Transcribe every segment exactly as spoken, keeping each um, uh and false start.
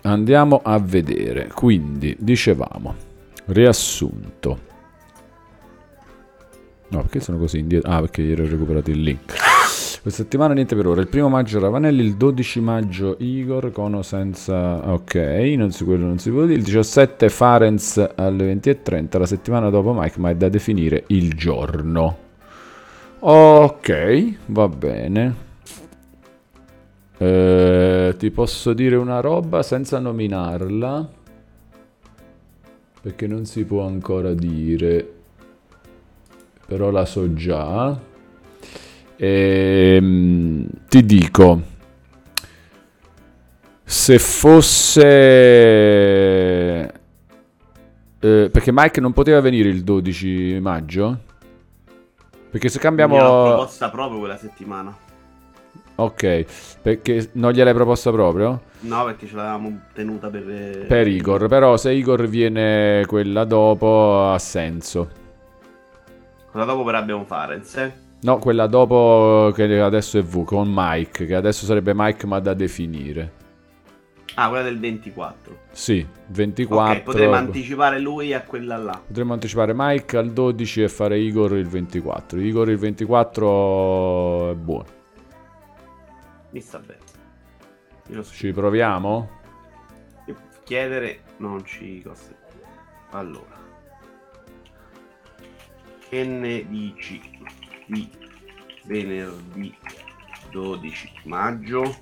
andiamo a vedere. Quindi, dicevamo, riassunto. No, perché sono così indietro? Ah, perché ieri ho recuperato il link. Questa settimana niente per ora. Il primo maggio Ravanelli, il dodici maggio Igor, Cono senza... Ok, non si, quello non si può dire. Il diciassette Farenz alle venti e trenta. La settimana dopo Mike, ma è da definire il giorno. Ok, va bene. Eh, ti posso dire una roba senza nominarla, perché non si può ancora dire, però la so già. E, ti dico, se fosse eh, perché Mike non poteva venire il dodici maggio, perché se cambiamo gliel'ho proposta proprio quella settimana. Ok, perché non gliel'hai proposta proprio? No, perché ce l'avevamo tenuta per Per Igor, però se Igor viene quella dopo ha senso. quella dopo però abbiamo Farenz, eh? No, quella dopo che adesso è V, con Mike, che adesso sarebbe Mike ma da definire. Ah, quella del ventiquattro. Sì, ventiquattro. Ok, potremmo anticipare lui a quella là. Potremmo anticipare Mike al dodici e fare Igor il ventiquattro. Igor il ventiquattro è buono. Mi sta bene. Io lo so. Ci proviamo? Chiedere non ci costa. Allora, che ne dici di venerdì dodici maggio?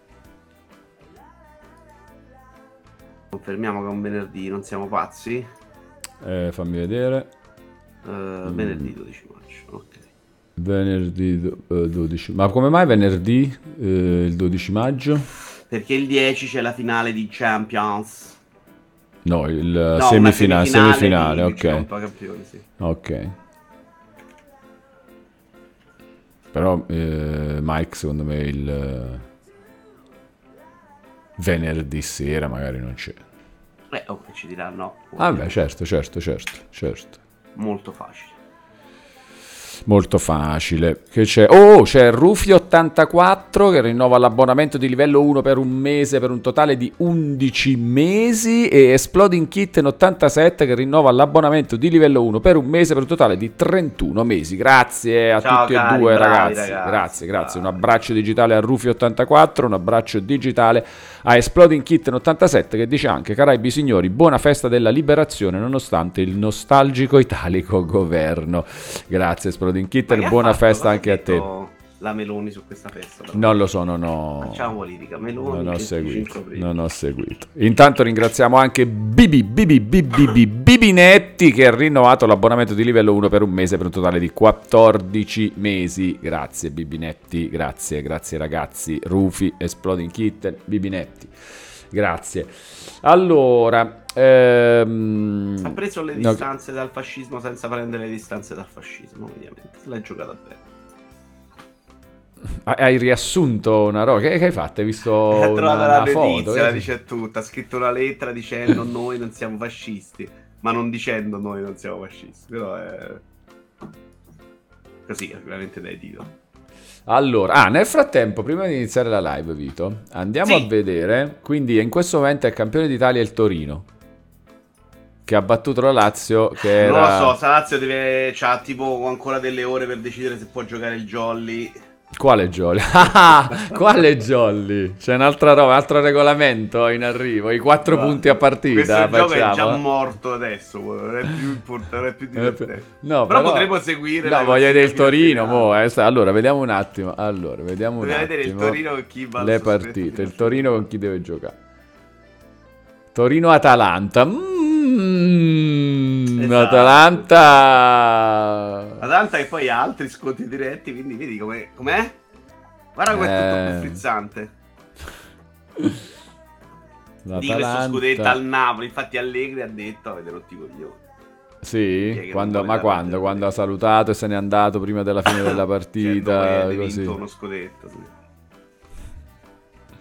Confermiamo che è un venerdì, non siamo pazzi? Eh, fammi vedere. Uh, mm. Venerdì dodici maggio, ok. Venerdì dodici. Ma come mai venerdì eh, il dodici maggio? Perché il dieci c'è la finale di Champions. No, il no, semifinale, semifinale, di, ok. Campioni, sì. Ok. Però eh, Mike secondo me il venerdì sera magari non c'è. Eh, oh, ci diranno. Ah beh, certo, certo, certo, certo. Molto facile. Molto facile. Che c'è? Oh, c'è Rufi ottantaquattro che rinnova l'abbonamento di livello uno per un mese per un totale di undici mesi e Exploding Kitten ottantasette che rinnova l'abbonamento di livello uno per un mese per un totale di trentuno mesi. Grazie a Ciao, tutti cari, e due bravi, ragazzi. ragazzi. Grazie, grazie. Bravi. Un abbraccio digitale a Rufi ottantaquattro, un abbraccio digitale a Exploding Kitten ottantasette che dice anche: Caraibi signori, buona festa della liberazione nonostante il nostalgico italico governo. Grazie Exploding Kitten, buona fatto? festa Cosa anche a te. La Meloni su questa festa? Però? Non lo so, non ho... Facciamo politica, Meloni. Non ho seguito, non ho seguito. Intanto ringraziamo anche Bibi, Bibi, Bibi, Bibi, Bibinetti che ha rinnovato l'abbonamento di livello uno per un mese per un totale di quattordici mesi. Grazie Bibinetti, grazie, grazie ragazzi. Rufi, Exploding Kitten, Bibinetti. Grazie. Allora... Ehm... ha preso le distanze no. dal fascismo senza prendere le distanze dal fascismo, ovviamente. L'hai giocata bene. Hai riassunto una roba? Che, che hai fatto? Hai visto ha una, trovato una la foto? notizia, la dice tutta. Ha scritto una lettera dicendo noi non siamo fascisti, ma non dicendo noi non siamo fascisti. Però è così, è veramente da edito. Allora, ah, nel frattempo, prima di iniziare la live, Vito, andiamo sì. a vedere. Quindi in questo momento è campione d'Italia il Torino, che ha battuto la Lazio, che era... Non lo so, sta Lazio deve... c'ha tipo ancora delle ore per decidere se può giocare il Jolly. Quale Jolly? Ah, quale Jolly? C'è un'altra roba, un altro regolamento in arrivo, i quattro no, punti a partita. Questo facciamo. gioco è già morto adesso, non è più importante, non è più divertente. No, però, però potremmo seguire. No, voglio vedere il Torino, mo, eh. Allora, vediamo un attimo. Allora, vediamo un attimo. vedere il Torino con chi va le partite, il Torino con chi deve giocare. Torino-Atalanta. Mmm, esatto. Atalanta. Atalanta che poi ha altri scontri diretti, quindi vedi com'è? com'è? Guarda come è tutto più frizzante. Di questo scudetto al Napoli, infatti Allegri ha detto avete rotti i coglioni. Sì, quando, ma quando? Quando ha salutato e se n'è andato prima della fine della partita. Così. Vinto uno scudetto, sì.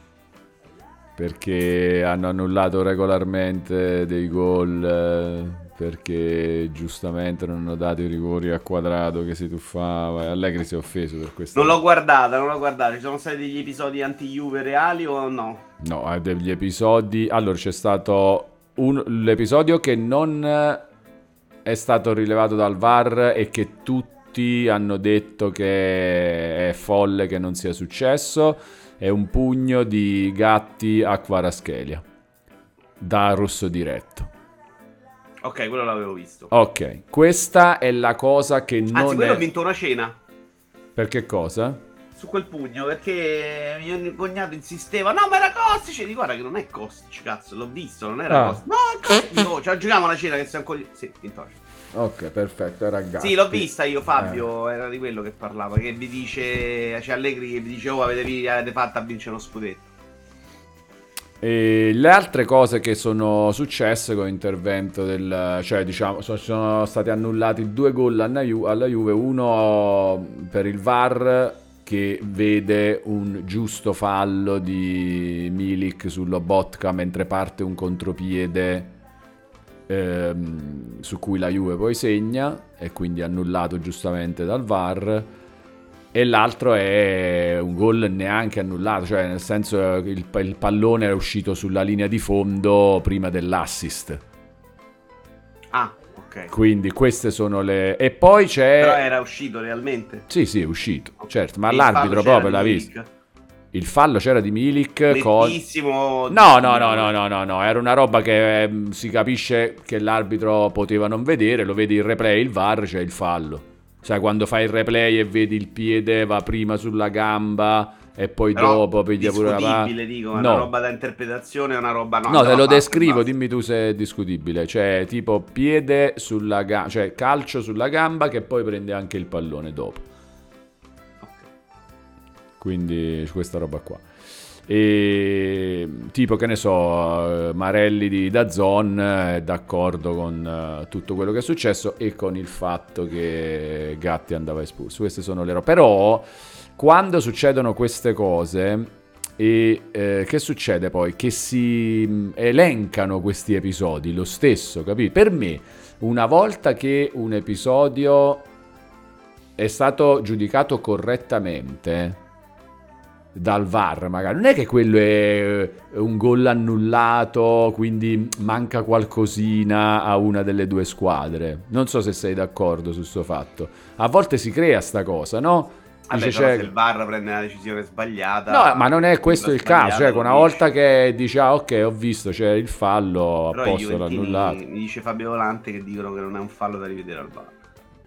Perché hanno annullato regolarmente dei gol perché giustamente non hanno dato i rigori a Quadrato che si tuffava, e Allegri si è offeso per questo. Non l'ho guardata, non l'ho guardata. Ci sono stati degli episodi anti-Juve reali o no? No, ha degli episodi. Allora c'è stato un... l'episodio che non è stato rilevato dal V A R e che tutti hanno detto che è folle che non sia successo, è un pugno di Gatti a Kvaratskhelia da rosso diretto. Ok, quello l'avevo visto. Ok, questa è la cosa che non Anzi, quello è... ho vinto una cena. Per che cosa? Su quel pugno, perché mio cognato insisteva, no, ma era Kostic. Dico, guarda che non è Kostic, cazzo, l'ho visto, non era Ah. Kostic. No, è Kostic. Dico, cioè, giochiamo una cena che sei ancora... Sì, vinto. Ok, perfetto, era Gatti. Sì, l'ho vista io, Fabio, Eh. era di quello che parlava, che vi dice, c'è Allegri che vi dice, oh, avete, avete fatto a vincere uno scudetto. E le altre cose che sono successe con l'intervento del, cioè diciamo sono, sono stati annullati due gol alla, Ju- alla Juve, uno per il V A R che vede un giusto fallo di Milik sullo Lobotka mentre parte un contropiede ehm, su cui la Juve poi segna e quindi annullato giustamente dal V A R. E l'altro è un gol neanche annullato, cioè nel senso il, il pallone era uscito sulla linea di fondo prima dell'assist. Ah, ok. Quindi queste sono le... E poi c'è... Però era uscito realmente. Sì, sì, è uscito, certo, ma E il l'arbitro fallo proprio c'era l'ha di visto. Milik. Il fallo c'era di Milik con... Nettissimo. No, no, no, no, no, no, no, era una roba che eh, si capisce che l'arbitro poteva non vedere, lo vedi il replay, il V A R, c'è il fallo. Sai, quando fai il replay e vedi il piede va prima sulla gamba e poi Però dopo piglia pure la palla. discutibile, dico, è No. una roba da interpretazione, è una roba no. No, te lo basta, descrivo, basta. dimmi tu se è discutibile. Cioè, tipo piede sulla gamba, cioè calcio sulla gamba che poi prende anche il pallone dopo. Ok. Quindi questa roba qua. E tipo che ne so, Marelli di DAZN è d'accordo con uh, tutto quello che è successo e con il fatto che Gatti andava espulso. Queste sono le robe. Però quando succedono queste cose e eh, che succede poi? Che si mh, elencano questi episodi lo stesso, capito? Per me una volta che un episodio è stato giudicato correttamente dal V A R magari, non è che quello è un gol annullato, quindi manca qualcosina a una delle due squadre. Non so se sei d'accordo su questo fatto. A volte si crea sta cosa, no? Vabbè, Dice, però c'è... se il V A R prende una decisione sbagliata... No, ma non è questo il caso, cioè una volta che dice ah ok ho visto c'è il fallo, però a posto l'ha annullato. Mi dice Fabio Volante che dicono che non è un fallo da rivedere al V A R.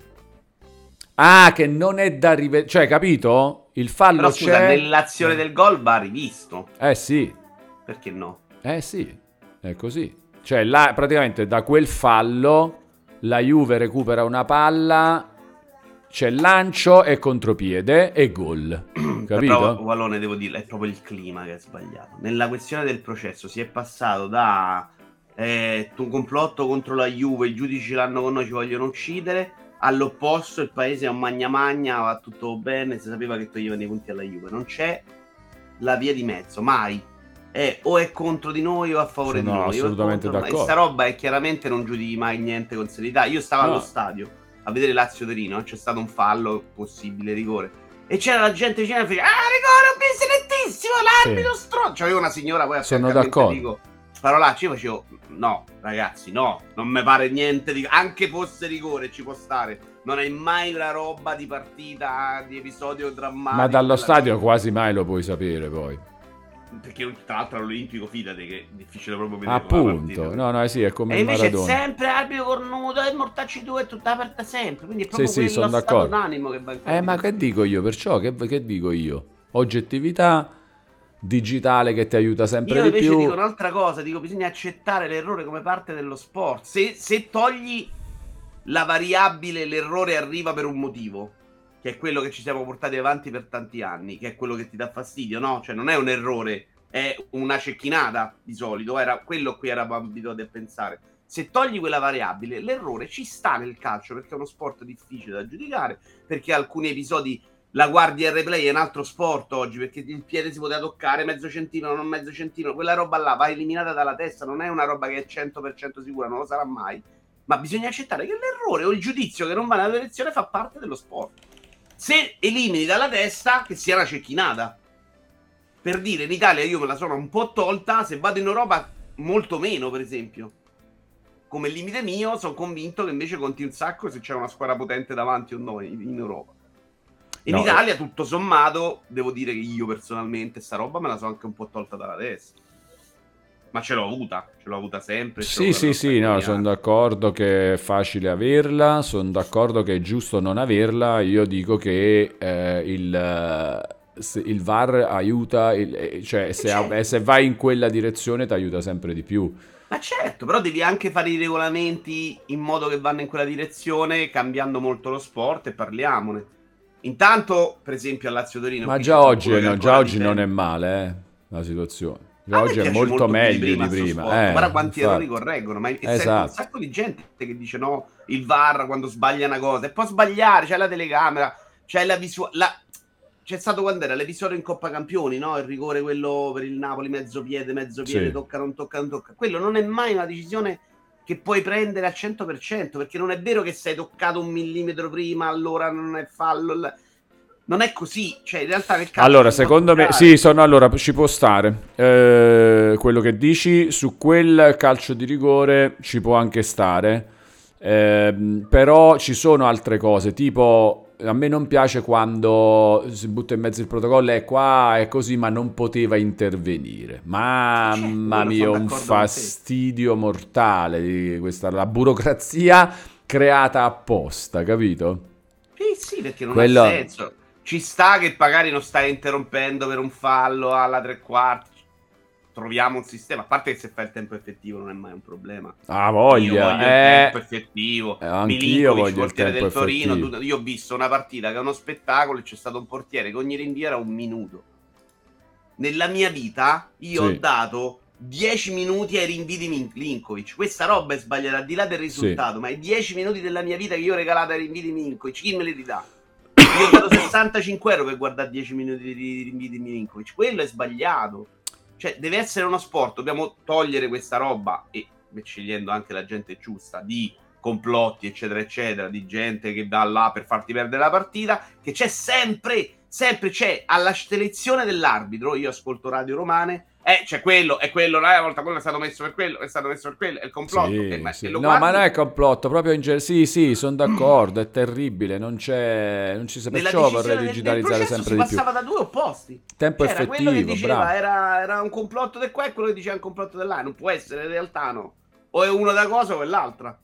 Ah, che non è da rivedere, cioè capito? Il fallo Però scusa, c'è... nell'azione del gol va rivisto. Eh sì, Perché no? eh sì, è così. Cioè là, praticamente da quel fallo la Juve recupera una palla, c'è lancio e contropiede e gol. Capito? Però, Wallone, devo dire, è proprio il clima che è sbagliato. Nella questione del processo si è passato da eh, un complotto contro la Juve, i giudici l'hanno con noi, ci vogliono uccidere, all'opposto il paese è un magna magna, va tutto bene, si sapeva che toglievano i punti alla Juve. Non c'è la via di mezzo, mai. È o è contro di noi o a favore Sono di noi. assolutamente contro, d'accordo. E sta roba è chiaramente non giudichi mai niente con serietà. Io stavo No. allo stadio a vedere Lazio-Torino, c'è stato un fallo, possibile rigore. E c'era la gente vicina che fece, ah, rigore, un bisenettissimo, l'arbitro Sì. stronzo. C'aveva una signora poi a Sono fianco a me, d'accordo. dico, parolacce, io facevo, no, ragazzi, no, non mi pare niente di... Anche fosse rigore, ci può stare. Non è mai una roba di partita, di episodio drammatico. Ma dallo della stadio vita. quasi mai lo puoi sapere poi. Perché tra l'altro all'Olimpico, fidate che è difficile proprio vedere una Appunto, partita. no, no, sì, è come E il invece Maradona. è sempre arbitro cornuto e mortacci due, è tutta aperta sempre. Quindi è Sì, proprio sì, quello sono stato d'accordo. d'animo che va in Eh, ma che dico io? Perciò, che, che dico io? Oggettività digitale che ti aiuta sempre Io di invece più. dico un'altra cosa, dico bisogna accettare l'errore come parte dello sport. Se, se togli la variabile, l'errore arriva per un motivo, che è quello che ci siamo portati avanti per tanti anni, che è quello che ti dà fastidio, no? Cioè non è un errore, è una cecchinata di solito, era quello a cui eravamo abituati a pensare. Se togli quella variabile, l'errore ci sta nel calcio, perché è uno sport difficile da giudicare, perché alcuni episodi la guardi al replay, è un altro sport oggi, perché il piede si poteva toccare mezzo centimetro, non mezzo centimetro, quella roba là va eliminata dalla testa, non è una roba che è cento per cento sicura, non lo sarà mai. ma bisogna accettare che l'errore o il giudizio che non va nella direzione fa parte dello sport. Se elimini dalla testa, che sia una cecchinata. Per dire, in Italia io me la sono un po' tolta, se vado in Europa molto meno, per esempio. Come limite mio, sono convinto che invece conti un sacco se c'è una squadra potente davanti o no in, in Europa. In No, Italia, tutto sommato, devo dire che io personalmente sta roba me la sono anche un po' tolta dalla testa. Ma ce l'ho avuta, ce l'ho avuta sempre. ce l'ho sì, sì, avuta sì, no, negli sono anni. d'accordo che è facile averla, sono d'accordo che è giusto non averla. Io dico che eh, il, eh, se- il V A R aiuta, il- eh, cioè E se, certo, eh, se vai in quella direzione ti aiuta sempre di più. ma certo, però devi anche fare i regolamenti in modo che vanno in quella direzione, cambiando molto lo sport e parliamone. Intanto, per esempio, a Lazio Torino Ma qui c'è già oggi, qualcuno eh, che no, già ancora oggi non è difende. male, eh, la situazione. Già A me oggi è piace molto molto più di meglio prima di sto prima, sport. eh, Guarda quanti errori infatti. correggono. Ma e sento un Esatto. sacco di gente che dice no, il V A R quando sbaglia una cosa. E può sbagliare, c'è la telecamera, c'è la visuale. La... C'è stato quando era l'episodio in Coppa Campioni, no? Il rigore quello per il Napoli, mezzo piede, mezzo piede, Sì. tocca, non tocca, non tocca. Quello non è mai una decisione che puoi prendere al cento per cento, perché non è vero che sei toccato un millimetro prima, allora non è fallo. l- Non è così. Cioè, in realtà nel calcio Allora, si può secondo me, sì, toccare. sono, allora, ci può stare. Eh, quello che dici, su quel calcio di rigore ci può anche stare. Ehm, però ci sono altre cose, tipo, a me non piace quando si butta in mezzo il protocollo e qua è così, ma non poteva intervenire. E certo, Mamma quello mia, sono un d'accordo con te. fastidio mortale di questa, la burocrazia creata apposta, capito? Sì, sì, perché non ha Quello... senso. Ci sta che magari non stai interrompendo per un fallo alla tre quarti. Troviamo un sistema. A parte che se fai il tempo effettivo non è mai un problema. Ah, Io voglia, voglio il tempo eh, effettivo. eh, anch'io Milinkovic, voglio il portiere tempo del Torino. effettivo. tu- Io ho visto una partita che è uno spettacolo e c'è stato un portiere che ogni rinvio era un minuto. Nella mia vita io ho Sì, dato dieci minuti ai rinvii di Milinkovic. Questa roba è sbagliata al di là del sì. risultato, ma i dieci minuti della mia vita che io ho regalato ai rinvii di Milinkovic, chi me li ridà? Io ho dato sessantacinque euro per guardare dieci minuti di rinvii di Milinkovic. Quello è sbagliato. Cioè, deve essere uno sport. Dobbiamo togliere questa roba e scegliendo anche la gente giusta di complotti, eccetera, eccetera, di gente che va là per farti perdere la partita. Che c'è sempre, sempre c'è alla selezione dell'arbitro. Io ascolto radio romane. Eh, c'è quello, è quello, una volta quello è stato messo per quello, è stato messo per quello, è il complotto. Eh, Sì, ma e sì. lo No, ma non guardi è complotto, proprio in genere. Sì, sì, sono d'accordo, è terribile, non c'è... Non ci sa... nella Perciò vorrei decisione del, del digitalizzare processo si sempre di più. passava da due opposti. Tempo C'era quello che effettivo, diceva bravo. era, era un complotto del qua e quello che diceva un complotto dell'A. Non può essere, in realtà no. O è uno da cosa o è l'altra.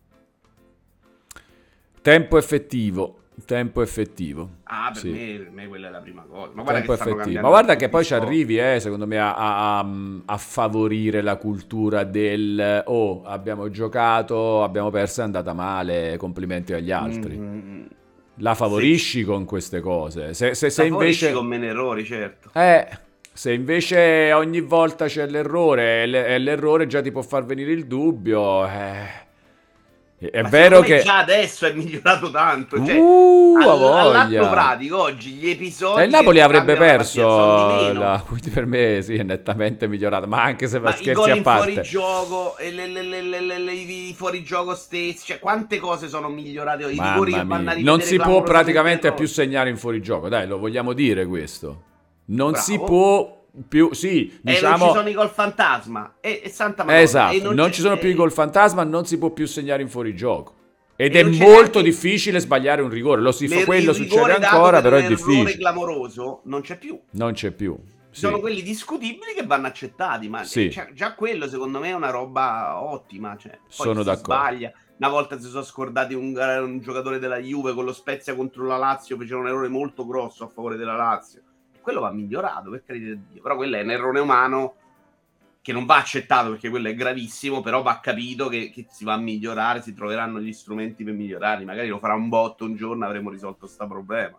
Tempo effettivo, tempo effettivo. Ah, per Sì. me, per me quella è la prima cosa. Ma guarda che Tempo stanno effettivo. Ma cambiando guarda che tutti gli poi ci sport. arrivi, eh, secondo me, a, a- a- a favorire la cultura del oh, abbiamo giocato, abbiamo perso, è andata male, complimenti agli altri. Mm, La se, favorisci con queste cose. Se, se, se la favorisci invece... con meno errori, certo. Eh, se invece ogni volta c'è l'errore e, le- e l'errore già ti può far venire il dubbio, eh, è Ma secondo vero me che... già adesso è migliorato tanto. Cioè, Uh, a all- all'atto voglia! pratico oggi gli E il episodi che Napoli ti avrebbe cambiano la partita sono di perso, meno. la... quindi per me sì, è nettamente migliorato, ma anche se va Ma i scherzi gol a in parte. fuorigioco e le, le, le, le, le, le- i fuorigioco stessi, cioè quante cose sono migliorate? I rigori Mamma che vanno a mia, non rivedere si può clamorosamente praticamente più errori. segnare in fuorigioco, dai, lo vogliamo dire questo. Non si Bravo. può più, sì, E non ci sono diciamo, i gol fantasma. E, e santa madonna. E esatto, non non c'è, ci sono più i e, gol fantasma, non si può più segnare in fuorigioco. Ed e è non c'è molto neanche difficile sbagliare un rigore, lo si fa, le- il quello succede rigore dato ancora, per però un è errore difficile. clamoroso. Non c'è più. Non c'è più, Ci sono sì, quelli discutibili che vanno accettati, ma eh, sì, cioè, già quello secondo me è una roba ottima. Cioè, poi sono si d'accordo. sbaglia. Una volta si sono scordati un, un giocatore della Juve con lo Spezia contro la Lazio, fecero un errore molto grosso a favore della Lazio. Quello va migliorato, per carità di Dio. Però quello è un errore umano che non va accettato perché quello è gravissimo, però va capito che, che si va a migliorare, si troveranno gli strumenti per migliorarli. Magari lo farà un botto un giorno, avremo risolto questo problema.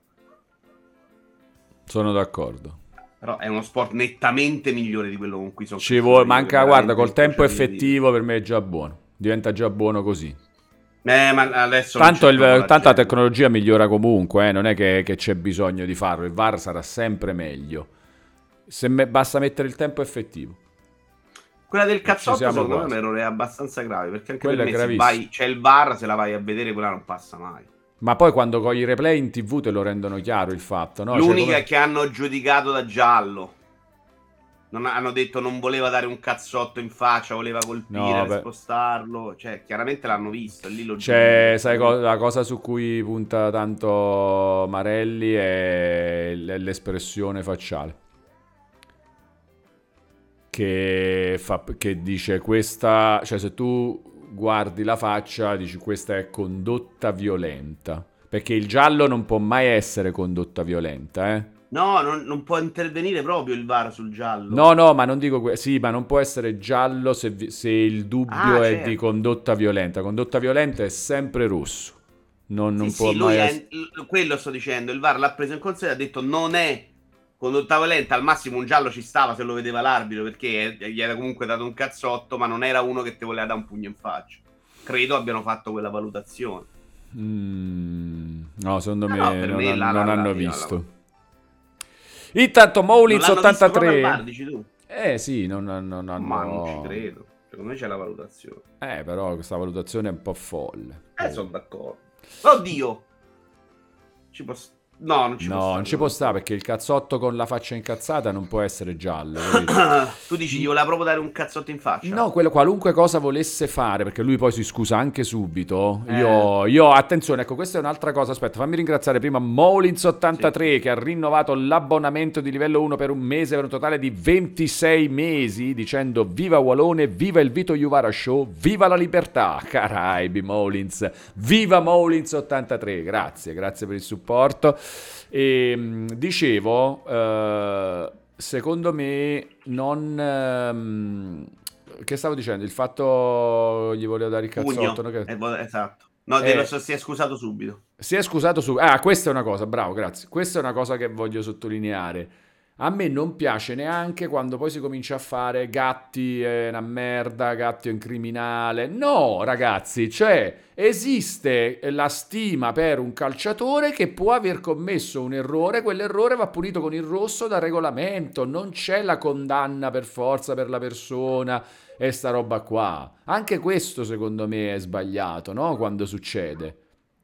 Sono d'accordo. Però è uno sport nettamente migliore di quello con cui sono Ci cresciuto vuole, io, che manca, guarda, veramente col mi tempo bruciavi le dita. effettivo per me è già buono. Diventa già buono così. Eh, ma adesso non Tanto, c'è il- proprio la tanto la gente. tecnologia migliora comunque, eh, non è che, che c'è bisogno di farlo. Il V A R sarà sempre meglio. Se me- basta mettere il tempo effettivo. Quella del E ci cazzotto siamo secondo me è un quasi. errore abbastanza grave, perché anche per Quello è me se gravissimo. vai, c'è il V A R, se la vai a vedere quella non passa mai. Ma poi quando con i replay in T V te lo rendono chiaro il fatto, no? Cioè L'unica come... è che hanno giudicato da giallo. Non ha- hanno detto non voleva dare un cazzotto in faccia, voleva colpire No, per beh. spostarlo. Cioè, chiaramente l'hanno visto e lì lo giudichi C'è, sai, co- direttamente. la cosa su cui punta tanto Marelli è l- è l'espressione facciale. Che, fa, che dice questa, cioè se tu guardi la faccia, dici questa è condotta violenta. Perché il giallo non può mai essere condotta violenta, eh? No, non, non può intervenire proprio il V A R sul No, giallo. no, ma non dico que- sì, ma non può essere giallo se, vi- se il Ah, dubbio è di certo. condotta violenta. Condotta violenta è sempre rosso. Non, Sì, non può sì, mai lui è, essere. l- quello sto dicendo, il V A R l'ha preso in considerazione e ha detto non è condotta violenta, al massimo un giallo ci stava se lo vedeva l'arbitro perché eh, gli era comunque dato un cazzotto, ma non era uno che ti voleva dare un pugno in faccia. Credo abbiano fatto quella valutazione. Mm, no, secondo No, no, me per non, me han- la, non la, la, hanno io la- visto. Intanto non Moulins l'hanno visto proprio al V A R, ottantatré. dici tu? Eh sì, non, non Ma non ci hanno. credo. Secondo me c'è la valutazione. Eh, però questa valutazione è un po' folle. Eh, Oh. sono d'accordo. Oddio! Ci posso... No, non ci può No, non stare ci una può stare valutazione. perché il cazzotto con la faccia incazzata non può essere giallo, capito? Tu dici gli Mm, voleva proprio dare un cazzotto in no, faccia? quello, qualunque cosa volesse fare, perché lui poi si scusa anche subito. Eh, Io, io, attenzione, ecco, questa è un'altra cosa. Aspetta, fammi ringraziare prima Molins sì, sì, ottantatré sì. che ha rinnovato l'abbonamento di livello uno per un mese, per un totale di ventisei mesi, dicendo viva Walone, viva il Vito Juvara Show, viva la libertà, Caraibi Molins, viva Molins ottantatré, grazie, grazie per il supporto. E mh, dicevo, eh, secondo me non... ehm, che stavo dicendo? Il fatto gli volevo dare il cazzotto, no? Pugno. Che- Eh, vo- esatto. No, dello eh, so- si è scusato subito. si è scusato su... Ah, questa è una cosa, bravo, grazie. Questa è una cosa che voglio sottolineare. A me non piace neanche quando poi si comincia a fare Gatti è una merda, Gatti è un criminale. No, ragazzi, cioè esiste la stima per un calciatore che può aver commesso un errore, quell'errore va punito con il rosso dal regolamento, non c'è la condanna per forza per la persona e sta roba qua. Anche questo secondo me è sbagliato, no? Quando succede.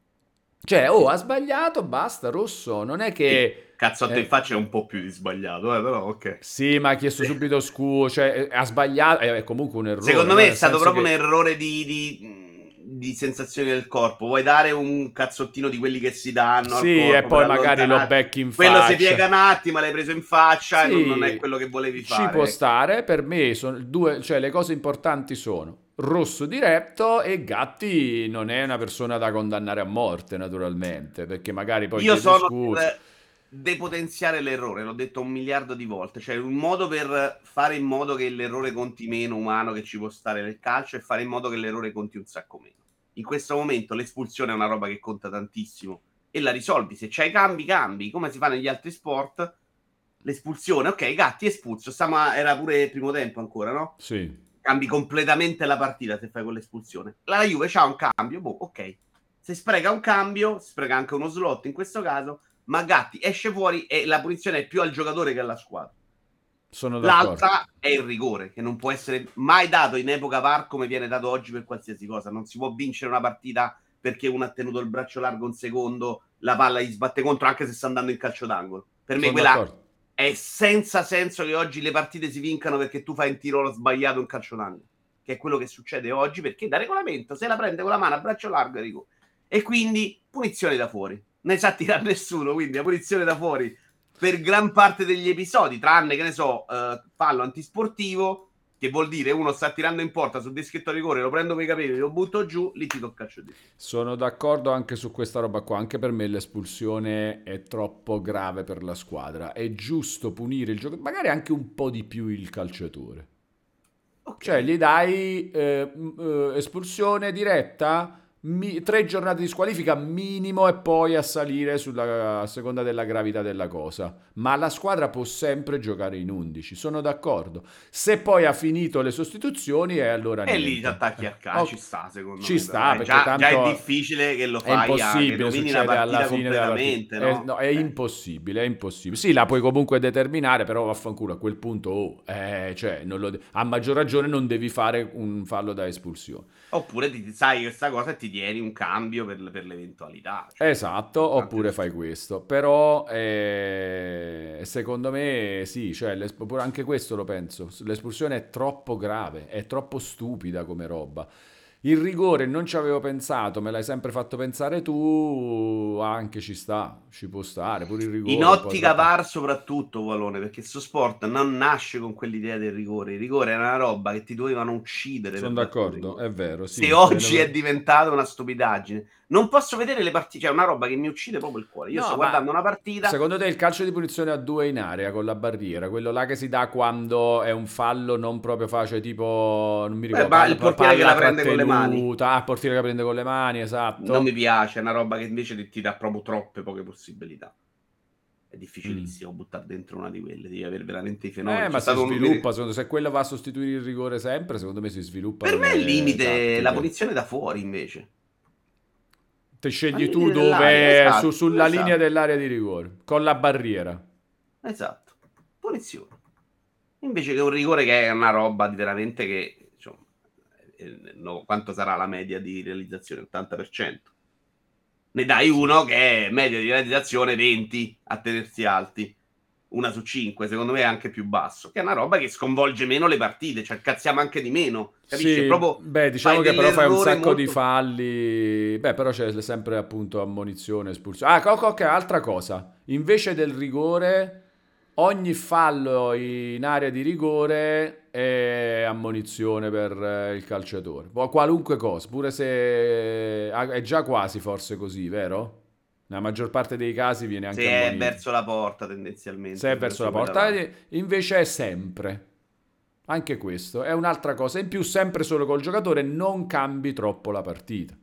Cioè, oh, ha sbagliato, basta, rosso. Non è Sì, che... cazzotto in eh, faccia è un po' più di sbagliato, eh, però ok. sì, ma ha chiesto subito scusa, cioè eh, ha sbagliato, è è comunque un errore, Secondo no? me è Nel stato senso proprio un che... errore di, di, di sensazioni del corpo. Vuoi dare un cazzottino di quelli che si danno al Sì, e corpo per poi magari lo allontanare? becchi in Quello si faccia. piega un attimo, l'hai preso in faccia e non, non è Sì, quello che volevi ci può fare. Ecco. stare, per me sono due, cioè le cose importanti sono rosso diretto e Gatti non è una persona da condannare a morte, naturalmente, perché magari poi Io chiede sono scusa. per depotenziare l'errore, l'ho detto un miliardo di volte. Cioè, un modo per fare in modo che l'errore conti meno umano che ci può stare nel calcio è fare in modo che l'errore conti un sacco meno. In questo momento l'espulsione è una roba che conta tantissimo e la risolvi. Se c'hai cambi, cambi, come si fa negli altri sport. L'espulsione, ok, Gatti espulso, stiamo a- era pure il primo tempo ancora, no? Sì, Cambi completamente la partita se fai con l'espulsione. La Juve c'ha un cambio, boh, ok. Se spreca un cambio, spreca anche uno slot in questo caso, ma Gatti esce fuori e la punizione è più al giocatore che alla squadra. sono d'accordo. L'altra è il rigore, che non può essere mai dato in epoca V A R come viene dato oggi per qualsiasi cosa. Non si può vincere una partita perché uno ha tenuto il braccio largo un secondo, la palla gli sbatte contro, anche se sta andando in calcio d'angolo. Per me Sono quella d'accordo. è senza senso che oggi le partite si vincano perché tu fai un tiro sbagliato in calcio d'angolo, che è quello che succede oggi, perché da regolamento se la prende con la mano a braccio largo è rigore. E quindi punizione da fuori. Non sa tirare nessuno, quindi la punizione da fuori per gran parte degli episodi, tranne che ne so, eh, fallo antisportivo, che vuol dire uno sta tirando in porta sul dischetto rigore, lo prendo per i capelli, lo butto giù, lì ti tocca calcio di. Sono d'accordo anche su questa roba qua, anche per me l'espulsione è troppo grave per la squadra, è giusto punire il giocatore, magari anche un po' di più il calciatore. Ok. Cioè gli dai eh, m- eh, espulsione diretta, mi- tre giornate di squalifica minimo e poi a salire sulla, a seconda della gravità della cosa. Ma la squadra può sempre giocare in undici, sono d'accordo. Se poi ha finito le sostituzioni, e allora E lì ti niente. attacchi Eh, al calcio, ci ok, sta secondo ci me però. sta Eh, perché già, già è tanto difficile che lo è fai a, che impossibile, rovini una succede alla partita fine della partita. completamente, È, no? no, è Eh. impossibile, è impossibile. Sì, la puoi comunque determinare, però vaffanculo a quel punto, oh, eh, cioè, non lo de- a maggior ragione non devi fare un fallo da espulsione. Oppure ti, sai questa cosa e ti tieni un cambio per, per l'eventualità. Cioè, Esatto, tante oppure fai opzioni. questo, però eh, secondo me sì, cioè, l'esp- pure anche questo lo penso, l'espulsione è troppo grave, è troppo stupida come roba. Il rigore non ci avevo pensato, me l'hai sempre fatto pensare tu, anche ci sta, ci può stare, pure il In rigore un po' ottica troppo. V A R soprattutto, Valone, perché questo sport non nasce con quell'idea del rigore. Il rigore era una roba che ti dovevano uccidere Sono per darti un d'accordo, rigore. è vero, Se sì. oggi è Eh, diventata una stupidaggine, non posso vedere le partite, cioè è una roba che mi uccide proprio il cuore. Io sto No, ma guardando una partita. secondo te il calcio di punizione a due in area con la barriera, quello là che si dà quando è un fallo non proprio facile, tipo, non mi Beh, ricordo, ma palla, il pa- portiere che palla la prende con le mani trattenuta, ah, portiere che prende con le mani, non mi esatto. piace, è una roba che invece ti, ti dà proprio troppe poche possibilità. È Mm. difficilissimo buttare dentro una di quelle, devi avere veramente i fenomeni. Eh, C'è ma si stato un... sviluppa, secondo, se quello va a sostituire il rigore sempre, secondo me si Per sviluppano me è il le limite la tattiche. punizione da fuori, invece. Te Al scegli tu limite dell'area, dove, su- esatto, sulla linea esatto, dell'area di rigore, con la barriera. esatto. Punizione. Invece che un rigore che è una roba di veramente che, insomma, eh, no, quanto sarà la media di realizzazione? ottanta per cento. Ne dai Sì. uno che è media di realizzazione venti a tenersi alti. Una su cinque, secondo me è anche più basso. Che è una roba che sconvolge meno le partite, cioè cazziamo anche di meno. Capisci? È Sì, proprio beh, diciamo fai che però fai un dell'errore sacco di molto. falli. Beh, però c'è sempre appunto ammonizione, espulsione. Ah, co- co- ok, altra cosa. Invece del rigore, ogni fallo in area di rigore è ammonizione per eh, il calciatore. O qualunque cosa, pure se ah, è già quasi forse così, vero? Nella maggior parte dei casi viene Se anche è ammonito. verso la porta, Se tendenzialmente, è se, verso se la vuoi porta, davanti. eh, invece è sempre. Anche questo è un'altra cosa. In più, sempre solo col giocatore, non cambi troppo la partita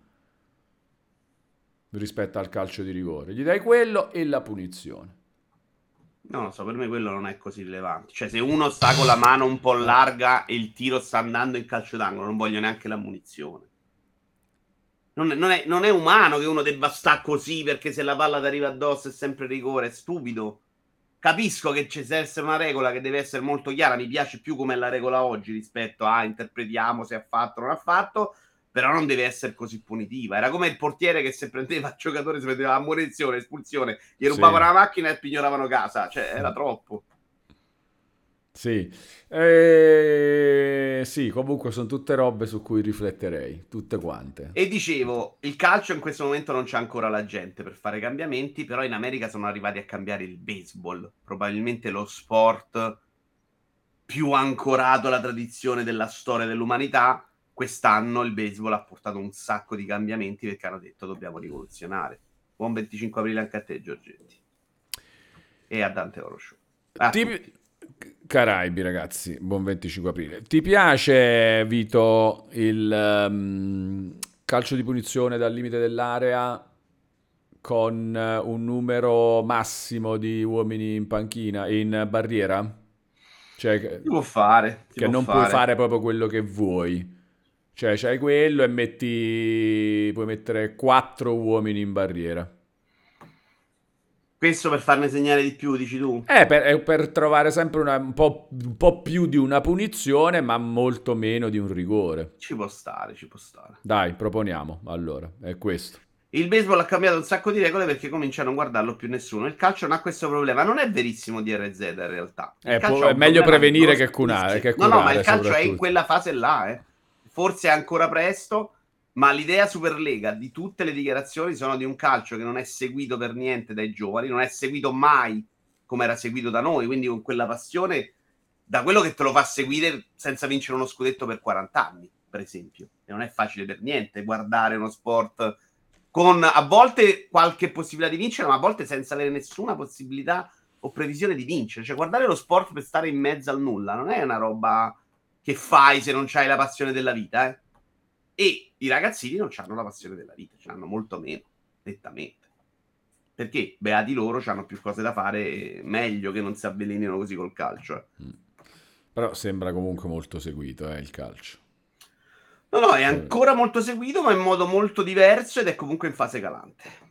rispetto al calcio di rigore. Gli dai quello e la punizione. Non lo so, per me quello non è così rilevante. Cioè, se uno sta con la mano un po' Eh, larga e il tiro sta andando in calcio d'angolo, non voglio neanche la munizione. Non è, non è- non è umano che uno debba stare così perché se la palla ti arriva addosso è sempre rigore, è stupido. Capisco che ci deve essere una regola che deve essere molto chiara. Mi piace più come è la regola oggi rispetto a interpretiamo se ha fatto o non ha fatto. Però non deve essere così punitiva. Era come il portiere che se prendeva il giocatore, si prendeva la munizione, espulsione, gli sì. rubavano la macchina e pignoravano casa. Cioè, era troppo. Sì. Eh, sì, comunque sono tutte robe su cui rifletterei, tutte quante. E dicevo, il calcio in questo momento non c'è ancora la gente per fare cambiamenti, però in America sono arrivati a cambiare il baseball, probabilmente lo sport più ancorato alla tradizione della storia dell'umanità. Quest'anno il baseball ha portato un sacco di cambiamenti perché hanno detto dobbiamo rivoluzionare. Buon venticinque aprile anche a te, Giorgetti. E a Dante Oro Show. A Ti... tutti. Caraibi, ragazzi, buon venticinque aprile. Ti piace, Vito, il ehm, calcio di punizione dal limite dell'area con eh, un numero massimo di uomini in panchina, in barriera? Cioè, che Si può fare, si che può non puoi fare. fare proprio quello che vuoi. Cioè, c'hai quello e metti... puoi mettere quattro uomini in barriera. Questo per farne segnare di più, dici tu? Eh, per, è per trovare sempre una- un po', un po' più di una punizione, ma molto meno di un rigore. Ci può stare, ci può stare. Dai, proponiamo. Allora, è questo. Il baseball ha cambiato un sacco di regole perché comincia a non guardarlo più nessuno. Il calcio non ha questo problema. Non è verissimo D R Z in realtà. Il È, calcio po- ha è un meglio problema prevenire che curare, grossissimo. che No, no, ma il curare, calcio è in soprattutto. quella fase là, eh. Forse è ancora presto, ma l'idea Superlega di tutte le dichiarazioni sono di un calcio che non è seguito per niente dai giovani, non è seguito mai come era seguito da noi, quindi con quella passione, da quello che te lo fa seguire senza vincere uno scudetto per quaranta anni, per esempio. E non è facile per niente guardare uno sport con a volte qualche possibilità di vincere, ma a volte senza avere nessuna possibilità o previsione di vincere. Cioè, guardare lo sport per stare in mezzo al nulla non è una roba che fai se non c'hai la passione della vita, eh. E i ragazzini non hanno la passione della vita, ce l'hanno molto meno, nettamente. Perché beati loro, hanno più cose da fare, meglio che non si avvelenino così col calcio. Eh. Mm. Però sembra comunque molto seguito, eh, il calcio. No, no, è ancora molto seguito, ma in modo molto diverso ed è comunque in fase calante.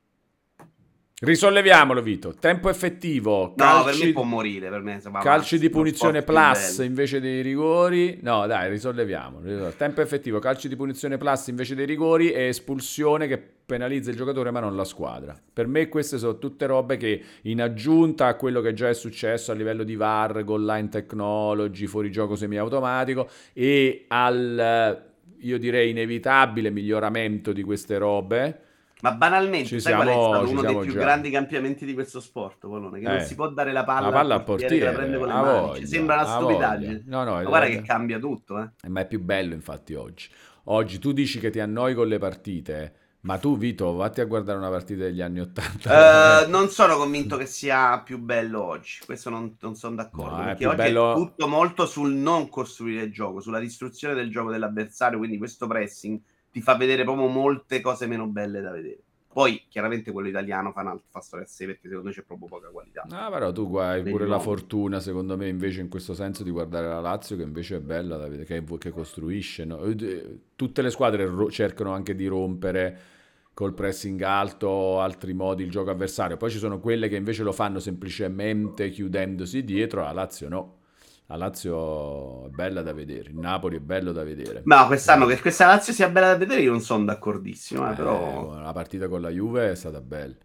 Risolleviamolo, Vito. Tempo effettivo. Calci, no, per me può morire. Per me, insomma, calci di punizione plus bello. invece dei rigori. No, dai, risolleviamolo. Tempo effettivo. Calci di punizione plus invece dei rigori e espulsione che penalizza il giocatore ma non la squadra. Per me queste sono tutte robe che, in aggiunta a quello che già è successo a livello di V A R, goal line technology, fuorigioco semiautomatico e al, io direi, inevitabile miglioramento di queste robe. Ma banalmente, ci sai siamo, qual è stato uno dei più già. grandi cambiamenti di questo sport, Polone? Che eh, non si può dare la palla, la palla al portiere, che la prende con le mani. voglia, Ci sembra una stupidaggine. No, no, ma guarda che cambia tutto, eh. Ma è più bello infatti oggi. Oggi tu dici che ti annoi con le partite, ma tu, Vito, vatti a guardare una partita degli anni Ottanta. Uh, non sono convinto che sia più bello oggi. Questo non, non sono d'accordo. No, perché è oggi bello... è tutto molto sul non costruire il gioco, sulla distruzione del gioco dell'avversario. Quindi questo pressing ti fa vedere proprio molte cose meno belle da vedere. Poi, chiaramente, quello italiano fa, un fa storia a sé perché secondo me c'è proprio poca qualità. No, però tu hai pure la fortuna, secondo me, invece, in questo senso, di guardare la Lazio, che invece è bella da vedere, che, che costruisce. No? Tutte le squadre ro- cercano anche di rompere col pressing alto, altri modi il gioco avversario. Poi ci sono quelle che invece lo fanno semplicemente chiudendosi dietro, la Lazio no. La Lazio è bella da vedere, il Napoli è bello da vedere. Ma quest'anno che questa Lazio sia bella da vedere io non sono d'accordissimo, eh, eh, però... La partita con la Juve è stata bella,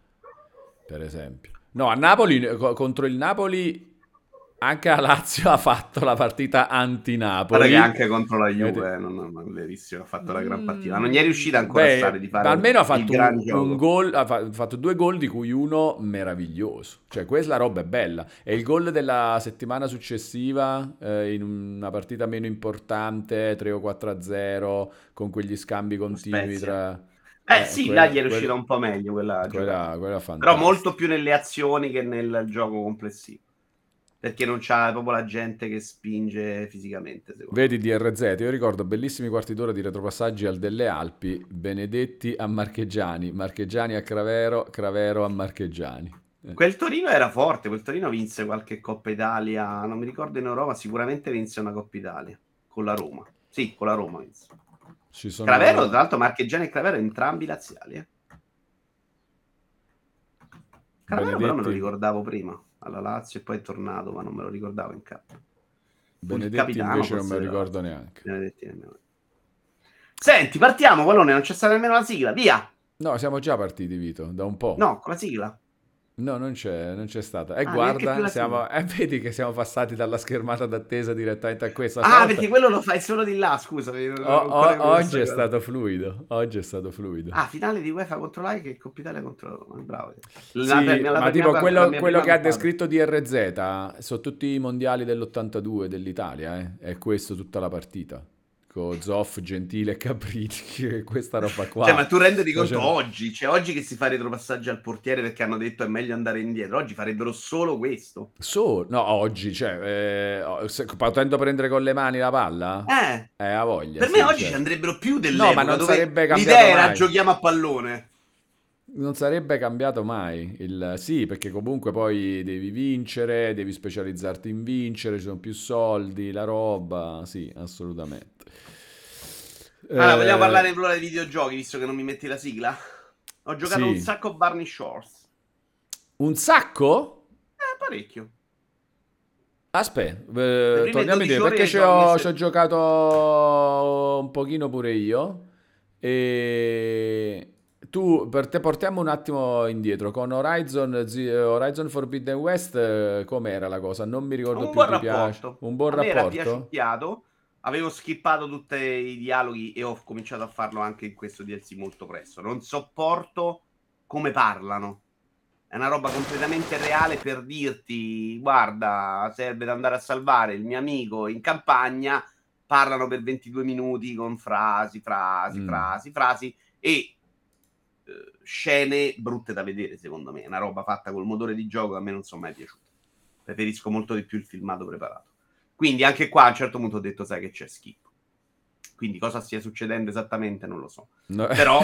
per esempio. No, a Napoli, contro il Napoli, anche la Lazio ha fatto la partita anti-Napoli. Guarda che anche contro la Juve, eh, non, non, non è verissimo, ha fatto la gran partita. Non gli è riuscita ancora Beh, a stare di fare almeno ha il fatto gran un, gioco. un gol, ha fatto due gol di cui uno meraviglioso. Cioè, questa roba è bella. E il gol della settimana successiva, eh, in una partita meno importante, tre o quattro a zero, con quegli scambi continui tra... Eh, eh sì, quella, là gli è riuscita quella, un po' meglio quella, quella, quella però molto più nelle azioni che nel gioco complessivo. Perché non c'ha proprio la gente che spinge fisicamente. Vedi D R Z, io ricordo bellissimi quarti d'ora di retropassaggi al delle Alpi, Benedetti a Marchegiani, Marchegiani a Cravero, Cravero a Marchegiani. Eh. Quel Torino era forte, quel Torino vinse qualche Coppa Italia, non mi ricordo in Europa, sicuramente vinse una Coppa Italia con la Roma. Sì, con la Roma vinse. Ci sono... Cravero, tra l'altro Marchegiani e Cravero entrambi laziali. Eh. Cravero Benedetti... però me lo ricordavo prima alla Lazio e poi è tornato, ma non me lo ricordavo in campo. Benedetti invece non me lo ricordo neanche. Benedetti nemmeno. Senti, partiamo, Pallone, non c'è stata nemmeno la sigla, via! No, siamo già partiti, Vito, da un po'. No, con la sigla. No, non c'è, non c'è stata. E ah, guarda, siamo, eh, vedi che siamo passati dalla schermata d'attesa direttamente a questa. Ah, stavolta... perché quello lo fai solo di là, scusa. O, o, oggi è cosa. stato fluido. Oggi è stato fluido. Ah, finale di UEFA contro l'A I che Coppa Italia contro Roma. Bravo. La, sì, la, la, ma tipo quello, quello che ha descritto D R Z sono tutti i mondiali dell'ottantadue dell'Italia, eh? È questo tutta la partita. Con Zoff, Gentile e Caprini, questa roba qua. Cioè, ma tu renditi conto cioè... oggi, cioè oggi che si fa retropassaggio al portiere perché hanno detto è meglio andare indietro, oggi farebbero solo questo. Solo? No, oggi, cioè, eh, se, potendo prendere con le mani la palla? Eh. Eh, ha voglia. Per sì, me oggi certo. ci andrebbero più dell'epoca. No, ma non dove sarebbe cambiato l'idea era mai. Giochiamo a pallone. Non sarebbe cambiato mai. Il... Sì, perché comunque poi devi vincere, devi specializzarti in vincere, ci sono più soldi, la roba, sì, assolutamente. Allora, vogliamo eh... parlare in plurale di videogiochi, visto che non mi metti la sigla? Ho giocato sì. un sacco Barney Shores. Un sacco? Eh, parecchio. Aspetta, eh, torniamo indietro, perché ci ho, messe... ho giocato un pochino pure io. E... Tu, per te portiamo un attimo indietro, con Horizon, Horizon Forbidden West, com'era la cosa? Non mi ricordo un più, buon ti piace? Un buon a me rapporto? Era piaciucchiato. Avevo skippato tutti i dialoghi e ho cominciato a farlo anche in questo D L C molto presto. Non sopporto come parlano. È una roba completamente reale per dirti, guarda, serve da andare a salvare il mio amico in campagna. Parlano per ventidue minuti con frasi, frasi, mm. frasi, frasi e eh, scene brutte da vedere, secondo me. È una roba fatta col motore di gioco che a me non sono mai piaciute. Preferisco molto di più il filmato preparato. Quindi anche qua a un certo punto ho detto, sai che c'è, schifo. quindi cosa stia succedendo esattamente non lo so. No. Però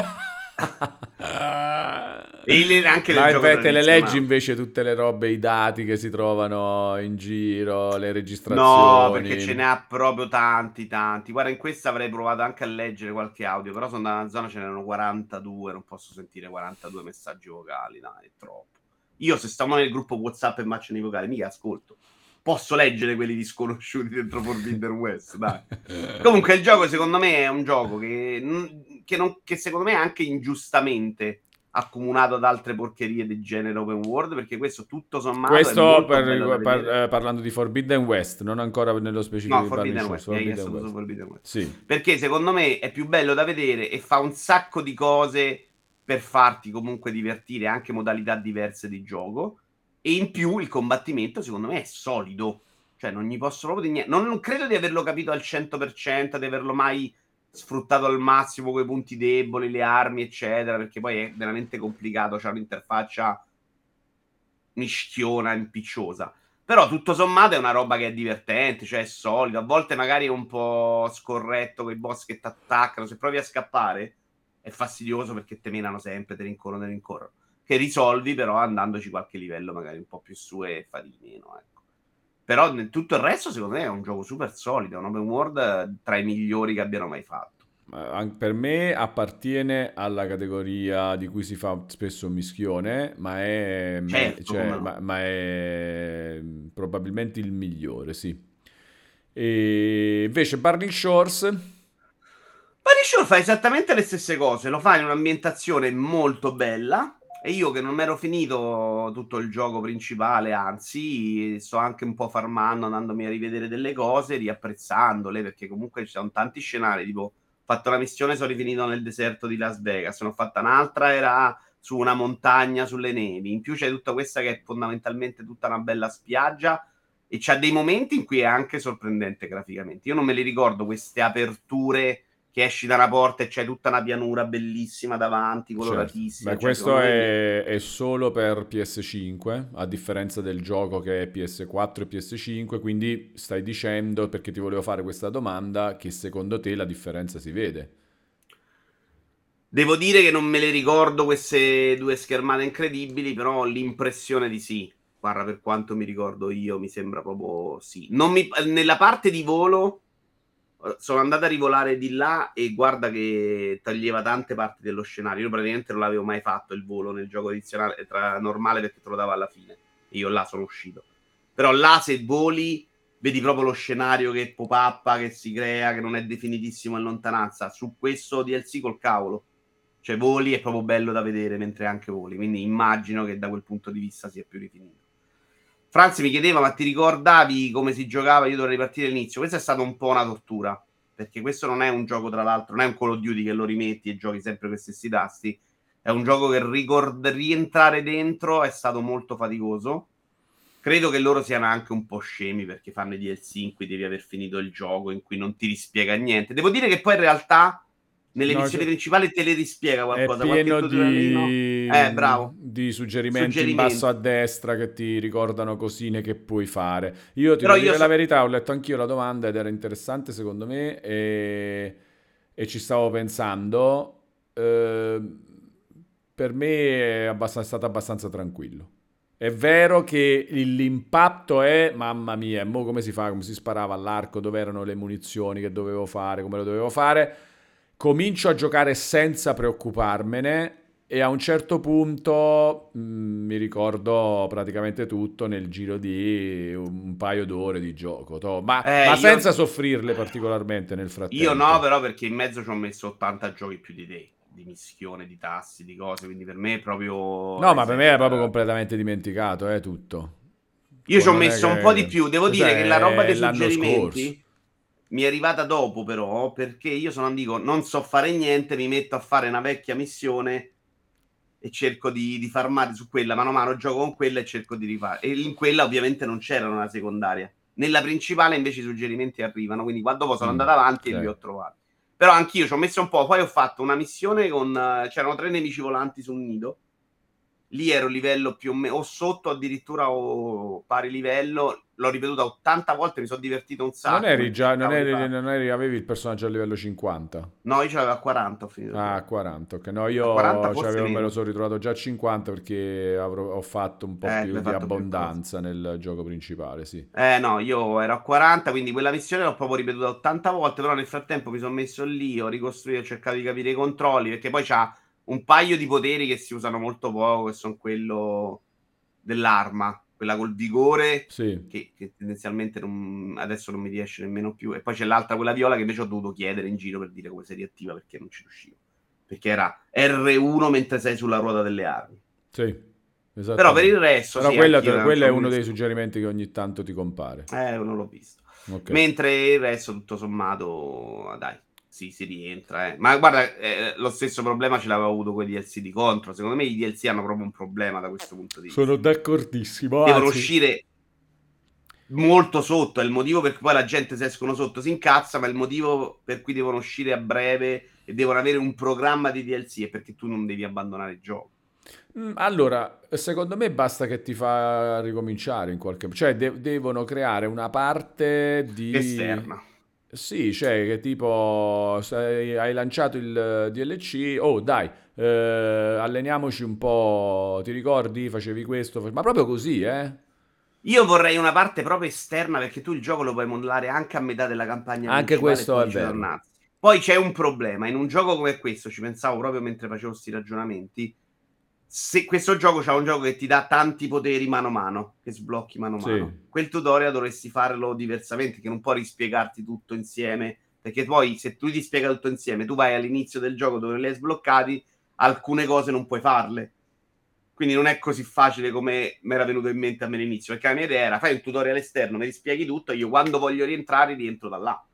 e le, anche ma nel gioco te le leggi tradizionale. invece tutte le robe, i dati che si trovano in giro, le No, perché registrazioni. ce n'ha proprio tanti, tanti. Guarda, in questa avrei provato anche a leggere qualche audio, però sono andato in una zona, ce n'erano quarantadue, non posso sentire quarantadue messaggi vocali, dai, è troppo. Io se stiamo nel gruppo WhatsApp e macciano i vocali, mica ascolto. Posso leggere quelli disconosciuti dentro Forbidden West, dai. Comunque il gioco secondo me è un gioco che, che, non, che secondo me è anche ingiustamente accomunato ad altre porcherie del genere open world, perché questo tutto sommato è Questo molto bello da per, per- vedere. eh, parlando di Forbidden West, non ancora nello specifico No, di Burning Forbidden Shores. West, mi hai Forbidden chiesto tu su West. Forbidden West. Sì, Perché secondo me è più bello da vedere e fa un sacco di cose per farti comunque divertire, anche modalità diverse di gioco. E in più il combattimento secondo me è solido. Cioè non gli posso proprio dire niente. Non, non credo di averlo capito al cento per cento, di averlo mai sfruttato al massimo quei punti deboli, le armi, eccetera, perché poi è veramente complicato, c'è un'interfaccia mischiona, impicciosa. Però tutto sommato è una roba che è divertente, cioè è solida. A volte magari è un po' scorretto quei boss che ti attaccano. Se provi a scappare è fastidioso perché te menano sempre, te rincorrono, te rincorrono. Che risolvi però andandoci qualche livello magari un po' più su e fai di meno, ecco. Però nel- tutto il resto secondo me è un gioco super solido, è un open world eh, tra i migliori che abbiano mai fatto. an- per me appartiene alla categoria di cui si fa spesso un mischione, ma è, me- Certo, come cioè, no. ma, ma è probabilmente il migliore, sì. E invece Burning Shores, Punisher fa esattamente le stesse cose, lo fa in un'ambientazione molto bella. E io che non mi ero finito tutto il gioco principale, anzi, sto anche un po' farmando, andandomi a rivedere delle cose, riapprezzandole, perché comunque ci sono tanti scenari, tipo, ho fatto una missione, sono rifinito nel deserto di Las Vegas, ne ho fatta un'altra, era su una montagna, sulle nevi, in più c'è tutta questa che è fondamentalmente tutta una bella spiaggia, e c'ha dei momenti in cui è anche sorprendente graficamente. Io non me li ricordo queste aperture che esci da una porta e c'è tutta una pianura bellissima davanti, certo. Beh, coloratissima. Cioè, questo secondo me lì. è, è solo per P S cinque, a differenza del gioco che è P S quattro e P S cinque, quindi stai dicendo, perché ti volevo fare questa domanda, che secondo te la differenza si vede. Devo dire che non me le ricordo queste due schermate incredibili, però ho l'impressione di sì. Guarda, per quanto mi ricordo io, mi sembra proprio sì. Non mi- Nella parte di volo eh, sono andato a rivolare di là e guarda che toglieva tante parti dello scenario. Io praticamente non l'avevo mai fatto il volo nel gioco addizionale tra normale perché te lo dava alla fine. E io là sono uscito. Però là se voli vedi proprio lo scenario che pop-up, che si crea, che non è definitissimo in lontananza. Su questo D L C col cavolo. Cioè voli è proprio bello da vedere mentre anche voli. Quindi immagino che da quel punto di vista sia più rifinito. Franz mi chiedeva, ma ti ricordavi come si giocava? Io dovrei partire all'inizio. Questa è stata un po' una tortura, perché questo non è un gioco, tra l'altro, non è un Call of Duty che lo rimetti e giochi sempre con gli stessi tasti. È un gioco che ricord- rientrare dentro è stato molto faticoso. Credo che loro siano anche un po' scemi perché fanno i D L C in cui devi aver finito il gioco, in cui non ti rispiega niente. Devo dire che poi in realtà nelle No, missioni cioè, principali te le rispiega è qualcosa, qualche pieno tutorialino. Eh, di, bravo. di suggerimenti in basso a Suggerimenti. destra che ti ricordano cosine che puoi fare. Io ti Però devo io dire la so- verità, ho letto anch'io la domanda ed era interessante secondo me e, e ci stavo pensando. Eh, per me è abbast- è stato abbastanza tranquillo. È vero che il- l'impatto è, mamma mia, mo come si fa, come si sparava all'arco, dove erano le munizioni che dovevo fare, come lo dovevo fare. Comincio a giocare senza preoccuparmene e a un certo punto mh, mi ricordo praticamente tutto nel giro di un paio d'ore di gioco, toh. Ma, eh, ma io senza soffrirle particolarmente nel Io no, frattempo. però perché in mezzo ci ho messo ottanta giochi più di te, di missione, di tassi, di cose, quindi per me è proprio No, ma per me è proprio reset. completamente dimenticato, è tutto. Io Co- ci ho Non è messo un po' di che... più, devo dire che la roba Cos'è? È dei l'anno scorso. suggerimenti mi è arrivata dopo però, perché io sono dico, non so fare niente, mi metto a fare una vecchia missione e cerco di, di farmare su quella, mano a mano gioco con quella e cerco di rifare. E in quella ovviamente non c'era una secondaria. Nella principale invece i suggerimenti arrivano, quindi quando poi sono Mm, andato avanti e li ok. ho trovati. Però anch'io ci ho messo un po', poi ho fatto una missione con... eh, c'erano tre nemici volanti su un nido lì ero livello più o meno o sotto addirittura o pari livello, l'ho ripetuta ottanta volte, mi sono divertito un Non sacco eri mentre già, non cercavo di eri, fare. non eri, avevi il personaggio a livello cinquanta. No, io ce l'avevo a quaranta, ho finito il Ah, gioco. quaranta, ok. No, A quaranta io forse c'avevo- me lo meno. sono ritrovato già a cinquanta perché avrò- ho fatto un po' Eh, tu più hai di fatto più cose. abbondanza nel gioco principale, sì. Eh no, io ero a quaranta, quindi quella missione l'ho proprio ripetuta ottanta volte, però nel frattempo mi sono messo lì, ho ricostruito, ho cercato di capire i controlli, perché poi c'ha un paio di poteri che si usano molto poco, che sono quello dell'arma, quella col vigore, Sì. che, che tendenzialmente non- adesso non mi riesce nemmeno più, e poi c'è l'altra, quella viola, che invece ho dovuto chiedere in giro per dire come si riattiva, perché non ci riuscivo. Perché era erre uno mentre sei sulla ruota delle armi. Sì, Però per il esattamente. resto, Però sì, quello, anch'io te- non ci quello è ho uno dei messo. suggerimenti che ogni tanto ti compare. Eh, non l'ho visto. Ok. Mentre il resto, tutto sommato, dai, sì, si rientra. Eh. Ma guarda, eh, lo stesso problema ce l'aveva avuto con i D L C di Contro. Secondo me i D L C hanno proprio un problema da questo punto di Sono vista. d'accordissimo, Devono anzi, uscire molto sotto. È il motivo per cui poi la gente, se escono sotto, si incazza. Ma il motivo per cui devono uscire a breve e devono avere un programma di D L C è perché tu non devi abbandonare il gioco. mm, allora, secondo me basta che ti fa ricominciare in qualche modo. Cioè, de- devono creare una parte di... Esterna. Sì, cioè, che tipo, sei- hai lanciato il D L C, oh dai, eh, alleniamoci un po', ti ricordi? Facevi questo, fa- ma proprio così, eh? Io vorrei una parte proprio esterna perché tu il gioco lo puoi mollare anche a metà della campagna Anche principale e questo poi è ci vero. tornarsi. Poi c'è un problema, in un gioco come questo, ci pensavo proprio mentre facevo questi ragionamenti, se questo gioco c'ha un gioco che ti dà tanti poteri mano a mano, che sblocchi mano a Sì, mano, quel tutorial dovresti farlo diversamente, che non può rispiegarti tutto insieme, perché poi se tu ti spiega tutto insieme, tu vai all'inizio del gioco dove li hai sbloccati, alcune cose non puoi farle. Quindi non è così facile come mi era venuto in mente a me all'inizio, perché la mia idea era fai un tutorial esterno, mi rispieghi tutto, e io quando voglio rientrare rientro da là.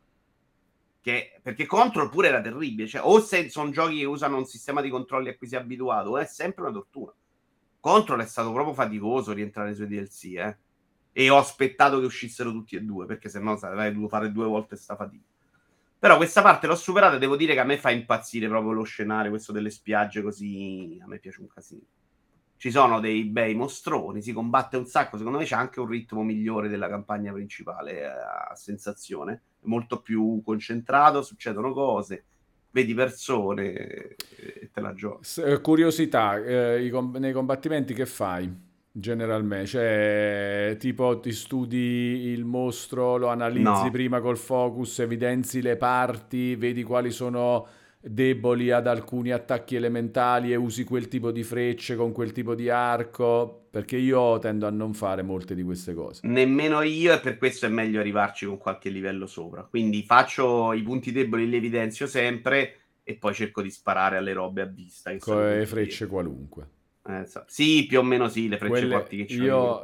Che, perché Control pure era terribile, cioè, o se sono giochi che usano un sistema di controlli a cui si è abituato, o è sempre una tortura. Control è stato proprio faticoso rientrare sui D L C, eh. E ho aspettato che uscissero tutti e due, perché sennò avrei dovuto fare due volte sta fatica. Però questa parte l'ho superata e devo dire che a me fa impazzire proprio lo scenario, questo delle spiagge così, a me piace un casino. Ci sono dei bei mostroni, si combatte un sacco, secondo me c'è anche un ritmo migliore della campagna principale, eh, a sensazione, è molto più concentrato, succedono cose, vedi persone e te la giochi. S- eh, curiosità, eh, i com- nei combattimenti che fai generalmente? Cioè, tipo ti studi il mostro, lo analizzi No, prima col focus, evidenzi le parti, vedi quali sono deboli ad alcuni attacchi elementali e usi quel tipo di frecce con quel tipo di arco? Perché io tendo a non fare molte di queste cose. nemmeno io, e per questo è meglio arrivarci con qualche livello sopra. Quindi faccio i punti deboli, li evidenzio sempre e poi cerco di sparare alle robe a vista, che Con sono i le punti frecce deboli. qualunque. Eh, so- sì, più o meno sì, le frecce Quelle, forti che c'avevo io. io,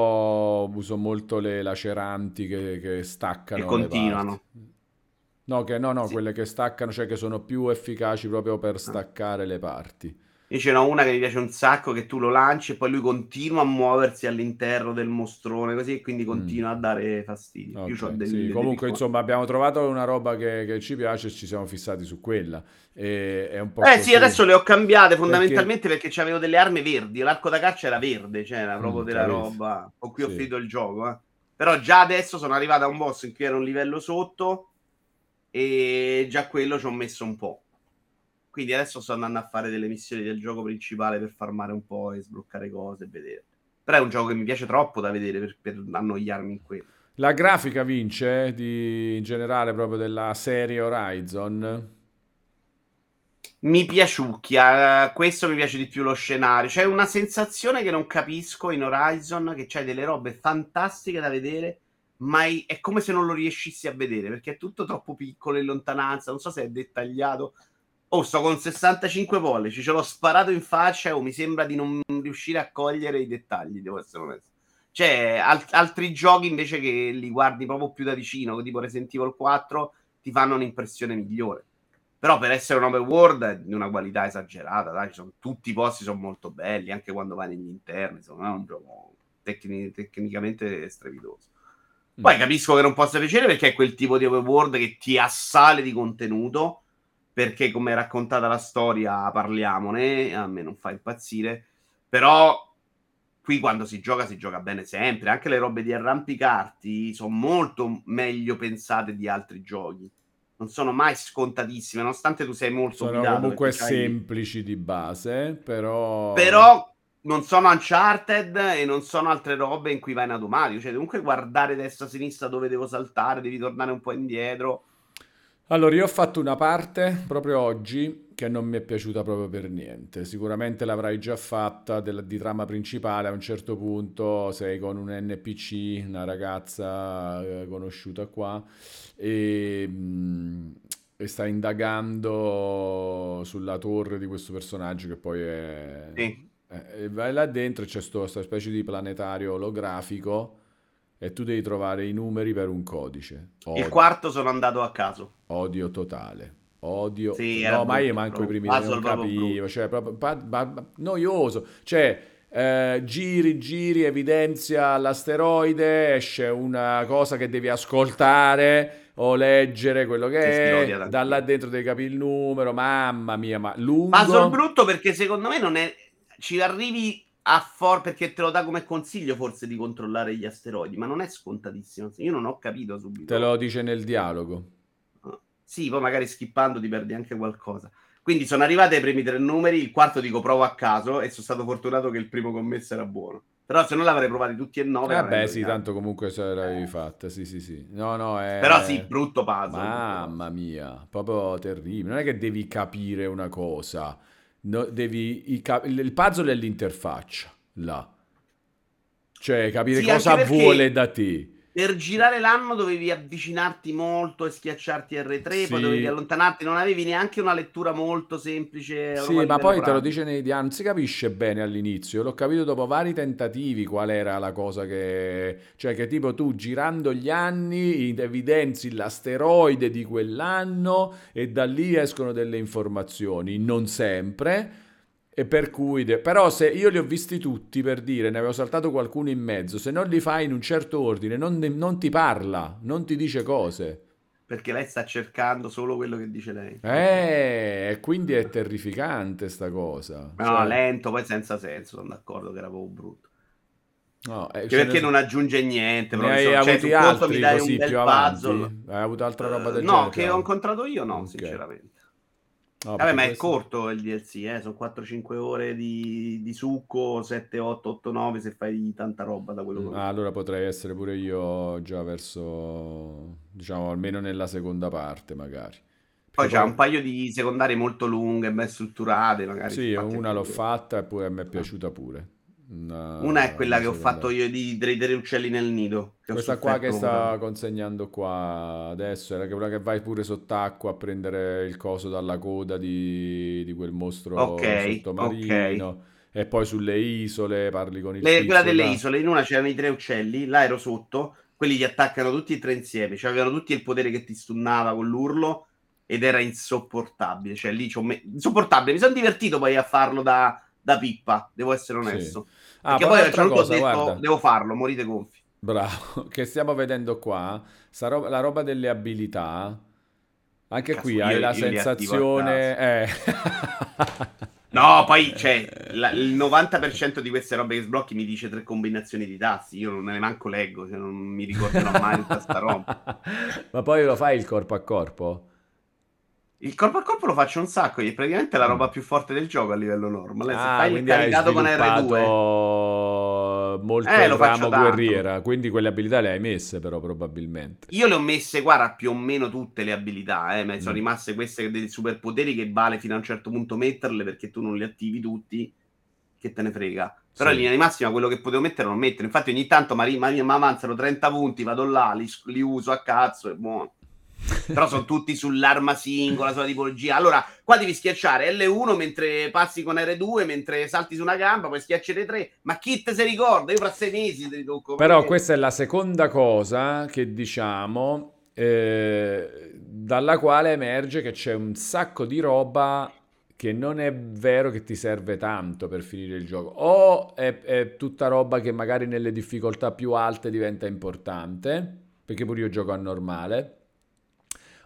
io uso molto le laceranti che, che Che staccano le parti. continuano. No, che, no, no, Sì. quelle che staccano, cioè che sono più efficaci proprio per Ah. staccare le parti. Io ce n'ho una che mi piace un sacco, che tu lo lanci e poi lui continua a muoversi all'interno del mostrone, così, e quindi Mm, continua a dare fastidio. Io ho ok, sì, delle comunque difficoltà. insomma abbiamo trovato una roba che, che ci piace e ci siamo fissati su quella. E, è un po' Eh sì, così. adesso le ho cambiate Perché... fondamentalmente perché c'avevo delle armi verdi. L'arco da caccia era verde, cioè era proprio Mm, della capito? roba con cui ho Sì. finito il gioco. Eh. Però già adesso sono arrivato a un boss in cui era un livello sotto e già quello ci ho messo un po'. Quindi adesso sto andando a fare delle missioni del gioco principale per farmare un po' e sbloccare cose e vedere. Però è un gioco che mi piace troppo da vedere per, per annoiarmi in quello. La grafica vince di, in generale proprio della serie Horizon. Mi piaciucchia, eh, questo mi piace di più lo scenario. C'è una sensazione che non capisco in Horizon, che c'hai delle robe fantastiche da vedere, ma è è come se non lo riuscissi a vedere, perché è tutto troppo piccolo in lontananza, non so se è dettagliato. Oh, sto con sessantacinque pollici, ce l'ho sparato in faccia, o mi sembra di non riuscire a cogliere i dettagli, devo essere onesto. C'è al- altri giochi invece che li guardi proprio più da vicino, tipo Resident Evil quattro, ti fanno un'impressione migliore. Però per essere un open world è di una qualità esagerata, dai, ci sono, tutti i posti sono molto belli, anche quando vai negli interni, insomma, è un gioco tecni- tecnicamente strepitoso. Poi Mm. capisco che non possa piacere perché è quel tipo di open world che ti assale di contenuto, perché come è raccontata la storia, parliamone, a me non fa impazzire, Però qui quando si gioca si gioca bene sempre, anche le robe di arrampicarti sono molto meglio pensate di altri giochi, non sono mai scontatissime, nonostante tu sei molto Sono guidato comunque perché c'hai... semplici di base, però... Però non sono Uncharted e non sono altre robe in cui vai in automatico, cioè comunque guardare destra a sinistra dove devo saltare, devi tornare un po' indietro. Allora, io ho fatto una parte proprio oggi che non mi è piaciuta proprio per niente. Sicuramente l'avrai già fatta del- di trama principale. A un certo punto sei con un N P C, una ragazza eh, conosciuta qua, e, mm, e stai indagando sulla torre di questo personaggio che poi è... Sì. eh, e vai là dentro e c'è sto- questa specie di planetario olografico e tu devi trovare i numeri per un codice. Il Odio. quarto sono andato a caso. Odio totale. Odio. Sì, era No, ma io brutto, manco i proprio un primi tre non puzzle proprio capivo. brutto. Cioè, proprio pa- pa- pa- noioso. Cioè, eh, giri, giri, evidenzia l'asteroide, esce una cosa che devi ascoltare o leggere quello Sì, sì, l'ho che è. odiato Da là anch'io. dentro devi capire il numero. Mamma mia, ma Puzzle lungo. brutto perché secondo me non è... Ci arrivi a for... perché te lo dà come consiglio forse di controllare gli asteroidi, ma non è scontatissimo. Io non ho capito Te lo subito. dice nel dialogo. Ah, sì, poi magari skippando ti perdi anche qualcosa. Quindi sono arrivati ai primi tre numeri, il quarto dico provo a caso e sono stato fortunato che il primo commesso era buono. Però se non l'avrei provati tutti e nove Eh l'avrei beh, sì, indovinato. tanto comunque se l'avevi Eh, fatta, sì, sì, sì. No, no, Però sì, è... brutto puzzle, brutto Mamma puzzle. mia, proprio terribile. Non è che devi capire una cosa, no, devi... i cap- il il puzzle è l'interfaccia, là. Cioè, capire Sì, anche cosa vuole perché da te. per Cioè, girare l'anno dovevi avvicinarti molto e schiacciarti R tre, poi dovevi sì, allontanarti, non avevi neanche una lettura molto semplice proprio sì, a ma livello poi te lo pratico. dice nei dialoghi, non si capisce bene all'inizio, l'ho capito dopo vari tentativi qual era la cosa che... Cioè che tipo tu girando gli anni evidenzi l'asteroide di quell'anno e da lì escono delle informazioni, non sempre, e per cui... de- Però se io li ho visti tutti per dire, ne avevo saltato qualcuno in mezzo, se non li fai in un certo ordine non, non ti parla, non ti dice cose. Perché lei sta cercando solo quello che dice lei. Ok. Eh, e quindi è terrificante sta cosa. No, Cioè... lento, poi senza senso, sono d'accordo che era proprio brutto. No, eh, Che ce ne, perché non aggiunge niente, ne proprio hai so- cioè avuti su conto mi altri dai un così più bel avanti? puzzle. Hai avuto altra roba Eh, del no, genere più che ho avanti? incontrato io no, Ok. sinceramente. No, Vabbè, perché ma è questo... corto il D L C, eh? Sono quattro cinque ore di, di succo, sette, otto, otto, nove se fai tanta roba da quello che Mm, ho ah, visto. allora potrei essere pure io già verso, diciamo, almeno nella seconda parte, magari. Perché Poi c'ha un poi, paio di secondarie molto lunghe, ben strutturate, magari sì, fatti una anche l'ho quello. fatta e pure mi è Ah. piaciuta pure. Una è Una, quella una che ho fatto seconda. io di, dei, degli uccelli nel nido, che ho Questa qua che sofferto proprio sta tanto. consegnando qua adesso era che quella che vai pure sott'acqua a prendere il coso dalla coda di, di quel Ok, mostro ok. sottomarino e poi sulle isole parli con il Le- quella tizio delle là. isole, in una c'erano i tre uccelli, là ero sotto, quelli ti attaccano tutti e tre insieme, cioè avevano tutti il potere che ti stunnava con l'urlo ed era insopportabile, cioè lì c'ho me- insopportabile, mi sono divertito poi a farlo da, da pippa, devo essere Sì. onesto, Ah, perché poi poi a un un'altra certo punto ho cosa, detto guarda, devo farlo, morite gonfi. bravo, che stiamo vedendo qua, sta roba- la roba delle abilità, Che anche qui cazzo, io, hai la io li attivo a caso. sensazione... Eh. No, poi c'è la- il novanta per cento di queste robe che sblocchi mi dice tre combinazioni di tasti. Io non ne manco leggo, cioè non mi ricorderò mai tutta sta roba. Ma poi lo fai il corpo a corpo? Il corpo a corpo lo faccio un sacco, è praticamente la roba Mm. più forte del gioco a livello normale. Se Ah, fai il quindi hai caricato con R due, sviluppato molto eh, il lo faccio ramo tanto. guerriera, quindi quelle abilità le hai messe però probabilmente. Io le ho messe, guarda, più o meno tutte le abilità, eh. Ma sono Mm, rimaste queste dei superpoteri che vale fino a un certo punto metterle perché tu non li attivi tutti, che te ne frega. Però in sì. linea di massima quello che potevo mettere non mettere. Infatti ogni tanto mi avanzano trenta punti, vado là, li, li uso a cazzo, è buono. Però sono tutti sull'arma singola, sulla tipologia. Allora, qua devi schiacciare L uno mentre passi con R due, mentre salti su una gamba, poi schiacci R tre. Ma chi te si ricorda? Io fra sei mesi te li tocco, ma Però che... questa è la seconda cosa che diciamo, eh, dalla quale emerge che c'è un sacco di roba che non è vero che ti serve tanto per finire il gioco. O è, è tutta roba che magari nelle difficoltà più alte diventa importante, perché pure io gioco a normale.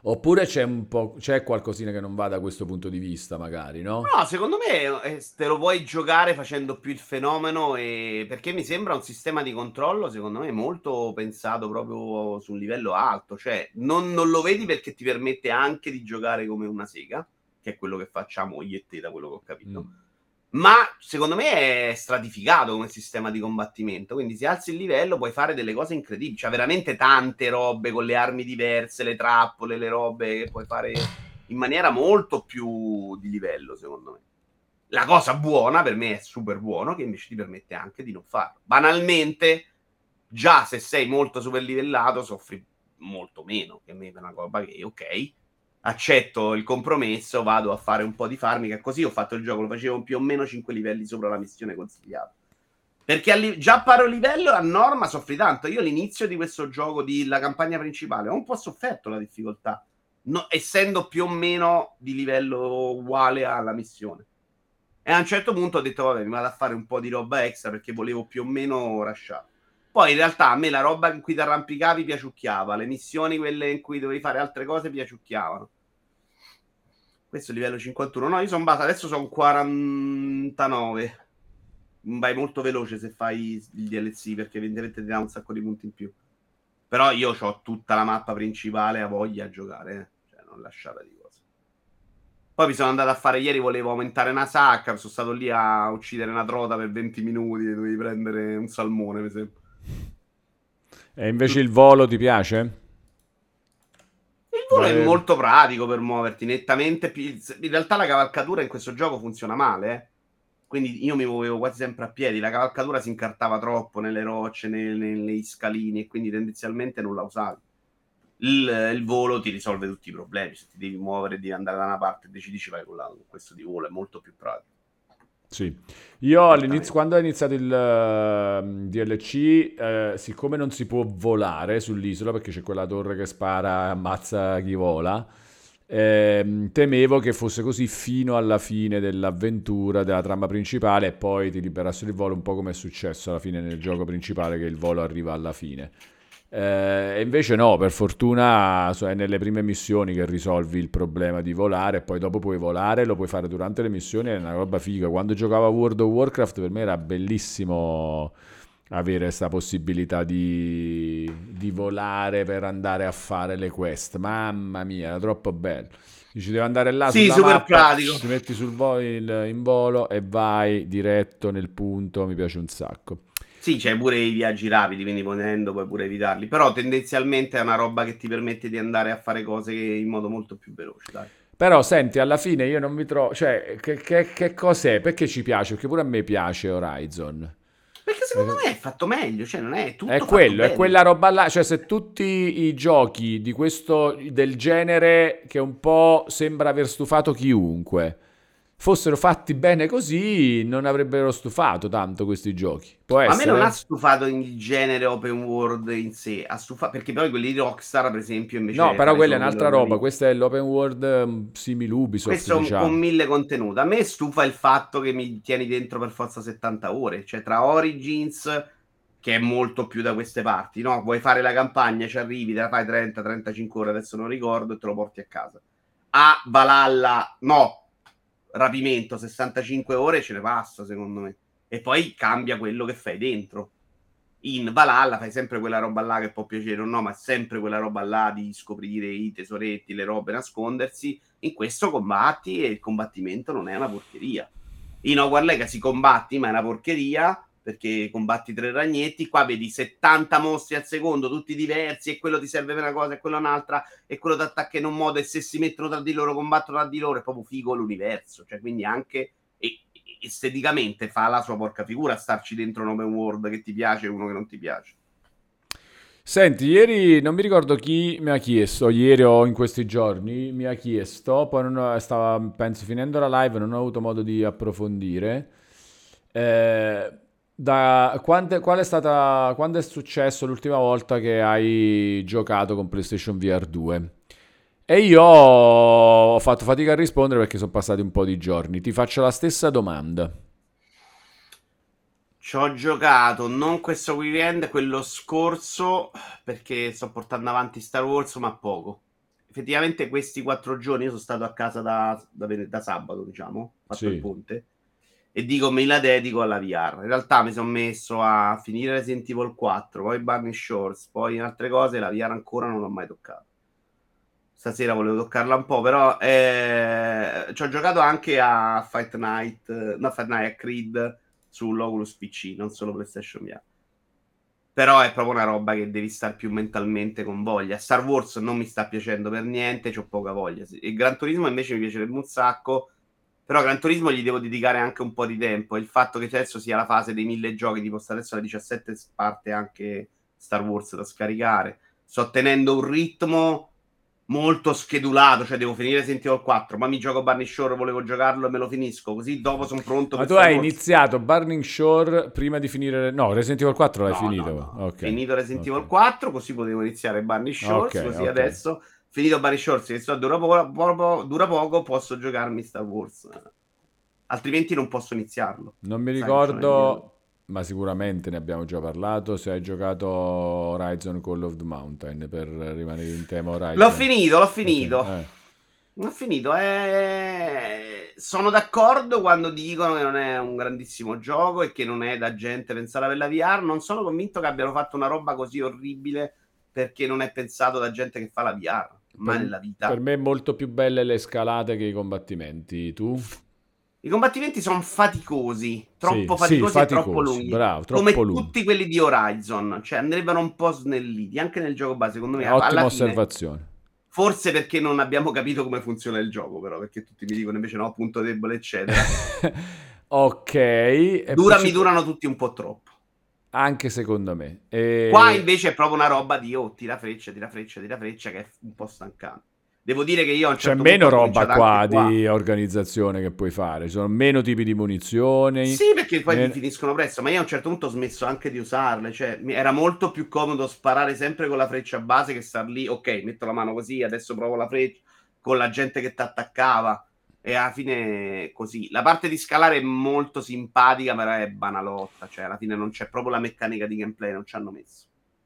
Oppure c'è un po', c'è qualcosina che non va da questo punto di vista, magari, no? No, secondo me eh, te lo vuoi giocare facendo più il fenomeno e... perché mi sembra un sistema di controllo, secondo me, molto pensato proprio su un livello alto. Cioè, non, non lo vedi perché ti permette anche di giocare come una sega, che è quello che facciamo io e te, da quello che ho capito. Mm. Ma secondo me è stratificato come sistema di combattimento. Quindi se alzi il livello puoi fare delle cose incredibili. C'è veramente tante robe con le armi diverse, le trappole, le robe che puoi fare in maniera molto più di livello, secondo me. La cosa buona per me è super buono che invece ti permette anche di non farlo. Banalmente, già se sei molto super livellato, soffri molto meno. Che a me è una cosa che, ok, accetto il compromesso, vado a fare un po' di farmica. Così ho fatto il gioco, lo facevo più o meno cinque livelli sopra la missione consigliata. Perché li- già a paro livello a norma soffri tanto. Io all'inizio di questo gioco, di la campagna principale, ho un po' sofferto la difficoltà, no, essendo più o meno di livello uguale alla missione. E a un certo punto ho detto, vabbè, mi vado a fare un po' di roba extra perché volevo più o meno rushare. Poi in realtà a me la roba in cui ti arrampicavi piaciucchiava, le missioni, quelle in cui dovevi fare altre cose, piaciucchiavano. Questo è il livello cinquantuno. No, io sono basso, adesso sono quarantanove. Vai molto veloce se fai il D L C perché evidentemente ti dà un sacco di punti in più. Però io ho tutta la mappa principale a voglia a giocare, eh. Cioè non lasciata di cose. Poi mi sono andato a fare ieri, volevo aumentare una sacca, sono stato lì a uccidere una trota per venti minuti e dovevi prendere un salmone, mi sembra. E invece il volo ti piace? Il volo è Vole- molto pratico per muoverti, nettamente più... In realtà la cavalcatura in questo gioco funziona male, eh. Quindi io mi muovevo quasi sempre a piedi, la cavalcatura si incartava troppo nelle rocce, nelle, nelle scalini e quindi tendenzialmente non la usavi. Il, il volo ti risolve tutti i problemi, se ti devi muovere, devi andare da una parte e decidi ci vai con la- con questo di volo, è molto più pratico. Sì. Io all'inizio, Nettamente. quando ho iniziato il ehm, D L C, eh, siccome non si può volare sull'isola perché c'è quella torre che spara e ammazza chi vola, ehm, temevo che fosse così fino alla fine dell'avventura, della trama principale e poi ti liberassero il volo, un po' come è successo alla fine nel gioco principale, che il volo arriva alla fine. Eh, e invece no, per fortuna so- è nelle prime missioni che risolvi il problema di volare e poi dopo puoi volare, lo puoi fare durante le missioni, è una roba figa. Quando giocavo a World of Warcraft per me era bellissimo avere questa possibilità di, di volare per andare a fare le quest. Mamma mia, era troppo bello. Dici, devi andare là Sì, sulla super mappa, pratico. psh, ti metti sul vo- il- in volo e vai diretto nel punto, mi piace un sacco. Sì, c'è pure i viaggi rapidi, quindi potendo puoi pure evitarli, però tendenzialmente è una roba che ti permette di andare a fare cose in modo molto più veloce, dai. Però senti, alla fine io non mi trovo, cioè, che, che- che cos'è? Perché ci piace? Perché pure a me piace Horizon. Perché secondo Eh, me è fatto meglio, cioè non è È tutto fatto quello, è bene. quella roba là, cioè se tutti i giochi di questo, del genere che un po' sembra aver stufato chiunque, fossero fatti bene così, non avrebbero stufato tanto questi giochi. Può Ma a me non ha essere? stufato il genere open world in sé, ha stufa- perché poi quelli di Rockstar, per esempio, No, invece però farei quella è solo quello un'altra nella roba, vita. questa è l'open world um, simil Ubisoft, Questo con diciamo. mille contenuti. A me stufa il fatto che mi tieni dentro per forza settanta ore. Cioè, tra Origins, che è molto più da queste parti, no? Vuoi fare la campagna, ci arrivi, te la fai trenta trentacinque ore, adesso non ricordo, e te lo porti a casa. A Valhalla, no. Rapimento, sessantacinque ore ce ne passa, secondo me. E poi cambia quello che fai dentro. In Valhalla fai sempre quella roba là che può piacere o no, ma sempre quella roba là di scoprire i tesoretti, le robe, nascondersi. In questo combatti e il combattimento non è una porcheria. In Hogwarts Legacy combatti, ma è una porcheria perché combatti tre ragnetti. Qua vedi settanta mostri al secondo, tutti diversi, e quello ti serve per una cosa e quello un'altra, e quello ti attacca in un modo, e se si mettono tra di loro, combattono tra di loro. È proprio figo l'universo. Cioè, quindi anche e, esteticamente fa la sua porca figura starci dentro un open world che ti piace e uno che non ti piace. Senti, ieri non mi ricordo chi mi ha chiesto, ieri o in questi giorni, mi ha chiesto, poi non ho- stava, penso, finendo la live, non ho avuto modo di approfondire, eh, da, quante- qual è stata, quando è successo l'ultima volta che hai giocato con PlayStation V R due? E io ho fatto fatica a rispondere perché sono passati un po' di giorni. Ti faccio la stessa domanda. Ci ho giocato non questo weekend, quello scorso, perché sto portando avanti Star Wars, ma poco. effettivamente questi quattro giorni io sono stato a casa da, da, da sabato, diciamo, ho fatto Sì. il ponte, e dico me la dedico alla V R. In realtà mi sono messo a finire Resident Evil quattro, poi Burning Shores, poi in altre cose la V R ancora non l'ho mai toccato. Stasera volevo toccarla un po', però eh, ci ho giocato anche a Fight Night, no Fight Night, a Creed sull'Oculus P C, non solo PlayStation V R. Però è proprio una roba che devi stare più mentalmente con voglia. Star Wars non mi sta piacendo per niente, c'ho poca voglia. Il Gran Turismo invece mi piacerebbe un sacco, però Gran Turismo gli devo dedicare anche un po' di tempo. Il fatto che adesso sia la fase dei mille giochi, tipo adesso alle diciassette parte anche Star Wars da scaricare. Sto tenendo un ritmo molto schedulato, cioè devo finire Resident Evil quattro, ma mi gioco Burning Shore, volevo giocarlo e me lo finisco, così dopo sono pronto Ma per tu Star hai Wars. iniziato Burning Shore prima di finire... No, Resident Evil quattro l'hai No, finito. no, no. Ok. Finito Resident Ok. Evil quattro, così potevo iniziare Burning Ok, Shores, così ok. adesso, finito Burning Shores, che so, dura, poco, poco, dura poco, posso giocarmi Star Wars. Altrimenti non posso iniziarlo. Non mi Sai che c'ho nel mio... ricordo, ma sicuramente ne abbiamo già parlato, se hai giocato Horizon Call of the Mountain, per rimanere in tema L'ho Horizon. finito, l'ho Ok, finito. eh. L'ho finito. Eh... Sono d'accordo quando dicono che non è un grandissimo gioco e che non è da gente pensata per la V R. Non sono convinto che abbiano fatto una roba così orribile perché non è pensato da gente che fa la V R. Mai Per, nella per vita. me è molto più belle le scalate che i combattimenti. Tu? I combattimenti sono faticosi, Sì, troppo sì, faticosi e troppo faticosi, lunghi, bravo, troppo come lunghi. tutti quelli di Horizon, cioè andrebbero un po' snelliti, anche nel gioco base, secondo me, Ottima alla fine, osservazione. forse perché non abbiamo capito come funziona il gioco, però, perché tutti mi dicono invece no, punto debole, eccetera. Ok, e Dura, mi ci- durano tutti un po' troppo. anche secondo me. Qua E... invece è proprio una roba di oh, tira freccia, tira freccia, tira freccia, che è un po' stancante. Devo dire che io a un C'è certo punto meno ho roba cominciato anche qua qua. di organizzazione che puoi fare, ci sono meno tipi di munizioni. Sì, perché poi ti men- finiscono presto, ma io a un certo punto ho smesso anche di usarle, cioè mi- era molto più comodo sparare sempre con la freccia base che star lì, ok, metto la mano così, adesso provo la freccia con la gente che ti attaccava e alla fine così. La parte di scalare è molto simpatica, però è banalotta, cioè alla fine non c'è proprio la meccanica di gameplay, non ci hanno messo.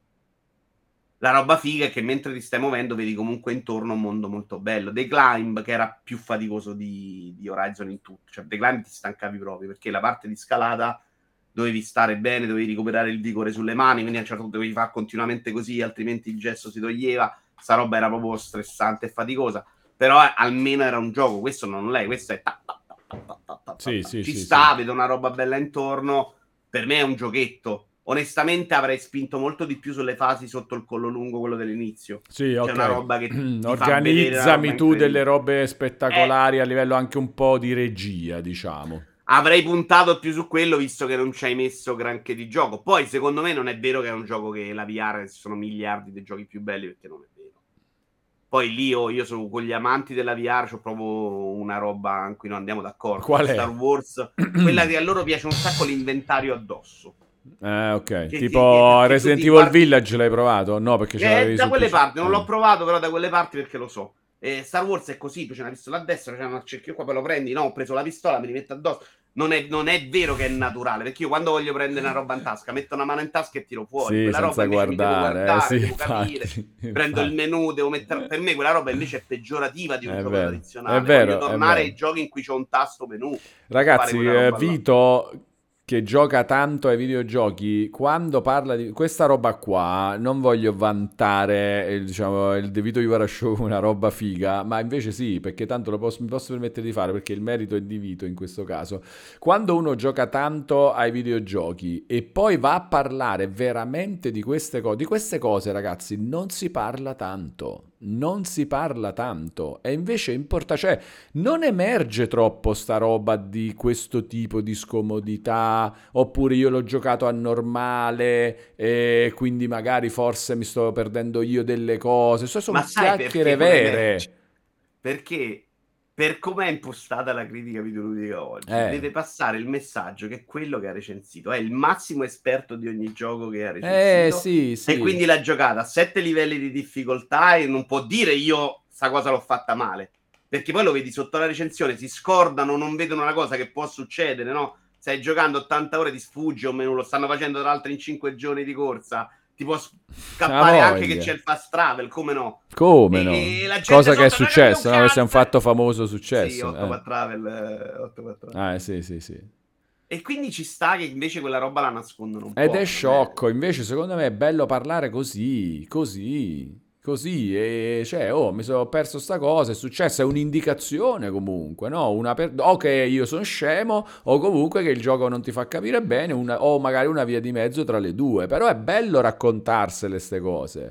La roba figa è che mentre ti stai muovendo vedi comunque intorno un mondo molto bello. The Climb, che era più faticoso di, di Horizon in tutto, cioè The Climb ti stancavi proprio perché la parte di scalata dovevi stare bene, dovevi recuperare il vigore sulle mani, quindi a un certo punto dovevi fare continuamente così, altrimenti il gesso si toglieva. Sta roba era proprio stressante e faticosa, però eh, almeno era un gioco. Questo non l'è, questo è ta, ta, ta, ta, ta, ta, ta, Sì, ta. sì, Ci sì, sì. sta, vedo una roba bella intorno. Per me è un giochetto. Onestamente avrei spinto molto di più sulle fasi sotto il collo lungo, quello dell'inizio. Sì, C'è una ok. roba che ti fa vedere una roba Organizzami tu delle incredibile. robe Eh, spettacolari a livello anche un po' di regia, diciamo. avrei puntato più su quello visto che non ci hai messo granché di gioco. Poi, secondo me, non è vero che è un gioco che la V R ci sono miliardi di giochi più belli, perché non è vero. Poi lì io, io sono con gli amanti della V R, c'ho proprio una roba in cui non andiamo d'accordo. Cioè, Qual Star è? Wars, quella che a loro piace un sacco l'inventario addosso. Eh, ok. Che, che, che, Tipo che tu Resident ti Evil guardi. Village l'hai provato? No, perché ce Eh, l'avevi da sul quelle P C. parti, non l'ho Eh. provato, però da quelle parti perché lo so. Eh, Star Wars è così, tu ce n'hai visto là a destra, c'è un cerchio qua, poi lo prendi, no, ho preso la pistola, me li metto addosso. Non è, non è vero che è naturale, perché io quando voglio prendere una roba in tasca, metto una mano in tasca e tiro fuori. Sì, Quella roba senza invece mi devo guardare, eh, sì, guardare, devo capire, infatti, prendo il infatti. menu, devo mettere... Per me quella roba invece è peggiorativa di un È gioco vero, è tradizionale. Voglio vero, è tornare ai vero. giochi in cui c'è un tasto menu per fare Ragazzi, quella eh, roba là. Vito che gioca tanto ai videogiochi, quando parla di questa roba qua, non voglio vantare eh, diciamo, il The Vito Ivara Show come una roba figa, ma invece sì, perché tanto lo posso, mi posso permettere di fare, perché il merito è di Vito in questo caso. Quando uno gioca tanto ai videogiochi e poi va a parlare veramente di queste cose, di queste cose, ragazzi, non si parla tanto. Non si parla tanto e invece importa, cioè non emerge troppo sta roba di questo tipo di scomodità, oppure io l'ho giocato a normale e quindi magari forse mi sto perdendo io delle cose. So, Ma sono sai perché chiacchiere non emerge? vere. Perché per come è impostata la critica videoludica oggi, Eh, deve passare il messaggio che quello che ha recensito è il massimo esperto di ogni gioco che ha eh recensito sì, e sì. quindi l'ha giocata a sette livelli di difficoltà e non può dire io sta cosa l'ho fatta male. Perché poi lo vedi sotto la recensione, si scordano, non vedono una cosa che può succedere, no? Stai giocando ottanta ore, ti sfugge o meno, lo stanno facendo tra l'altro in cinque giorni di corsa ti può Ah, scappare anche che voglia. c'è il fast travel, come no? Come E, no? e la gente Cosa che è sotto, raga, non successo, no? Questo è un cazzo! fatto famoso Sì, successo. Eh. Octopath Travel, eh, Octopath Travel. Ah, eh, sì, sì, sì. E quindi ci sta che invece quella roba la nascondono un Ed è po', non è... sciocco, invece secondo me è bello parlare così, così, così, e cioè, oh, mi sono perso sta cosa, è successo, è un'indicazione comunque, no? Una per... O che io sono scemo, o comunque che il gioco non ti fa capire bene, una- o magari una via di mezzo tra le due, però è bello raccontarsele ste cose.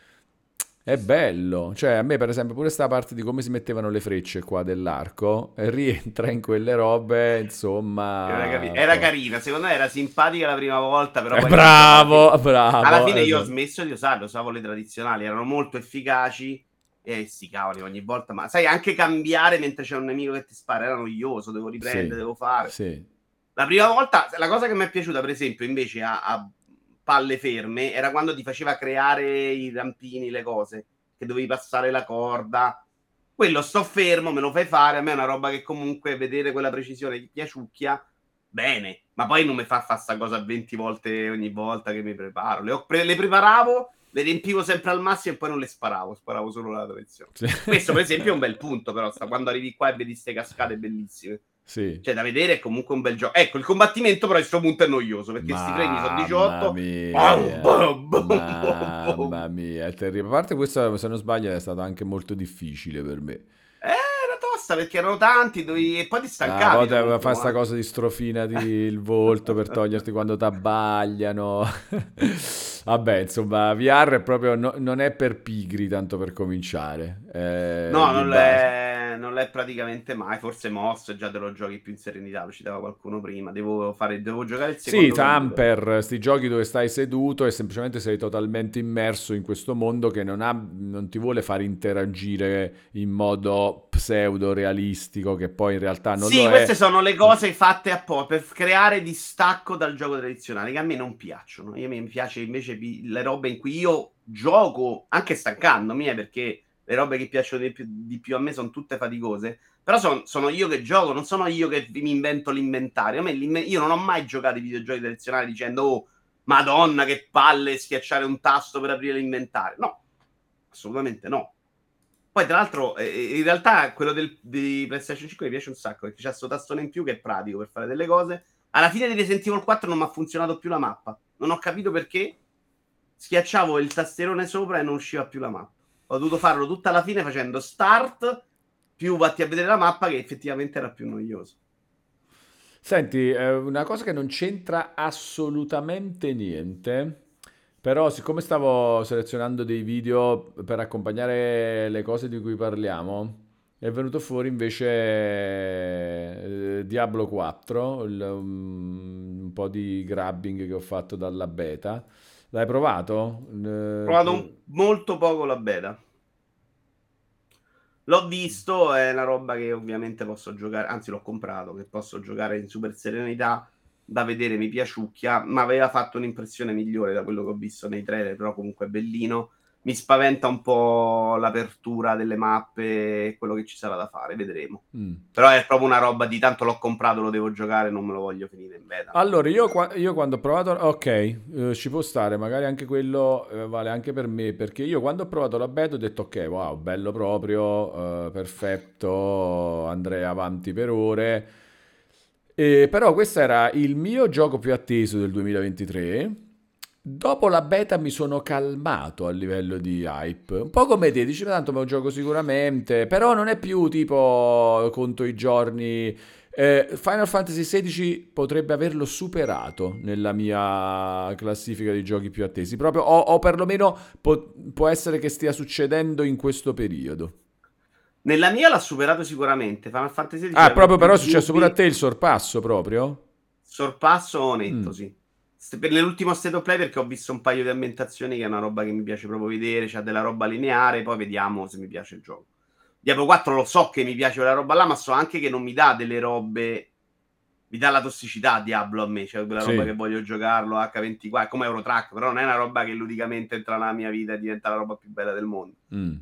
Ci È sta. bello, cioè a me per esempio pure sta parte di come si mettevano le frecce qua dell'arco eh, rientra in quelle robe, Era, capi- insomma, era po- carina, secondo me era simpatica la prima volta, però eh, poi capito, alla fine, bravo, alla bravo, fine io ho esatto. smesso di usarle, usavo le tradizionali, erano molto efficaci e sti cavoli ogni volta, ma sai anche cambiare mentre c'è un nemico che ti spara era noioso, devo Sì, riprendere, devo fare. sì, La prima volta, la cosa che mi è piaciuta per esempio invece a, a palle ferme era quando ti faceva creare i rampini, le cose, che dovevi passare la corda. Quello sto fermo, me lo fai fare, a me è una roba che comunque vedere quella precisione ti piaciucchia, bene, ma poi non mi fa fare sta cosa venti volte ogni volta che mi preparo. Le, ho pre- le preparavo, le riempivo sempre al massimo e poi non le sparavo, sparavo solo la tradizione. sì. Questo per esempio è un bel punto però, sta, quando arrivi qua e vedi queste cascate bellissime. Sì. Cioè, da vedere è comunque un bel gioco. Ecco, il combattimento però a questo punto è noioso, perché sti premi sono Mamma diciotto. Bam, mia, bam, bam, bam, mamma bam. mia, è terribile. A parte questo, se non sbaglio, è stato anche molto difficile per me. Eh, era tosta perché erano tanti dovevi... e poi ti Ah, stancavi poi dopo un te- fa po', sta eh. cosa di strofinati il volto per toglierti quando t'abbagliano. Vabbè, insomma, V R è proprio, no- non è per pigri, tanto per cominciare, eh, No, di non base. l'è, non l'è praticamente mai. Forse Moss già te lo giochi più in serenità, lo citava qualcuno prima. Devo fare, devo giocare il Sì, secondo capitolo. Tamper, sti giochi dove stai seduto e semplicemente sei totalmente immerso in questo mondo che non, ha, non ti vuole far interagire in modo pseudo realistico, che poi in realtà non Sì, lo queste è. sono le cose fatte apposta per creare distacco dal gioco tradizionale, che a me non piacciono. Io mi piace invece pi- le robe in cui io gioco, anche stancandomi, eh, perché le robe che piacciono di più, di più a me sono tutte faticose. Però son- sono io che gioco, non sono io che mi invento l'inventario. A me l'inve- io non ho mai giocato ai videogiochi tradizionali dicendo, oh, Madonna, che palle schiacciare un tasto per aprire l'inventario. No, assolutamente no. Poi, tra l'altro, eh, in realtà quello del, di PlayStation cinque mi piace un sacco perché c'è questo tastone in più che è pratico per fare delle cose. Alla fine di Resident Evil quattro non mi ha funzionato più la mappa. Non ho capito perché. Schiacciavo il tasterone sopra e non usciva più la mappa. Ho dovuto farlo tutta alla fine facendo start più vatti a vedere la mappa che effettivamente era più noioso. Senti, eh, una cosa che non c'entra assolutamente niente, però siccome stavo selezionando dei video per accompagnare le cose di cui parliamo, è venuto fuori invece eh, Diablo quattro, il- um, un po' di grabbing che ho fatto dalla beta. L'hai provato? Ho Eh, provato un- p- molto poco la beta. L'ho visto, è una roba che ovviamente posso giocare, anzi l'ho comprato, che posso giocare in super serenità, da vedere mi piaciucchia, ma aveva fatto un'impressione migliore da quello che ho visto nei trailer, però comunque è bellino. Mi spaventa un po' l'apertura delle mappe e quello che ci sarà da fare, vedremo. mm. Però è proprio una roba di tanto l'ho comprato, lo devo giocare, non me lo voglio finire in beta. Allora, io, qua- io quando ho provato, ok, eh, ci può stare, magari anche quello eh, vale anche per me, perché io quando ho provato la beta ho detto, ok, wow, bello proprio, eh, perfetto, andrei avanti per ore. E, però questo era il mio gioco più atteso del duemilaventitré. Dopo la beta mi sono calmato a livello di hype, un po' come te, dici, "Ma tanto me lo gioco sicuramente, però non è più tipo conto i giorni. Eh, Final Fantasy sedici potrebbe averlo superato nella mia classifica di giochi più attesi, proprio, o, o perlomeno po- può essere che stia succedendo in questo periodo. Nella mia l'ha superato sicuramente, Final Fantasy sedici Ah, avevo proprio più però è successo pure a dubbi. te il sorpasso, proprio? Sorpasso netto, Mm, sì. S- Per nell'ultimo State of Play perché ho visto un paio di ambientazioni che è una roba che mi piace proprio vedere, c'ha della roba lineare, poi vediamo se mi piace il gioco. Diablo quattro lo so che mi piace quella roba là, ma so anche che non mi dà delle robe, mi dà la tossicità Diablo a me, cioè quella roba che sì. voglio giocarlo acca ventiquattro, come Eurotrack, però non è una roba che ludicamente entra nella mia vita e diventa la roba più bella del mondo. Mm.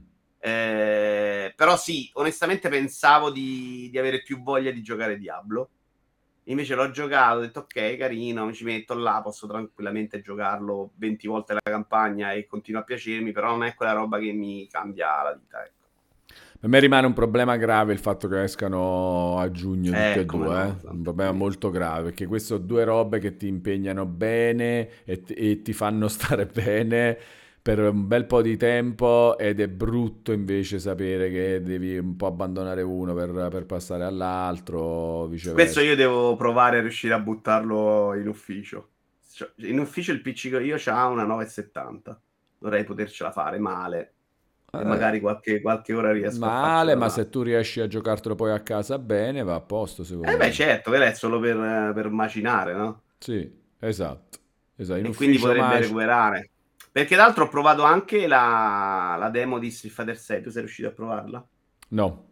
Eh, però sì, onestamente pensavo di, di avere più voglia di giocare Diablo. Invece l'ho giocato, ho detto ok, carino, mi ci metto là, posso tranquillamente giocarlo venti volte la campagna e continua a piacermi, però non è quella roba che mi cambia la vita, ecco. Per me rimane un problema grave il fatto che escano a giugno tutti Eh, e come due, eh? no, Un tanto problema per me. molto grave, perché queste sono due robe che ti impegnano bene e, ti e ti fanno stare bene per un bel po' di tempo ed è brutto invece sapere che devi un po' abbandonare uno per, per passare all'altro, Questo viceversa. io devo provare a riuscire a buttarlo in ufficio. Cioè, in ufficio il P C che ho io c'ha una nove settanta. Dovrei potercela fare male. E Eh, magari qualche, qualche ora riesco a male, farcela ma là. se tu riesci a giocartelo poi a casa bene, va a posto Eh secondo beh, me. certo, quella è solo per, per macinare, no? Sì, esatto. Esatto, in E quindi ufficio potrebbe mai... recuperare. Perché d'altro ho provato anche la, la demo di Street Fighter sei. Tu sei riuscito a provarla? No.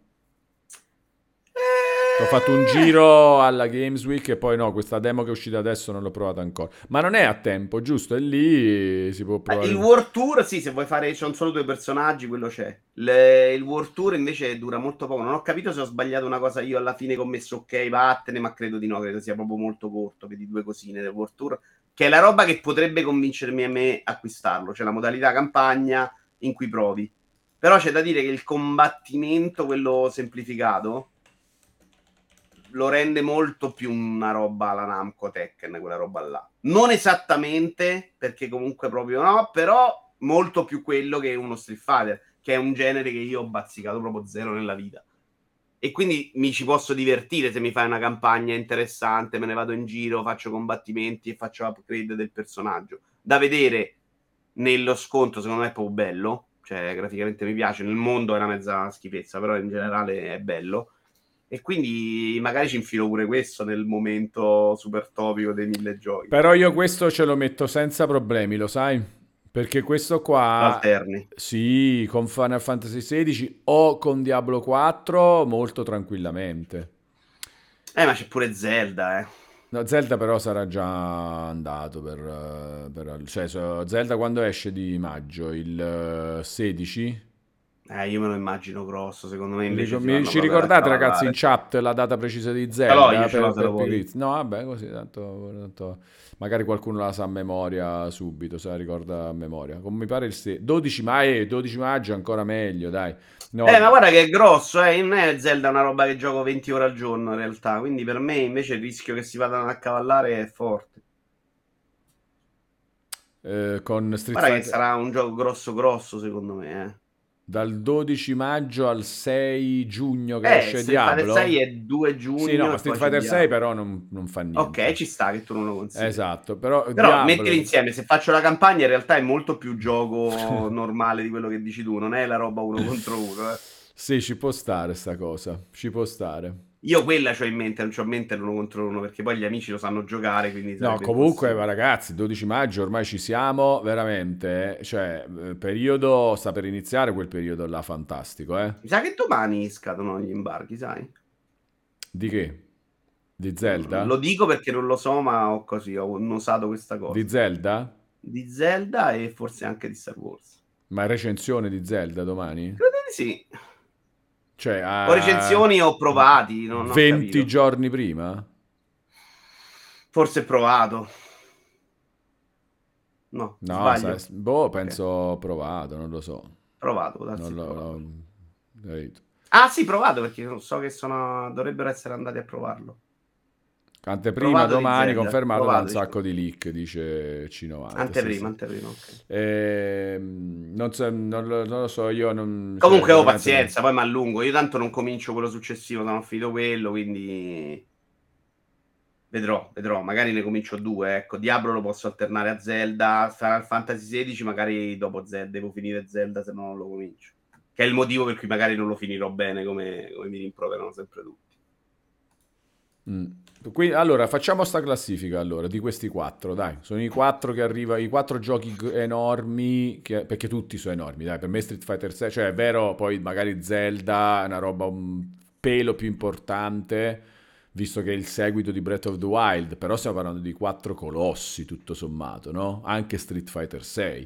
Ho fatto un Eh, giro alla Games Week e poi no, questa demo che è uscita adesso non l'ho provata ancora. Ma non è a tempo, giusto? È lì, si può Eh, provare Il un... World Tour, sì, se vuoi fare, c'è solo due personaggi, quello c'è. Le- il World Tour invece dura molto poco. Non ho capito se ho sbagliato una cosa io alla fine che ho messo ok, vattene, ma credo di no, credo sia proprio molto corto, vedi due cosine del World Tour, che è la roba che potrebbe convincermi a me a acquistarlo, cioè la modalità campagna in cui provi. Però c'è da dire che il combattimento, quello semplificato, lo rende molto più una roba alla Namco Tekken, quella roba là. Non esattamente, perché comunque proprio no, però molto più quello che uno Street Fighter, che è un genere che io ho bazzicato proprio zero nella vita. E quindi mi ci posso divertire se mi fai una campagna interessante, me ne vado in giro, faccio combattimenti e faccio upgrade del personaggio. Da vedere nello scontro, secondo me è proprio bello, cioè graficamente mi piace, nel mondo è una mezza schifezza, però in generale è bello. E quindi magari ci infilo pure questo nel momento super topico dei mille giochi. Però io questo ce lo metto senza problemi, lo sai? Perché questo Lo qua, alterni. sì, con Final Fantasy sedici o con Diablo quattro molto tranquillamente. Eh, ma c'è pure Zelda, eh. No, Zelda però sarà già andato per, eh, per- cioè, so- Zelda quando esce di maggio? Il eh, sedici? Eh, io me lo immagino grosso, secondo me invece Rico- si mi- vanno ci proprio ad ricordate ragazzi in accavallare. chat la data precisa di Ce l'ho io, Zelda ce l'ho per, se per lo vuoi. Pigrizia? No, vabbè, così tanto, tanto- magari qualcuno la sa a memoria subito, se la ricorda a memoria. Come mi pare il se- dodici maggio, dodici maggio ancora meglio, dai. Eh, ma No, guarda che è grosso, eh. Non è Zelda una roba che gioco venti ore al giorno in realtà. Quindi per me invece il rischio che si vadano ad accavallare è forte. eh, con Street Guarda che Fighter sarà un gioco grosso grosso, secondo me, dal dodici maggio al sei giugno che eh. Eh, esce Street Fighter sei Diablo? è due Sì, no, giugno ma e Street poi c'è Fighter sei Diablo. però non, non fa Ok, niente. ci sta che tu non lo consideri. Esatto, però Però mettili Diablo... insieme, se faccio la campagna in realtà è molto più gioco normale di quello che dici tu, non è la roba uno contro uno. Eh. Sì, ci può stare sta cosa, ci può stare. Io quella c'ho in mente, non c'ho in mente l'uno contro uno, perché poi gli amici lo sanno giocare, quindi No, sarebbe comunque, ma impossibile. ragazzi, dodici maggio ormai ci siamo, veramente, eh, cioè, eh, periodo, sta per iniziare quel periodo là fantastico, eh? Mi sa che domani scadono gli imbarchi, sai? Di che? Di Mm, lo Zelda? dico perché non lo so, ma ho così, ho notato questa Di cosa. Zelda? Di Zelda e forse anche di Star Wars. Ma recensione di Zelda domani? Credo di sì. Cioè, O a recensioni o provati, non ho venti capito. giorni prima? Forse provato. No, No, sai, sbaglio. boh, Ok, penso provato, non lo so. provato, può Non darsi lo... provato. non- capito. Ah, sì, provato perché so che sono. Dovrebbero essere andati a provarlo. Anteprima Provato di domani, Zelda. confermato da un Provato, diciamo. sacco di leak, dice C novanta. Sì, Anteprima, sì. anteprima, ok. Ehm, non, so, non lo, non lo so, io non, cioè, Comunque, ho veramente no. pazienza, poi mi allungo. Io tanto non comincio quello successivo, non ho finito quello, quindi vedrò, vedrò. Magari ne comincio due, ecco. Diablo lo posso alternare a Zelda. Final Fantasy sedici, magari dopo Zelda. Devo finire Zelda, se no non lo comincio. Che è il motivo per cui magari non lo finirò bene, come, come mi rimproverano sempre tutti. Mm. Quindi, allora, facciamo sta classifica allora di questi quattro, dai. Sono i quattro che arrivano, i quattro giochi g- enormi, che- perché tutti sono enormi, dai. Per me Street Fighter sei, cioè è vero, poi magari Zelda è una roba un pelo più importante, visto che è il seguito di Breath of the Wild, però stiamo parlando di quattro colossi, tutto sommato, no? Anche Street Fighter sei.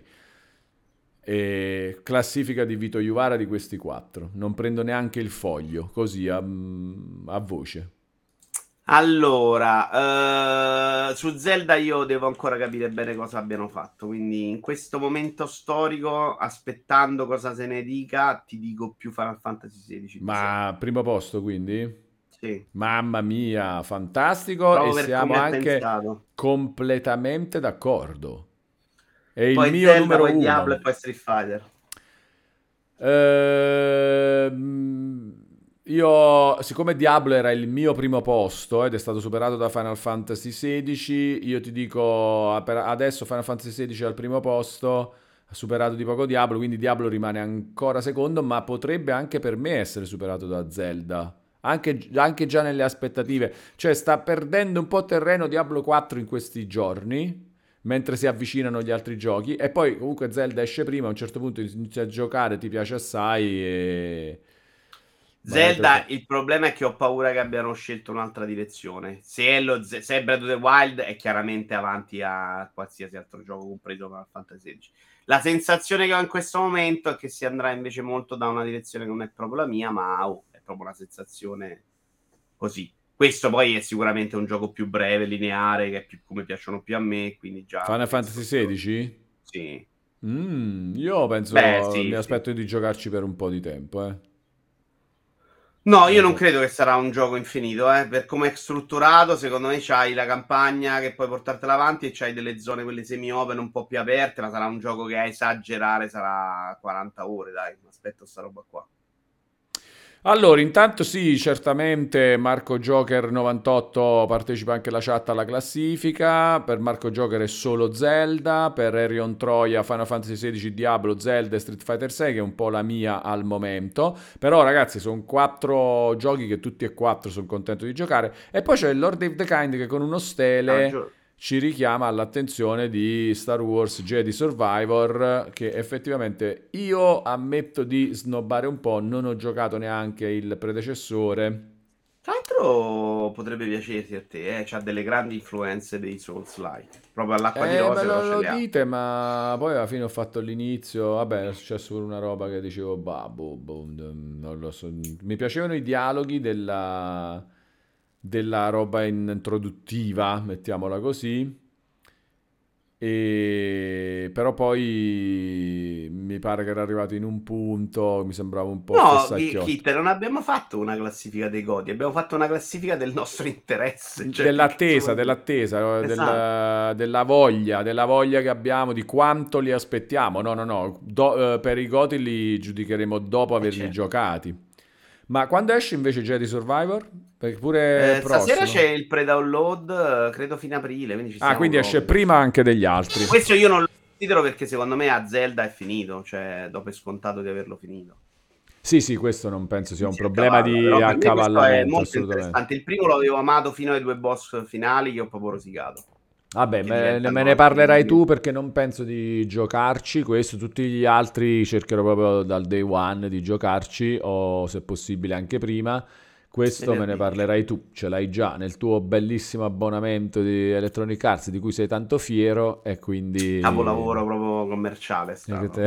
E classifica di Vito Juvara di questi quattro. Non prendo neanche il foglio, così a, a voce. Allora, eh, su Zelda io devo ancora capire bene cosa abbiano fatto, quindi in questo momento storico, aspettando cosa se ne dica, ti dico più Final Fantasy sedici di Zelda. Ma primo posto quindi? Sì, Mamma mia, fantastico e proprio per siamo come è anche pensato. completamente d'accordo. È il Poi mio Zelda, numero poi Diablo e uno. poi Street Fighter. Ehm, io, siccome Diablo era il mio primo posto ed è stato superato da Final Fantasy sedici, io ti dico per adesso Final Fantasy sedici è al primo posto, ha superato di poco Diablo, quindi Diablo rimane ancora secondo, ma potrebbe anche per me essere superato da Zelda. Anche, anche già nelle aspettative, cioè sta perdendo un po' terreno Diablo quattro in questi giorni, mentre si avvicinano gli altri giochi. E poi comunque Zelda esce prima, a un certo punto inizi a giocare, ti piace assai e magari te lo fai. Zelda, il problema è che ho paura che abbiano scelto un'altra direzione. Se è, lo, Z- se è Breath of the Wild è chiaramente avanti a qualsiasi altro gioco, compreso Final Fantasy sedici. La sensazione che ho in questo momento è che si andrà invece molto da una direzione che non è proprio la mia, ma oh, è proprio una sensazione così. Questo poi è sicuramente un gioco più breve, lineare, che è più come piacciono più a me, quindi già Final Fantasy questo sedici? sì. Mm, io Beh, penso, mi sì, sì. aspetto di giocarci per un po' di tempo, eh. No, Non io lo non so. credo che sarà un gioco infinito, eh. Per come è strutturato, secondo me c'hai la campagna che puoi portartela avanti e c'hai delle zone, quelle semi-open un po' più aperte, ma sarà un gioco che a esagerare sarà quaranta ore, dai. Aspetto sta roba qua. Allora, intanto sì, certamente Marco Joker novantotto partecipa anche la chat alla classifica, per Marco Joker è solo Zelda, per Arion Troia Final Fantasy sedici, Diablo, Zelda e Street Fighter sei che è un po' la mia al momento, però ragazzi sono quattro giochi che tutti e quattro sono contento di giocare e poi c'è Lord of the Kind che con uno No, stele gio- ci richiama all'attenzione di Star Wars Jedi Survivor, che effettivamente io ammetto di snobbare un po', non ho giocato neanche il predecessore. Tra l'altro potrebbe piacerti a te, eh. C'ha delle grandi influenze dei Souls-like. Proprio all'acqua di Eh, me rose, però lo, ce lo le ha. dite, ma poi alla fine ho fatto l'inizio. Vabbè, è successo pure una roba che dicevo, bah, boh, boh, non lo so. Mi piacevano i dialoghi della, della roba introduttiva, mettiamola così. E... Però poi mi pare che era arrivato in un punto, mi sembrava un po' No, Ki- fessacchiotto. Kit, non abbiamo fatto una classifica dei Goti, abbiamo fatto una classifica del nostro interesse. Cioè, che cazzo Dell'attesa, vuol dire? dell'attesa, eh, Esatto. del- della voglia, della voglia che abbiamo, di quanto li aspettiamo. No, no, no, do- eh, per i Goti li giudicheremo dopo Eh, averli certo. giocati. Ma quando esce invece Jedi Survivor? Perché pure è Eh, stasera c'è prossimo. il pre-download, eh, credo fine aprile, quindi ci Ah, siamo quindi esce proprio. prima anche degli altri. Questo io non lo considero perché secondo me a Zelda è finito, cioè dopo è scontato di averlo finito. Sì, sì, questo non penso sia Qui un si problema accavalla, di però per me questo è accavallamento, molto assolutamente. interessante. Il primo l'avevo amato fino ai due boss finali che ho proprio rosicato, Vabbè, perché me, ne me diventano ne parlerai tu incredibilmente... perché non penso di giocarci questo, tutti gli altri cercherò proprio dal day one di giocarci o se possibile anche prima. Questo me ne Venerdì, parlerai diciamo. tu, ce l'hai già nel tuo bellissimo abbonamento di Electronic Arts di cui sei tanto fiero e quindi... Capolavoro proprio commerciale è e che te- stato.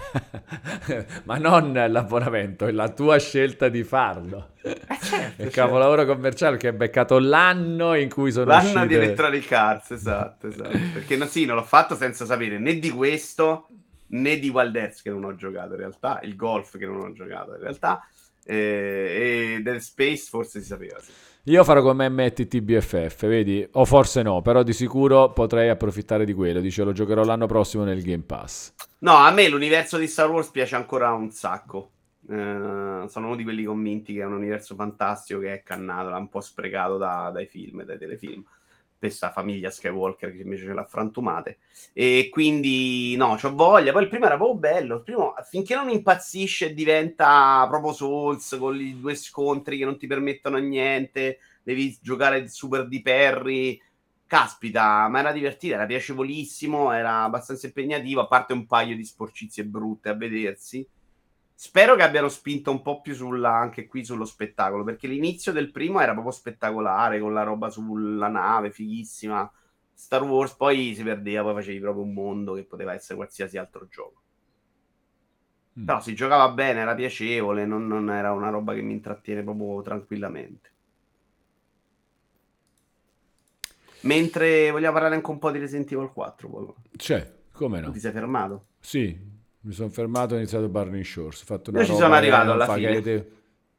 Ma non l'abbonamento, è la tua scelta di farlo. Eh È certo, certo. capolavoro commerciale che hai beccato l'anno in cui sono L'anno di uscite... Electronic Arts, esatto, esatto. Perché no, sì, non l'ho fatto senza sapere né di questo né di Wild Earth che non ho giocato in realtà, il golf che non ho giocato in realtà, eh, e Dead Space forse si sapeva, sì. Io farò come M T T B F F, vedi? O forse no, però di sicuro potrei approfittare di quello. Dice, lo giocherò l'anno prossimo nel Game Pass. No, a me l'universo di Star Wars piace ancora un sacco. Eh, sono uno di quelli convinti che è un universo fantastico che è cannato, l'ha un po' sprecato da- dai film, dai telefilm. Questa famiglia Skywalker che invece ce l'ha frantumate. E quindi, no, c'ho voglia. Poi il primo era proprio bello. Il primo, finché non impazzisce e diventa proprio Souls con i due scontri che non ti permettono niente, devi giocare il super di Perry. Caspita, ma era divertito, era piacevolissimo, era abbastanza impegnativo, a parte un paio di sporcizie brutte a vedersi. Spero che abbiano spinto un po' più sulla, anche qui sullo spettacolo, perché l'inizio del primo era proprio spettacolare, con la roba sulla nave, fighissima. Star Wars poi si perdeva, poi facevi proprio un mondo che poteva essere qualsiasi altro gioco. Mm. Però si giocava bene, era piacevole, non, non era una roba che mi intrattiene proprio tranquillamente. Mentre vogliamo parlare anche un po' di Resident Evil quattro, poi. C'è, come Tu ti no? sei fermato? Sì, mi sono fermato e ho iniziato Burning Shores. Ho fatto una Io ci sono roba che arrivato non alla fa che... fine. te-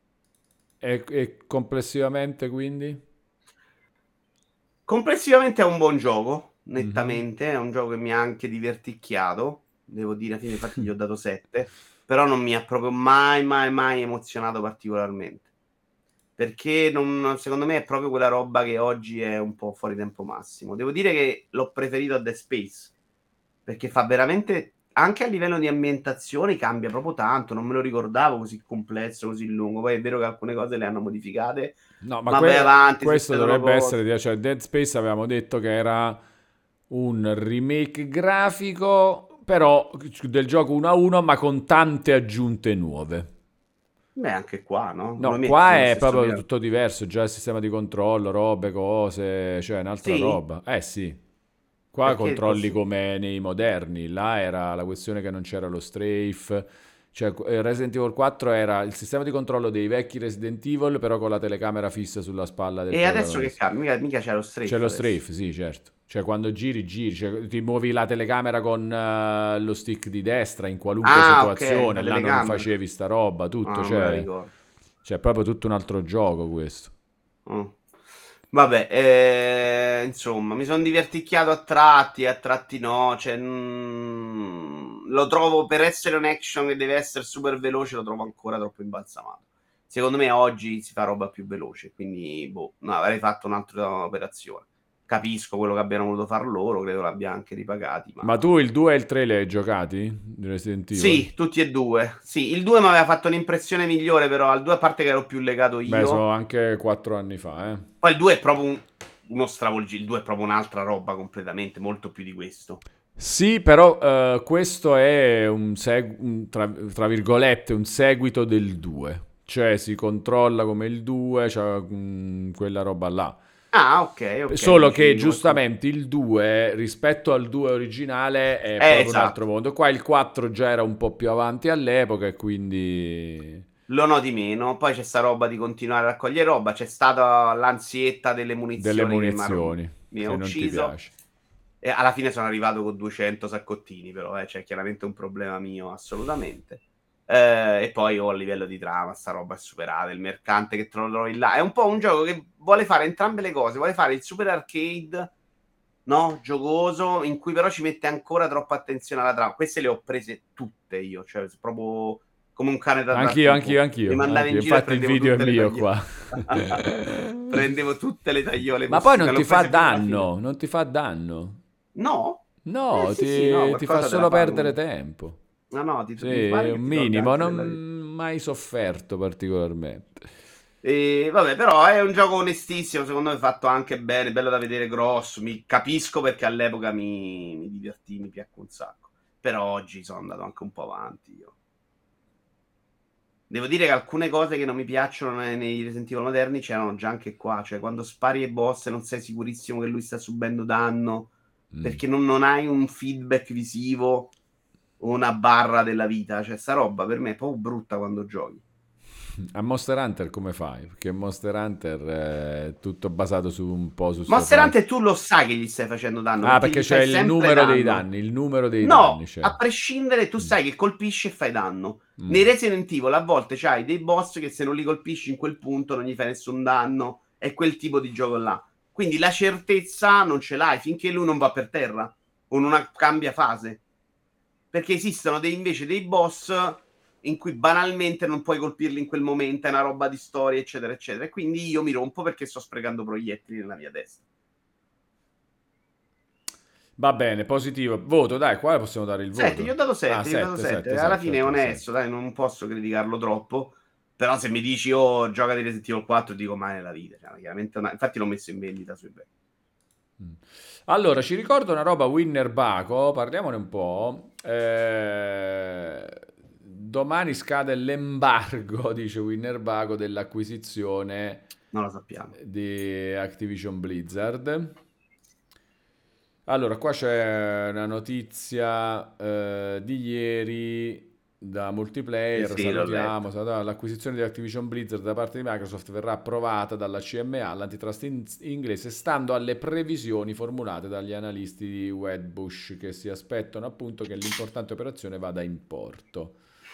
E, e complessivamente quindi? Complessivamente è un buon gioco, Mhm. nettamente, è un gioco che mi ha anche diverticchiato, devo dire, alla fine infatti gli ho dato sette, però non mi ha proprio mai, mai, mai emozionato particolarmente, perché non- secondo me è proprio quella roba che oggi è un po' fuori tempo massimo. Devo dire che l'ho preferito a Dead Space, perché fa veramente, anche a livello di ambientazione, cambia proprio tanto, non me lo ricordavo così complesso, così lungo, poi è vero che alcune cose le hanno modificate, No, ma ma vai que- avanti, questo succedono dovrebbe cose. essere, cioè Dead Space avevamo detto che era un remake grafico, però del gioco uno a uno, ma con tante aggiunte nuove. Beh, anche qua, no? Non lo No, metti sullo qua è stesso proprio piano. tutto diverso, già il sistema di controllo, robe, cose, cioè è un'altra Sì? roba. Eh sì, qua Perché controlli posso... come nei moderni, là era la questione che non c'era lo strafe, cioè eh, Resident Evil quattro era il sistema di controllo dei vecchi Resident Evil, però con la telecamera fissa sulla spalla del E adesso che protagonista. cambia? Mica, mica c'è lo C'è strafe lo adesso. strafe, sì, certo. Cioè quando giri, giri, cioè, ti muovi la telecamera con eh, lo stick di destra in qualunque Ah, ok, situazione, la là non telecamera. facevi sta roba, tutto, Ah, non me la cioè, ricordo. cioè è proprio tutto un altro gioco questo. Mm. Vabbè, eh, insomma, mi sono diverticchiato a tratti, a tratti no. Cioè, mm, lo trovo per essere un action che deve essere super veloce, lo trovo ancora troppo imbalsamato. Secondo me oggi si fa roba più veloce, quindi boh, no, avrei fatto un'altra operazione. Capisco quello che abbiano voluto far loro, credo l'abbiano anche ripagati, Ma ma tu il due e il tre li hai giocati? Di Resident Evil? sì, tutti e due. Sì, il due mi aveva fatto un'impressione migliore, però al due a parte che ero più legato Beh, sono io. anche quattro anni fa, eh. Poi il due è proprio un- uno stravolgimento, il due è proprio un'altra roba completamente, molto più di questo. Sì, però eh, questo è un, seg- un- tra, tra virgolette, un seguito del due. Cioè si controlla come il due, c'è mm, quella roba là. Ah, ok, ok, Solo che dici come... con- giustamente il due rispetto al due originale è Eh, proprio un altro esatto, mondo. Qua il quattro già era un po' più avanti all'epoca e quindi lo noti meno. Poi c'è sta roba di continuare a raccogliere roba, c'è stata l'ansietta delle delle munizioni che m'ha- munizioni mi ha che non ti ucciso. piace. E alla fine sono arrivato con duecento saccottini, però, eh, c'è chiaramente un problema mio, assolutamente. Eh, e poi oh, a livello di trama, sta roba è superata. Il mercante che te lo trovi là. È un po' un gioco che vuole fare entrambe le cose. Vuole fare il super arcade, no? Giocoso, in cui però ci mette ancora troppa attenzione alla trama. Queste le ho prese tutte io, cioè proprio come un cane da Anch'io, anch'io, tartufo. Mi anch'io, mandavo in anch'io. giro e Infatti il prendevo video è tutte le mio tagliole. qua. Prendevo tutte le tagliole Ma poi possibili, non ma ti l'ho fa prese fino alla fine. danno, non ti fa danno. No? Eh No, sì, sì, no, ti, ti fa qualcosa te la solo fa perdere comunque. tempo. No, no, ti, Sì, mi pare è un che ti tolga minimo, anche non della vita. mai sofferto particolarmente. E vabbè, però è un gioco onestissimo, secondo me fatto anche bene, bello da vedere, grosso. Mi capisco perché all'epoca mi, mi divertì, mi piacque un sacco. Però oggi sono andato anche un po' avanti io. Devo dire che alcune cose che non mi piacciono nei, nei Resident Evil moderni c'erano già anche qua. Cioè, quando spari ai boss e non sei sicurissimo che lui sta subendo danno, Mm. perché non, non hai un feedback visivo o una barra della vita. Cioè, sta roba per me è proprio brutta quando giochi. A Monster Hunter come fai? Perché Monster Hunter è tutto basato su un po' su sto Monster fare. Hunter tu lo sai che gli stai facendo danno, Ah, perché perché gli c'è fai il sempre numero dei danno. danni, il numero dei danni No, c'è. a prescindere tu Mm. sai che colpisci e fai danno. Nei Mm. Resident Evil a volte c'hai dei boss che se non li colpisci in quel punto non gli fai nessun danno. È quel tipo di gioco là. Quindi la certezza non ce l'hai finché lui non va per terra o non cambia fase. Perché esistono dei, invece dei boss in cui banalmente non puoi colpirli in quel momento, è una roba di storia, eccetera, eccetera. E quindi io mi rompo perché sto sprecando proiettili nella mia testa. Va bene, positivo. Voto, dai, qua possiamo dare il sette, gli ho voto. dato Ah, sette, gli ho dato sette, sette, sette. Alla sette, fine è ok, onesto, sette. dai, non posso criticarlo troppo. Però se mi dici, oh, gioca di Resident Evil quattro, dico mai nella vita. Cioè, chiaramente una- Infatti l'ho messo in vendita su eBay. Mm. Allora, ci ricordo una roba Winner Baco, parliamone un po'. Eh, domani scade l'embargo, dice Winner Baco, dell'acquisizione Non lo sappiamo. di Activision Blizzard. Allora, qua c'è una notizia eh, di ieri. da Sì, multiplayer, sì, l'ho salutiamo, letto. salutiamo. L'acquisizione di Activision Blizzard da parte di Microsoft verrà approvata dalla C M A, l'antitrust in- inglese, stando alle previsioni formulate dagli analisti di Wedbush, che si aspettano appunto che l'importante operazione vada in porto.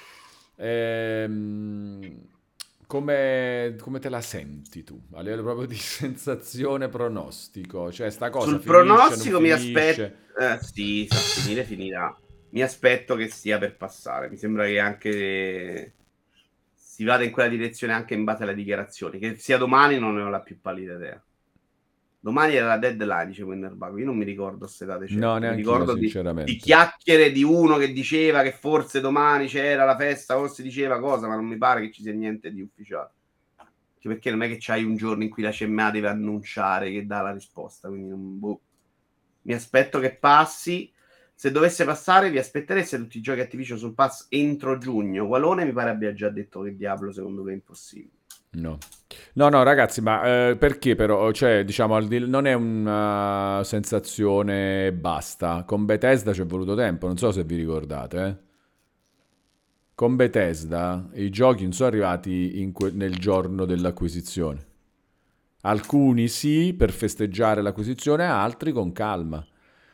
Ehm, come, come te la senti tu? A livello proprio di sensazione pronostico, cioè sta cosa Sul finisce, non pronostico mi aspetto... finisce? Eh, sì, sa finire, finirà. Mi aspetto che stia per passare. Mi sembra che anche si vada in quella direzione anche in base alle dichiarazioni. Che sia domani non ne ho la più pallida idea. Domani era la deadline, dice Winnerbago. Io non mi ricordo queste date No, certe. Mi neanch'io, ricordo di, di sinceramente. chiacchiere di uno che diceva che forse domani c'era la festa, forse diceva cosa, ma non mi pare che ci sia niente di ufficiale. Anche perché non è che c'hai un giorno in cui la C M A deve annunciare che dà la risposta. Quindi non, boh. Mi aspetto che passi. Se dovesse passare, vi aspettereste tutti i giochi Activision sul pass entro giugno. Walone mi pare abbia già detto che Diablo secondo me è impossibile. No. No, no, ragazzi, ma eh, perché però? Cioè, diciamo, al di- non è una sensazione e basta. Con Bethesda ci è voluto tempo, non so se vi ricordate, eh. Con Bethesda i giochi non sono arrivati in que- nel giorno dell'acquisizione. Alcuni sì, per festeggiare l'acquisizione, altri con calma.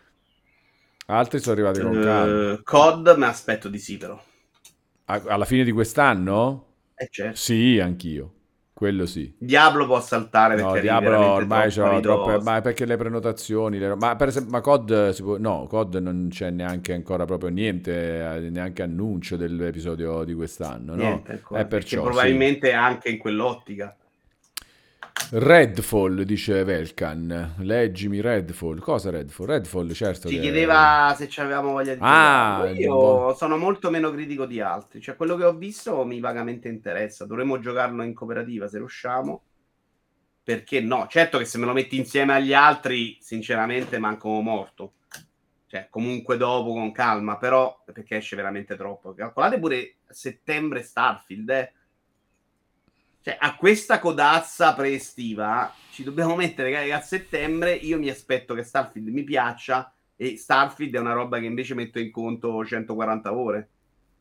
Altri sono arrivati con calma. Uh, C O D mi aspetto di sì però. A- alla fine di quest'anno? Eh certo. Sì, anch'io. Quello sì. Diablo può saltare No, perché arrivi Diablo veramente ormai troppo a c'ho troppe, ridosso. ma perché le prenotazioni, le ro- ma per esempio, ma C O D si può, no, C O D non c'è neanche ancora proprio niente, eh, neanche annuncio dell'episodio di quest'anno, no? Niente È ancora. Perché perciò, sì. probabilmente è anche in quell'ottica. Redfall, dice Velkan, leggimi Redfall. Cosa Redfall? Redfall, certo Ci che... chiedeva se ci avevamo voglia di giocarlo. Ah, boh. Io sono molto meno critico di altri. Cioè, quello che ho visto mi vagamente interessa. Dovremmo giocarlo in cooperativa se riusciamo. Perché no? Certo che se me lo metti insieme agli altri, sinceramente, manco morto. Cioè, comunque dopo con calma, però perché esce veramente troppo. Calcolate pure a settembre Starfield, eh. Cioè, a questa codazza pre-estiva ci dobbiamo mettere che a settembre io mi aspetto che Starfield mi piaccia e Starfield è una roba che invece metto in conto centoquaranta ore.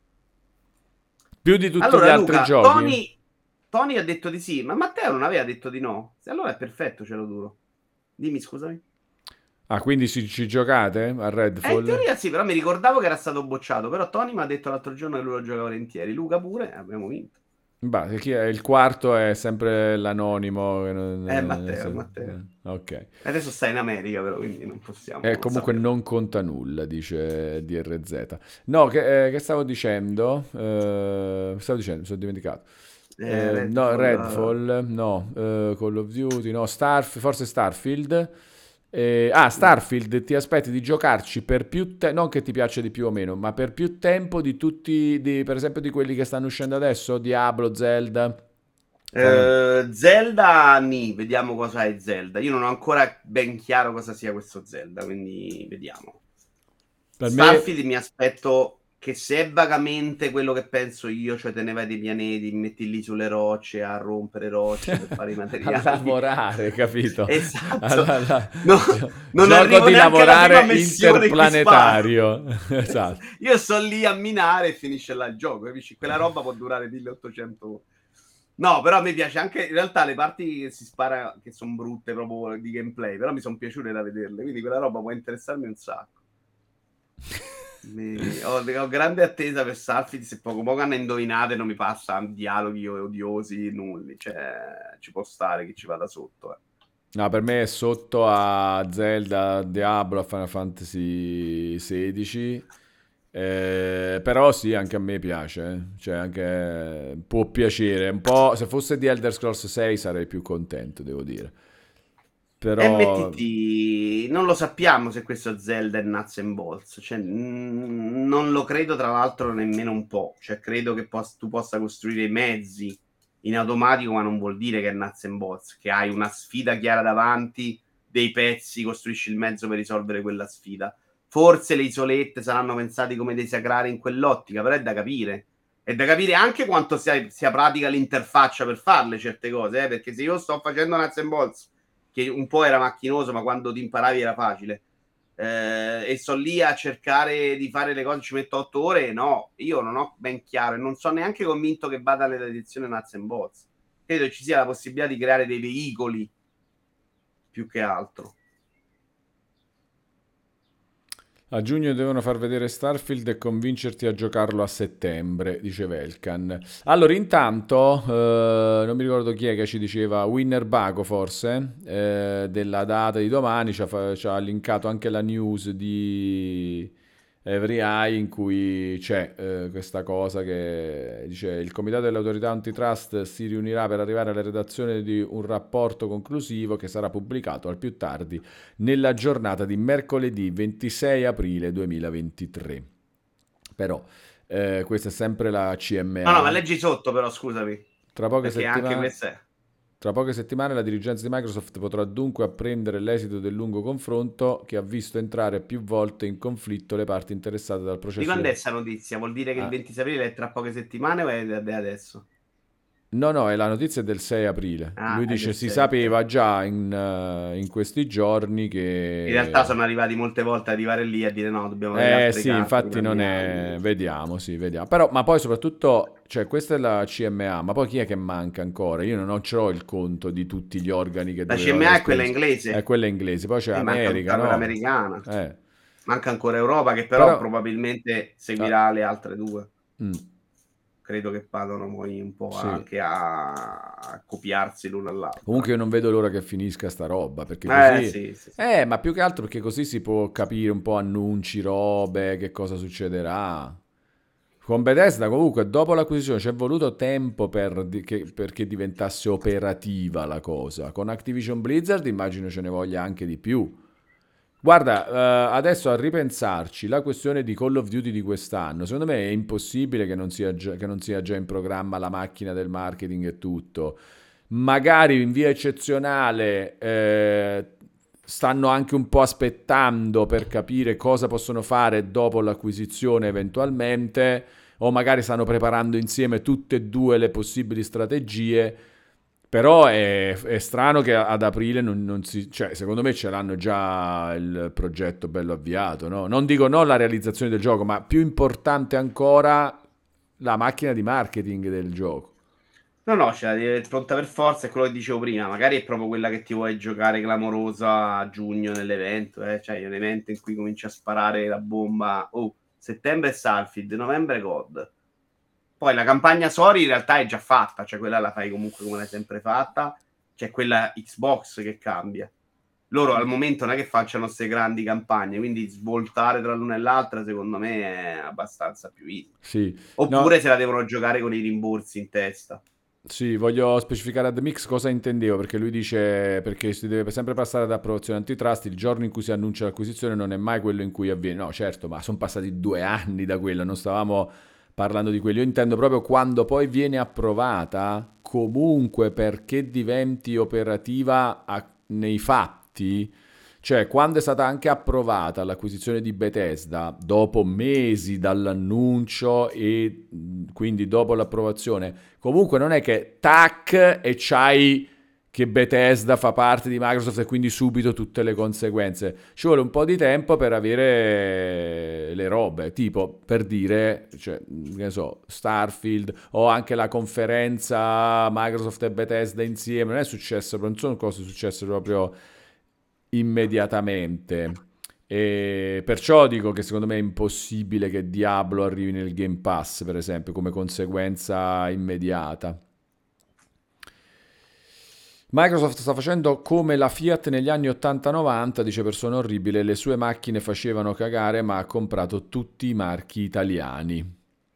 Più di tutti gli Allora, altri Luca, giochi? Tony, Tony ha detto di sì, ma Matteo non aveva detto di no. Se allora è perfetto, ce lo duro. Dimmi, scusami. Ah, quindi ci, ci giocate a Eh, in Redfall? teoria sì, però mi ricordavo che era stato bocciato. Però Tony mi ha detto l'altro giorno che lui lo gioca volentieri. Luca pure, abbiamo vinto. Bah, chi è- il quarto è sempre l'anonimo. Che Eh, non- Matteo, eh, Matteo. eh, ok. Adesso sta in America, però, quindi non E possiamo comunque saperlo. non conta nulla, dice D R Z. No, che, eh, che stavo dicendo? Eh, stavo dicendo, mi sono dimenticato. Eh, Eh, no, Redfall. eh, Redfall, no, eh, Call of Duty, no, Starf- forse Starfield. Eh, ah, Starfield, ti aspetti di giocarci per più tempo, non che ti piace di più o meno, ma per più tempo di tutti, di- per esempio di quelli che stanno uscendo adesso, Diablo, Zelda. Final- Eh, Zelda, nì, vediamo cosa è Zelda. Io non ho ancora ben chiaro cosa sia questo Zelda, quindi vediamo. Per me, Starfield mi aspetto che se è vagamente quello che penso io, cioè te ne vai dei pianeti, metti lì sulle rocce a rompere rocce per fare i a materiali. lavorare, capito? Esatto. Alla- alla- No, gio- non gioco arrivo di neanche alla prima lavorare missione in cui sparo. interplanetario. Esatto. Io sto lì a minare e finisce là il gioco, capisci? Quella roba può durare milleottocento. No, però mi piace anche in realtà le parti che si spara che sono brutte proprio di gameplay, però mi sono piaciute da vederle, quindi quella roba può interessarmi un sacco. Mi- Ho, ho grande attesa per Starfield, se poco poco hanno indovinato e non mi passa dialoghi odiosi, nulli, cioè ci può stare chi ci vada sotto. Eh. No, per me è sotto a Zelda, a Diablo, a Final Fantasy sedici. Eh, però sì, anche a me piace. eh. Cioè, anche può piacere. Un po', se fosse di Elder Scrolls sei sarei più contento, devo dire. Però M T T non lo sappiamo se questo Zelda è nuts and bolts, cioè, mm, non lo credo tra l'altro nemmeno un po', cioè credo che pos- tu possa costruire i mezzi in automatico, ma non vuol dire che è nuts and bolts, che hai una sfida chiara davanti, dei pezzi, costruisci il mezzo per risolvere quella sfida. Forse le isolette saranno pensate come dei sacrari in quell'ottica, però è da capire. È da capire anche quanto sia, sia pratica l'interfaccia per farle certe cose, eh? Perché se io sto facendo nuts and bolts che un po' era macchinoso, ma quando ti imparavi era facile. eh, e sto lì a cercare di fare le cose, ci metto otto ore, no, io non ho ben chiaro e non sono neanche convinto che vada all'edizione Nuts and Bolts. Credo ci sia la possibilità di creare dei veicoli più che altro. A giugno devono far vedere Starfield e convincerti a giocarlo a settembre, dice Velkan. Allora, intanto, eh, non mi ricordo chi è che ci diceva, Winner Bago forse, eh, della data di domani, ci ha, fa- ci ha linkato anche la news di Every Eye in cui c'è eh, questa cosa che dice il comitato dell'autorità antitrust si riunirà per arrivare alla redazione di un rapporto conclusivo che sarà pubblicato al più tardi nella giornata di mercoledì ventisei aprile duemilaventitré. Però eh, questa è sempre la No, no, ma C M A. leggi sotto però, scusami, Tra poche perché anche settimane, questo è... tra poche settimane la dirigenza di Microsoft potrà dunque apprendere l'esito del lungo confronto che ha visto entrare più volte in conflitto le parti interessate dal Di processo. quando è sta notizia? Vuol dire che il Ah, ventisei aprile è tra poche settimane o è è adesso? no, no, è la notizia del sei aprile. Ah, Lui è dice del si sei, ok. sapeva già in, eh, in questi giorni In realtà che... sono arrivati molte volte ad arrivare lì a dire no, dobbiamo vedere Eh altre sì, carte infatti prima non di... è... Vediamo, sì, vediamo. Però, ma poi soprattutto, cioè questa è la C M A, ma poi chi è che manca ancora? Io non ho, ce l'ho il conto di tutti gli organi che La dovevano C M A è quella esprimere. È inglese quella inglese, poi c'è e manca America, tutta quella no? americana. Eh, Manca ancora Europa che però però... probabilmente ah, seguirà le altre due. mm, Credo che vadano poi un po' sì. anche a, a copiarsi l'una Comunque all'altra. io non vedo l'ora che finisca sta roba, perché Eh così... sì, sì, sì. Eh, ma più che altro perché così si può capire un po' annunci, robe, che cosa succederà. Con Bethesda comunque dopo l'acquisizione ci è voluto tempo per di- che- perché diventasse operativa la cosa. Con Activision Blizzard immagino ce ne voglia anche di più. Guarda, eh, adesso a ripensarci, la questione di Call of Duty di quest'anno, secondo me è impossibile che non sia già, che non sia già in programma la macchina del marketing e tutto. Magari in via eccezionale eh, stanno anche un po' aspettando per capire cosa possono fare dopo l'acquisizione eventualmente, o magari stanno preparando insieme tutte e due le possibili strategie. Però è, è strano che ad aprile non, non si... Cioè, secondo me ce l'hanno già il progetto bello avviato, no? Non dico non la realizzazione del gioco, ma più importante ancora la macchina di marketing del gioco. No, no, ce la deve essere pronta per forza, è quello che dicevo prima. Magari è proprio quella che ti vuoi giocare clamorosa a giugno nell'evento, eh? Cioè, un evento in cui cominci a sparare la bomba. Oh, settembre è Starfield, novembre C O D. Poi la campagna Sori in realtà è già fatta, cioè quella la fai comunque come l'hai sempre fatta. C'è quella Xbox che cambia. Loro al momento non è che facciano queste grandi campagne, quindi svoltare tra l'una e l'altra secondo me è abbastanza più easy. Sì, Oppure no, se la devono giocare con i rimborsi in testa. sì, voglio specificare a The Mix cosa intendevo, perché lui dice perché si deve sempre passare ad approvazione antitrust, il giorno in cui si annuncia l'acquisizione non è mai quello in cui avviene. No, certo, ma sono passati due anni da quello, non stavamo parlando di quello. Io intendo proprio quando poi viene approvata, comunque perché diventi operativa a- nei fatti, cioè quando è stata anche approvata l'acquisizione di Bethesda, dopo mesi dall'annuncio e mh, quindi dopo l'approvazione, comunque non è che tac e c'hai che Bethesda fa parte di Microsoft e quindi subito tutte le conseguenze. Ci vuole un po' di tempo per avere le robe, tipo per dire, cioè, che ne so, Starfield o anche la conferenza Microsoft e Bethesda insieme, non è successo, non sono cose successe proprio immediatamente. E perciò dico che secondo me è impossibile che Diablo arrivi nel Game Pass, per esempio, come conseguenza immediata. Microsoft sta facendo come la Fiat negli anni ottanta novanta, dice persona orribile, le sue macchine facevano cagare ma ha comprato tutti i marchi italiani.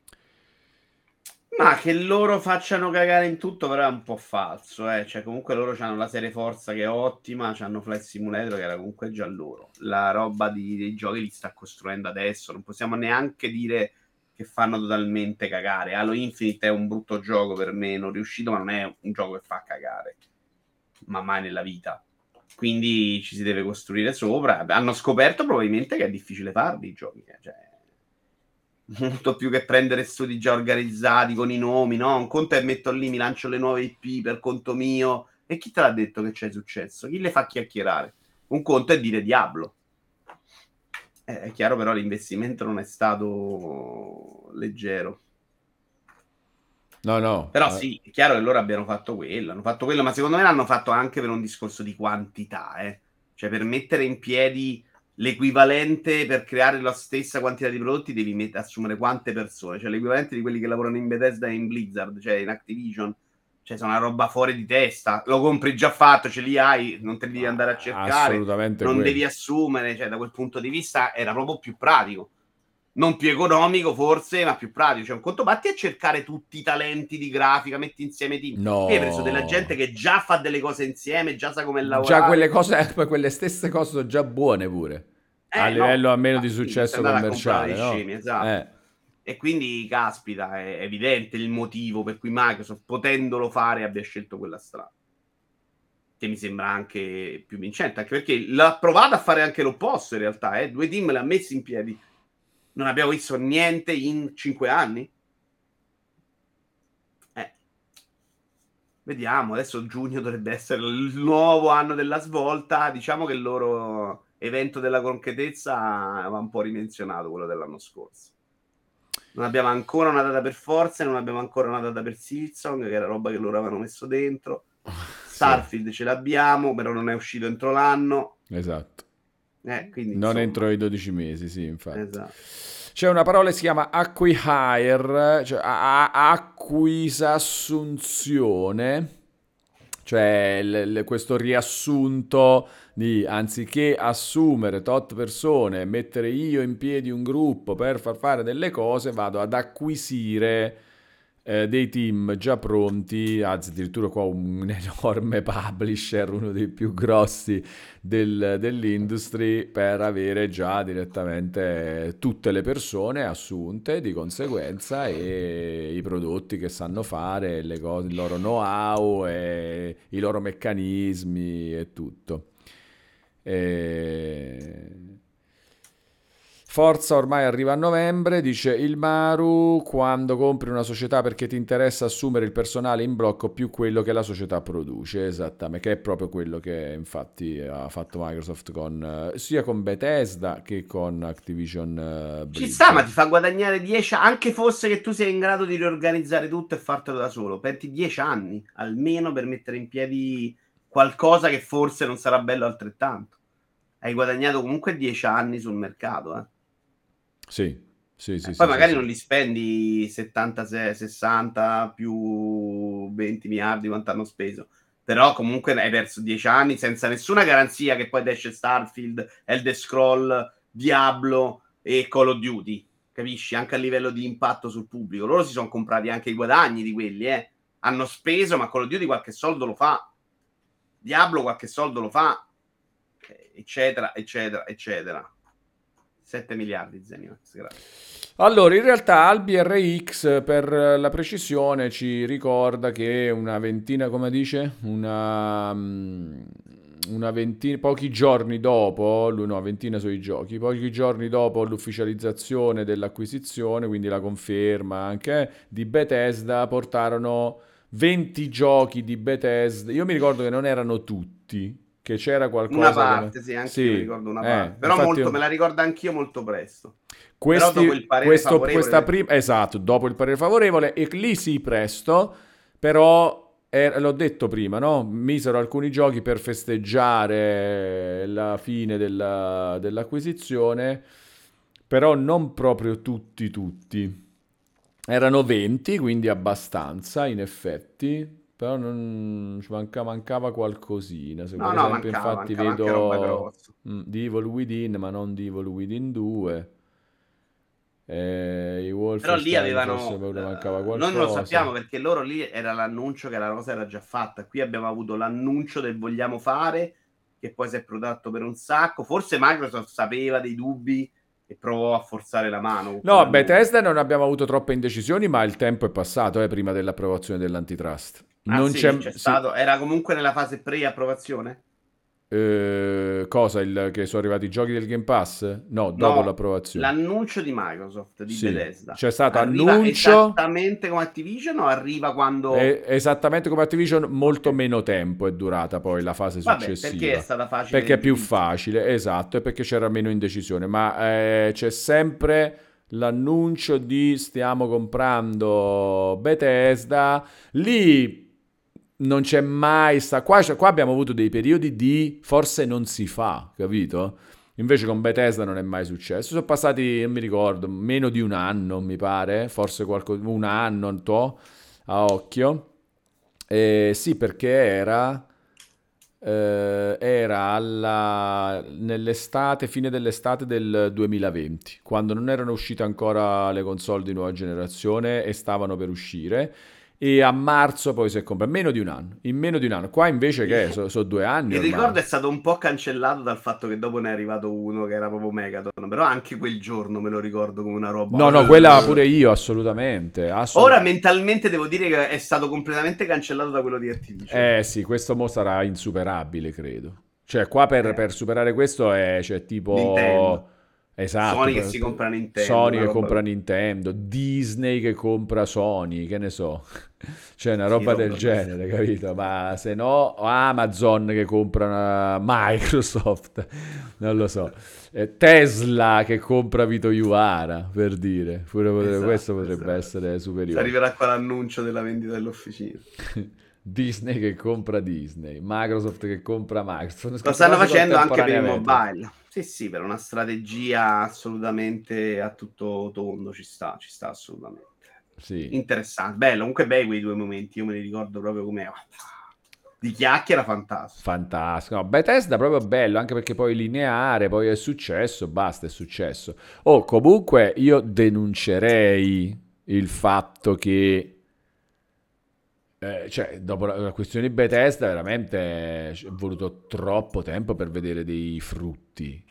Ma che loro facciano cagare in tutto, però è un po' falso, eh. Cioè, comunque loro hanno la serie Forza che è ottima, hanno Flight Simulator che era comunque già loro. La roba di- dei giochi li sta costruendo adesso, non possiamo neanche dire che fanno totalmente cagare. Halo Infinite è un brutto gioco per me, non riuscito, ma non è un gioco che fa cagare, ma mai nella vita. Quindi ci si deve costruire sopra. Hanno scoperto probabilmente che è difficile farli i giochi, eh. Cioè, molto più che prendere studi già organizzati con i nomi, no? Un conto è metto lì, mi lancio le nuove I P per conto mio. E chi te l'ha detto che c'è successo? Chi le fa chiacchierare? Un conto è dire Diablo. Eh, è chiaro, però l'investimento non è stato leggero. No, no. Però eh, sì, è chiaro che loro abbiano fatto quello, hanno fatto quello, ma secondo me l'hanno fatto anche per un discorso di quantità, eh. Cioè per mettere in piedi l'equivalente, per creare la stessa quantità di prodotti devi met- assumere quante persone, cioè l'equivalente di quelli che lavorano in Bethesda e in Blizzard, cioè in Activision, cioè sono una roba fuori di testa, lo compri già fatto, ce li hai, non te li devi andare a cercare, assolutamente non quello. devi assumere, cioè da quel punto di vista era proprio più pratico. Non più economico forse, ma più pratico. Cioè, un conto batti a cercare tutti i talenti di grafica, metti insieme team. Qui hai preso della gente No. che già fa delle cose insieme, già sa come Già quelle lavorare. cose, poi quelle stesse cose sono già buone pure. A Eh livello no, almeno di infatti, quindi stai successo andando a comprare commerciale, dei no? scemi, esatto. Eh. E quindi, caspita, è evidente il motivo per cui Microsoft, potendolo fare, abbia scelto quella strada. Che mi sembra anche più vincente, anche perché l'ha provato a fare anche l'opposto in realtà, eh. Due team l'ha messi in piedi. Non abbiamo visto niente in cinque anni. Eh, vediamo, adesso giugno dovrebbe essere il nuovo anno della svolta. Diciamo che il loro evento della concretezza va un po' rimensionato, quello dell'anno scorso. Non abbiamo ancora una data per Forza, non abbiamo ancora una data per Silksong, che era roba che loro avevano messo dentro. Sì, Starfield ce l'abbiamo, però non è uscito entro l'anno. esatto. Eh, quindi Non entro insomma, i dodici mesi, sì, infatti. esatto. C'è una parola che si chiama acquihire, cioè a- a- acquisassunzione, cioè l- l- questo riassunto di anziché assumere tot persone e mettere io in piedi un gruppo per far fare delle cose, vado ad acquisire eh, dei team già pronti, anzi addirittura qua un enorme publisher, uno dei più grossi del- dell'industry, per avere già direttamente tutte le persone assunte di conseguenza e i prodotti che sanno fare, le cose, il loro know-how e i loro meccanismi e tutto. E... Forza ormai arriva a novembre, dice il Maru, quando compri una società perché ti interessa assumere il personale in blocco più quello che la società produce, esattamente, che è proprio quello che infatti ha fatto Microsoft con, eh, sia con Bethesda che con Activision eh, Ci sta, ma Blizzard. ti fa guadagnare dieci anni, anche fosse che tu sia in grado di riorganizzare tutto e fartelo da solo. Perdi dieci anni almeno per mettere in piedi qualcosa che forse non sarà bello altrettanto. Hai guadagnato comunque dieci anni sul mercato, eh. Sì, sì, Eh, sì, poi sì, sì, magari sì. non li spendi settantasei, sessanta più venti miliardi quanto hanno speso. Però comunque hai perso dieci anni senza nessuna garanzia che poi esce Starfield, Elder Scroll, Diablo e Call of Duty. Capisci? Anche a livello di impatto sul pubblico. Loro si sono comprati anche i guadagni di quelli, eh. Hanno speso, ma Call of Duty qualche soldo lo fa. Diablo qualche soldo lo fa. Eccetera, eccetera, eccetera. sette miliardi, Zenimax, grazie. Allora, in realtà al B R X per la precisione ci ricorda che una ventina, come dice, una, mm, una ventina, pochi giorni dopo, lui no, ventina sui giochi, pochi giorni dopo l'ufficializzazione dell'acquisizione, quindi la conferma anche di Bethesda, portarono venti giochi di Bethesda. Io mi ricordo che non erano tutti, che c'era Una qualcosa come... parte, sì, anche io mi Sì, ricordo una eh, parte. Però molto, me infatti... la ricordo anch'io molto presto. Però dopo il Questi, parere questo, favorevole questa del... prima, esatto, dopo il parere favorevole, e lì sì, presto, però eh, l'ho detto prima, no? Misero alcuni giochi per festeggiare la fine della- dell'acquisizione, però non proprio tutti, tutti. Erano venti, quindi abbastanza, in effetti, però non, ci manca- mancava qualcosina. Se No, per no, esempio, mancava, infatti, mancava anche roba vedo grossa. mm, di Evil Within, ma non di Evil Within due. Eh, i Però lì Wolfenstein forse avevano... proprio mancava eh, noi non lo qualcosa. sappiamo perché loro lì era l'annuncio che la cosa era già fatta. Qui abbiamo avuto l'annuncio del vogliamo fare, che poi si è prodotto per un sacco. Forse Microsoft sapeva dei dubbi e provò a forzare la mano con No, a quell'annuncio. Bethesda non abbiamo avuto troppe indecisioni, ma il tempo è passato eh, prima dell'approvazione dell'antitrust. Ah Non sì, c'è... c'è Sì, stato... Era comunque nella fase pre-approvazione? Eh, cosa? Il, che sono arrivati i giochi del Game Pass? No, dopo No, l'approvazione. l'annuncio di Microsoft, di Sì, Bethesda, c'è stato arriva annuncio. esattamente come Activision o arriva quando... E- esattamente come Activision, Ok. molto meno tempo è durata poi la fase Vabbè, perché è successiva. stata facile Perché è più l'utilizzo. facile, esatto, e perché c'era meno indecisione. Ma eh, c'è sempre l'annuncio di stiamo comprando Bethesda. Lì non c'è mai sta. Qua, qua abbiamo avuto dei periodi di forse non si fa, capito? Invece con Bethesda non è mai successo. Sono passati, non mi ricordo, meno di un anno, mi pare, forse qualcosa, un anno, un to', a occhio. Eh, sì, perché era, eh, era alla, nell'estate, fine dell'estate del duemilaventi, quando non erano uscite ancora le console di nuova generazione e stavano per uscire. E a marzo poi si è comprato, meno di un anno, in meno di un anno. Qua invece che sono so due anni Il ormai. ricordo è stato un po' cancellato dal fatto che dopo ne è arrivato uno che era proprio Megaton, però anche quel giorno me lo ricordo come una roba. No, no, quella pure io, assolutamente, Ora assolutamente. mentalmente devo dire che è stato completamente cancellato da quello di Activision. Eh sì, questo mo sarà insuperabile, credo. Cioè, qua per, Eh, per superare questo è cioè, Nintendo. tipo. Esatto, Sony che per- si per- compra Nintendo, Sony una che roba compra così. Nintendo, Disney che compra Sony, che ne so. C'è una Sì, roba del roba così. genere, capito? Ma se no, Amazon che compra una Microsoft, non lo so. Eh, Tesla che compra Vito Iuvara, per dire. Pure potrebbe- questo Esatto, potrebbe esatto. essere Ci superiore. arriverà qua l'annuncio della vendita dell'officina. Disney che compra Disney, Microsoft che compra Microsoft, sono Lo scritte stanno quasi facendo anche per il contemporaneamente. mobile. Sì, sì, per una strategia assolutamente a tutto tondo ci sta, ci sta assolutamente. Sì, Interessante, bello, comunque bei quei due momenti, io me li ricordo proprio come di chiacchiera fantastico. fantastico. No, Bethesda proprio bello, anche perché poi lineare, poi è successo, basta, è successo. Oh, comunque io denuncerei il fatto che, eh, cioè, dopo la, la questione di Bethesda, veramente ci è voluto troppo tempo per vedere dei frutti.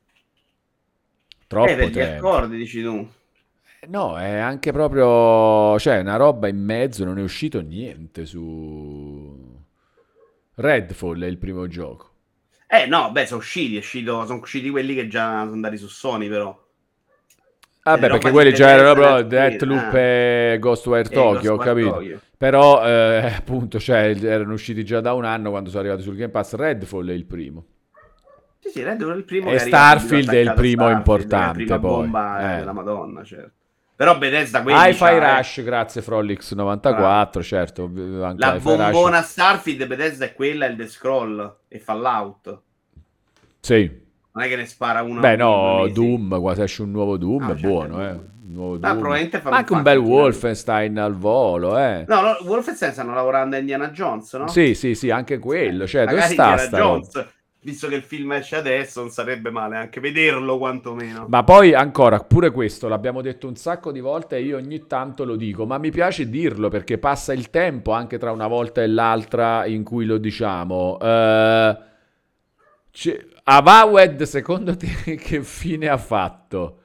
Eh, Troppo per gli tempo. accordi, dici tu. No, è anche proprio, cioè, una roba in mezzo, non è uscito niente su. Redfall è il primo gioco. Eh, no, beh, sono usciti, è uscito, sono usciti quelli che già sono andati su Sony, però. Cioè, di Vabbè, perché roba di quelli già erano Bethesda ne ha proprio Deathloop uscita. e Ghostwire Eh, e Tokyo, Ghost ho War capito. Tokyo. Però, eh, appunto, cioè, erano usciti già da un anno quando sono arrivati sul Game Pass. Redfall è il primo. Sì, sì, Red Bull è il primo E che arriva subito Starfield è il attaccato a primo Starfield, che è la importante, prima poi. bomba eh, Eh. della Madonna, certo. Però Bethesda quelli Hi-Fi c'ha, eh. Rush, grazie Frolix Bravo. novantaquattro, certo, anche La Hi-Fi Rush. bombona Starfield Bethesda è quella, il The Scroll e Fallout. Sì. Non è che ne spara una Beh, ogni due no, mesi. Doom, quando esce un nuovo Doom è Ah, c'è anche il buono, eh. Doom. Un nuovo Ma Doom. probabilmente Ma fanno un anche un bel fatto girare. Wolfenstein al volo, eh. No, no, Wolfenstein stanno lavorando a Indiana Jones, no? Sì, sì, sì, anche Eh, quello. Cioè, dove magari sta Indiana sta roba? Jones, visto che il film esce adesso, non sarebbe male anche vederlo quantomeno. Ma poi ancora, pure questo l'abbiamo detto un sacco di volte e io ogni tanto lo dico, ma mi piace dirlo perché passa il tempo anche tra una volta e l'altra in cui lo diciamo. Eh, c- Avowed, secondo te che fine ha fatto?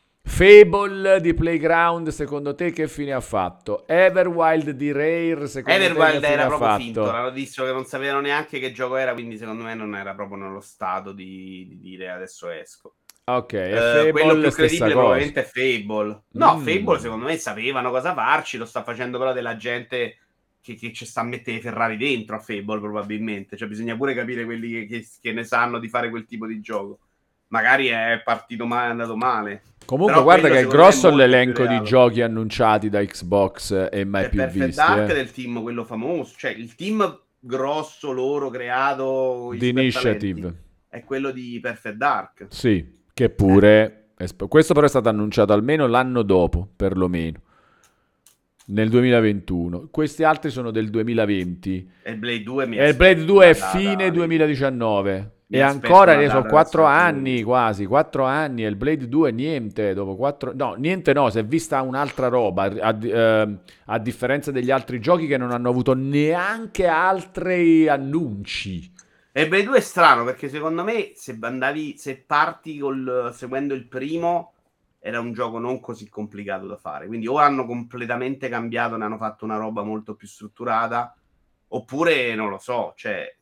Fable di Playground, secondo te che fine ha fatto? Everwild di Rare, secondo te che Everwild fine era ha proprio finto, fatto? avevano visto che non sapevano neanche che gioco era, quindi secondo me non era proprio nello stato di, di dire adesso esco. Ok, e Eh, quello Fable più stessa credibile cosa. probabilmente è Fable. No, Fable Mm. secondo me sapevano cosa farci, lo sta facendo però della gente che, che ci sta a mettere i Ferrari dentro a Fable probabilmente. Cioè bisogna pure capire quelli che, che- che ne sanno di fare quel tipo di gioco. Magari è partito male, è andato male. Comunque, Però guarda quello che è secondo me è grosso molto più l'elenco di reale. giochi annunciati da Xbox e mai C'è più Perfect visti, Dark eh. del team, quello famoso, cioè il team grosso loro creato, i The super talenti, Initiative, è quello di Perfect Dark. sì, che Eh. pure. è sp- Questo però è stato annunciato almeno l'anno dopo, perlomeno, nel duemilaventuno. Questi altri sono del duemilaventi. E il Blade due mi E il Blade aspetto due una è fine data di... duemiladiciannove. Mi E aspetto ancora una ne sono data del quattro Salsino di... anni quasi, quattro anni. E il Blade due niente, dopo quattro. No, niente no, si è vista un'altra roba. A, eh, a differenza degli altri giochi che non hanno avuto neanche altri annunci. E il Blade due è strano perché secondo me se andavi, se parti col, seguendo il primo era un gioco non così complicato da fare. Quindi o hanno completamente cambiato, ne hanno fatto una roba molto più strutturata, oppure non lo so, cioè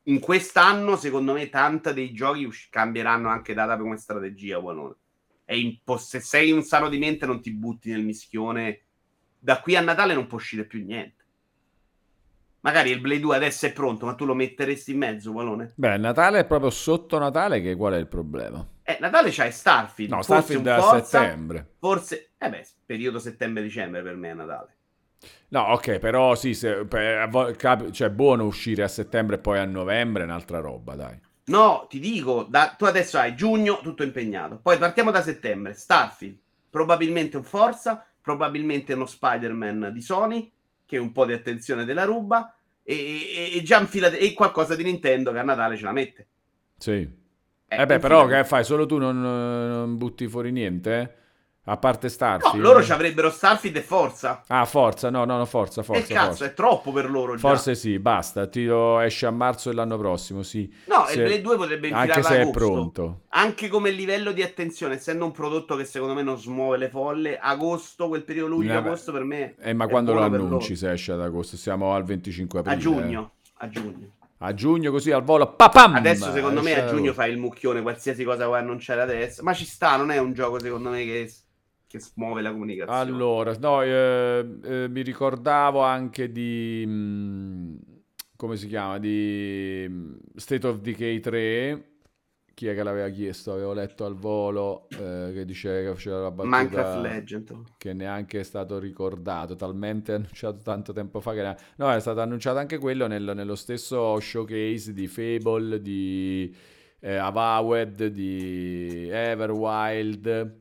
in quest'anno, secondo me, tanta dei giochi us- cambieranno anche data come strategia. Buonone. È impo- se sei un sano di mente, non ti butti nel mischione. Da qui a Natale non può uscire più niente. Magari il Blade due adesso è pronto, ma tu lo metteresti in mezzo, Buonone? Beh, Natale è proprio sotto Natale, che qual è il problema? Eh, Natale c'hai Starfield, No, forse Starfield un a Forza, settembre. forse... Eh beh, periodo settembre-dicembre per me è Natale. No, ok, però sì, se, per- a vo- cap- cioè è buono uscire a settembre e poi a novembre è un'altra roba, dai. No, ti dico, da- tu adesso hai giugno tutto impegnato. Poi partiamo da settembre. Starfield, probabilmente un Forza, probabilmente uno Spider-Man di Sony, che un po' di attenzione della ruba, e, e- e già infilate, e qualcosa di Nintendo che a Natale ce la mette. Sì. Eh, Eh beh, però infilate. che fai? Solo tu non, non butti fuori niente? Eh? A parte No, loro ci Starfield? avrebbero Starfield e Forza. Ah, Forza, no, no, no, Forza, E Forza, cazzo, Forza. è troppo per loro già. Forse sì, basta, tiro, esce a marzo dell'anno prossimo, sì. No, il Blade Se- due potrebbe anche infilarla se ad è agosto. pronto. Anche come livello di attenzione, essendo un prodotto che secondo me non smuove le folle, agosto, quel periodo Vabbè, luglio-agosto per me eh, ma è quando lo buono per annunci loro. se esce ad agosto? Siamo al venticinque A aprile, eh. giugno, a giugno. A giugno così al volo, papam! Adesso secondo me Esce a ad giugno agosto. fai il mucchione, qualsiasi cosa vuoi annunciare adesso. Ma ci sta, non è un gioco secondo me che, che smuove la comunicazione. Allora, no, eh, eh, mi ricordavo anche di... mm, come si chiama? Di mm, State of Decay tre. Chi è che l'aveva chiesto? Avevo letto al volo eh, che diceva che faceva la Minecraft battuta Legend. che neanche è stato ricordato, talmente annunciato tanto tempo fa che... ne- No, è stato annunciato anche quello nel- nello stesso showcase di Fable, di eh, Avowed, di Everwild.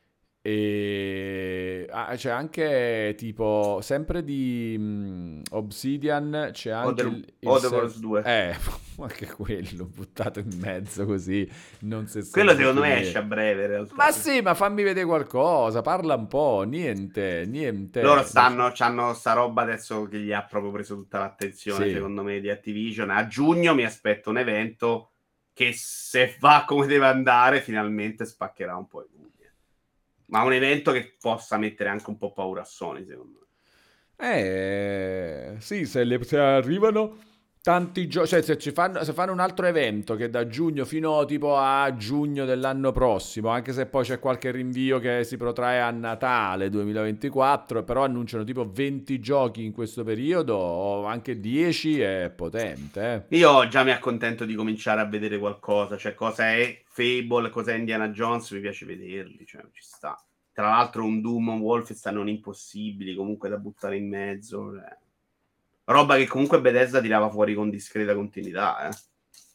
E ah, c'è anche tipo, sempre di mm, Obsidian, c'è anche Other, il, il Otherworlds server... due. Eh, anche quello buttato in mezzo così, non si è Quello saputo secondo più me esce a niente. breve in Ma realtà. sì, ma fammi vedere qualcosa, parla un po', niente, Loro niente. Non c'è- stanno, c'hanno sta roba adesso che gli ha proprio preso tutta l'attenzione, Sì, secondo me, di Activision. A giugno mi aspetto un evento che se va come deve andare, finalmente spaccherà un po' i muri. Ma un evento che possa mettere anche un po' paura a Sony, secondo me. eh, sì, se, le- se arrivano tanti giochi, cioè se, ci fanno, se fanno un altro evento che da giugno fino tipo a giugno dell'anno prossimo, anche se poi c'è qualche rinvio che si protrae a Natale duemilaventiquattro, però annunciano tipo venti giochi in questo periodo, o anche dieci, è potente, eh. Io già mi accontento di cominciare a vedere qualcosa, cioè cosa è Fable, cosa è Indiana Jones, mi piace vederli, cioè ci sta. Tra l'altro un Doom, un Wolfenstein non impossibili, comunque da buttare in mezzo. Cioè. Roba che comunque Bethesda tirava fuori con discreta continuità, eh.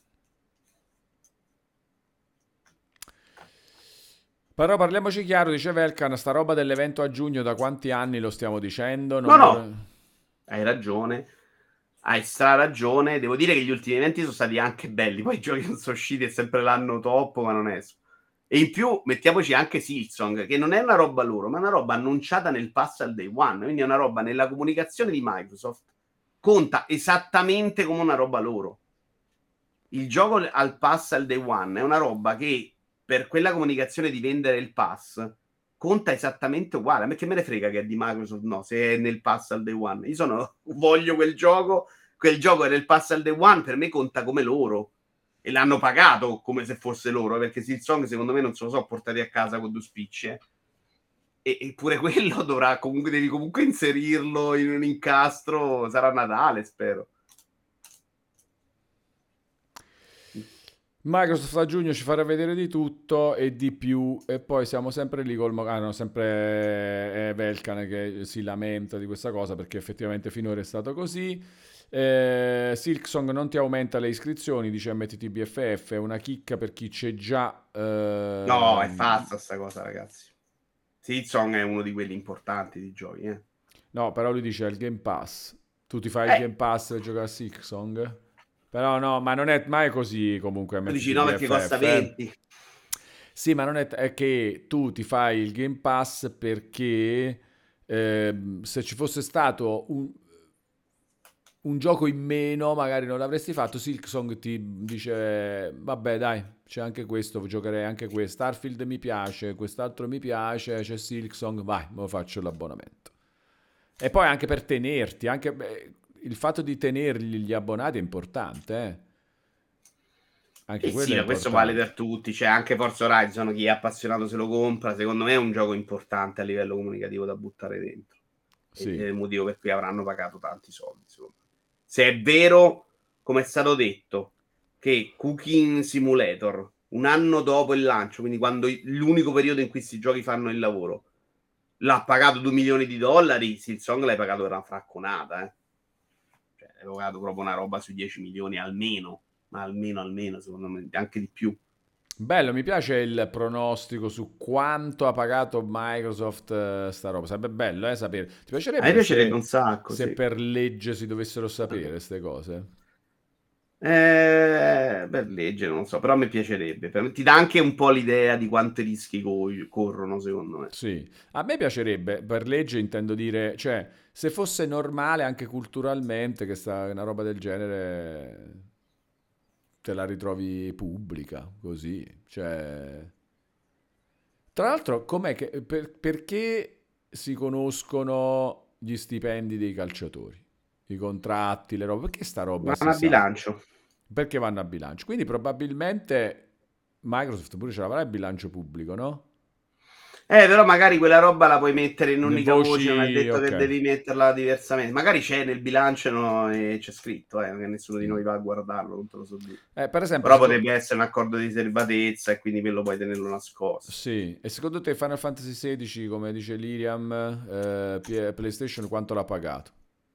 Però parliamoci chiaro, dice Velkan, sta roba dell'evento a giugno da quanti anni lo stiamo dicendo? No, Non no, vorrei... hai ragione. Hai stra ragione. Devo dire che gli ultimi eventi sono stati anche belli. Poi i giochi non sono usciti, è sempre l'anno top, ma non esco. E in più mettiamoci anche Silksong, che non è una roba loro, ma è una roba annunciata nel pass al day one. Quindi è una roba nella comunicazione di Microsoft. Conta esattamente come una roba loro. Il gioco al pass al day one è una roba che per quella comunicazione di vendere il pass conta esattamente uguale. A me che me ne frega che è di Microsoft, no, se è nel pass al day one. Io sono, voglio quel gioco, quel gioco è nel pass al day one, per me conta come loro. E l'hanno pagato come se fosse loro, perché Silksong secondo me non se lo so portati a casa con due spicce. E, eppure quello dovrà comunque, devi comunque inserirlo in un incastro, sarà Natale, spero. Microsoft a giugno ci farà vedere di tutto e di più e poi siamo sempre lì col... mo- Ah no, sempre eh, Velkan che si lamenta di questa cosa perché effettivamente finora è stato così. Eh, Silksong non ti aumenta le iscrizioni, dice M T T B F F, è una chicca per chi c'è già. No, è ehm, falsa sta cosa, ragazzi. Silksong è uno di quelli importanti di giochi, eh. No, però lui dice il Game Pass. Tu ti fai il Eh, Game Pass per giocare a Silksong? Però no, ma non è mai così comunque tu dici no perché costa M T T B F F. eh. venti. Sì, ma non è, è che tu ti fai il Game Pass perché ehm, se ci fosse stato un, un gioco in meno, magari non l'avresti fatto. Silksong ti dice, vabbè dai, c'è anche questo, giocherei anche questo. Starfield mi piace, quest'altro mi piace, c'è Silksong, vai, me lo faccio l'abbonamento. E poi anche per tenerti, anche beh, il fatto di tenerli gli abbonati è importante, eh. Anche Eh quello sì, è ma questo vale importante. per tutti. Cioè, anche Forza Horizon, chi è appassionato se lo compra. Secondo me è un gioco importante a livello comunicativo da buttare dentro. Ed è Sì. il motivo per cui avranno pagato tanti soldi, secondo me. Se è vero, come è stato detto, che Cooking Simulator, un anno dopo il lancio, quindi quando l'unico periodo in cui questi giochi fanno il lavoro, l'ha pagato due milioni di dollari, Silksong l'hai pagato per una fracconata, eh. Cioè, hai pagato proprio una roba sui dieci milioni almeno, ma almeno, almeno, secondo me, anche di più. Bello, mi piace il pronostico su quanto ha pagato Microsoft eh, sta roba. Sarebbe bello, eh, sapere. Ti A me piacerebbe piacerebbe un se, sacco, se sì. per legge si dovessero sapere Ok. queste cose? Eh, per legge non so, però mi piacerebbe. Per- Ti dà anche un po' l'idea di quanti rischi co- corrono, secondo me. Sì, a me piacerebbe, per legge intendo dire, cioè, se fosse normale anche culturalmente che sta, una roba del genere te la ritrovi pubblica, così, cioè... Tra l'altro, com'è che, per- perché si conoscono gli stipendi dei calciatori, i contratti, le robe? Perché sta roba si Vanno a sa? bilancio. Perché vanno a bilancio? Quindi probabilmente Microsoft pure ce l'avrà il bilancio pubblico, no? Eh, però magari quella roba la puoi mettere in Le un'unica voce, non è voci, detto ok, che devi metterla diversamente. Magari c'è nel bilancio no, e c'è scritto, eh, che nessuno di sì. noi va a guardarlo, non te lo so dire. Eh, per esempio, Però seco- potrebbe essere un accordo di riservatezza e quindi quello puoi tenerlo nascosto. sì, e secondo te Final Fantasy sedici, come dice Liriam, eh, P- PlayStation quanto l'ha pagato?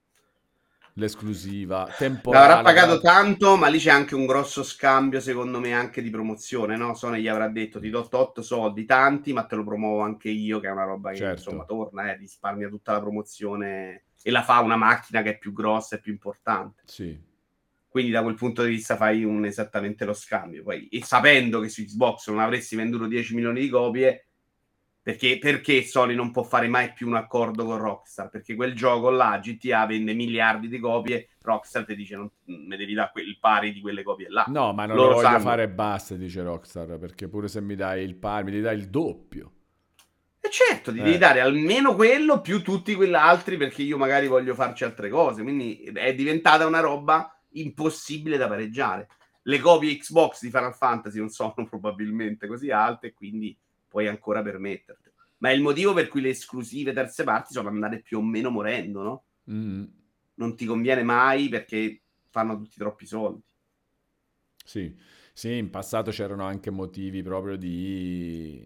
L'esclusiva, L'avrà temporale, avrà... pagato tanto, ma lì c'è anche un grosso scambio, secondo me, anche di promozione, no? Sony gli avrà detto, ti do otto soldi, tanti, ma te lo promuovo anche io, che è una roba che, insomma, Certo, torna, eh, risparmia tutta la promozione e la fa una macchina che è più grossa e più importante. sì. Quindi da quel punto di vista fai un, esattamente lo scambio. Poi, e sapendo che su Xbox non avresti venduto dieci milioni di copie, perché, perché Sony non può fare mai più un accordo con Rockstar? Perché quel gioco là, G T A, vende miliardi di copie, Rockstar ti dice non me devi dare il pari di quelle copie là. No, ma non lo Loro voglio fare sanno. e basta, dice Rockstar, perché pure se mi dai il pari, mi devi dare il doppio. E certo, ti devi Eh, dare almeno quello più tutti quegli altri perché io magari voglio farci altre cose. Quindi è diventata una roba impossibile da pareggiare. Le copie Xbox di Final Fantasy non sono probabilmente così alte, quindi puoi ancora permetterti. Ma è il motivo per cui le esclusive terze parti sono andate più o meno morendo, no? mm, Non ti conviene mai perché fanno tutti troppi soldi. sì, sì, in passato c'erano anche motivi proprio di,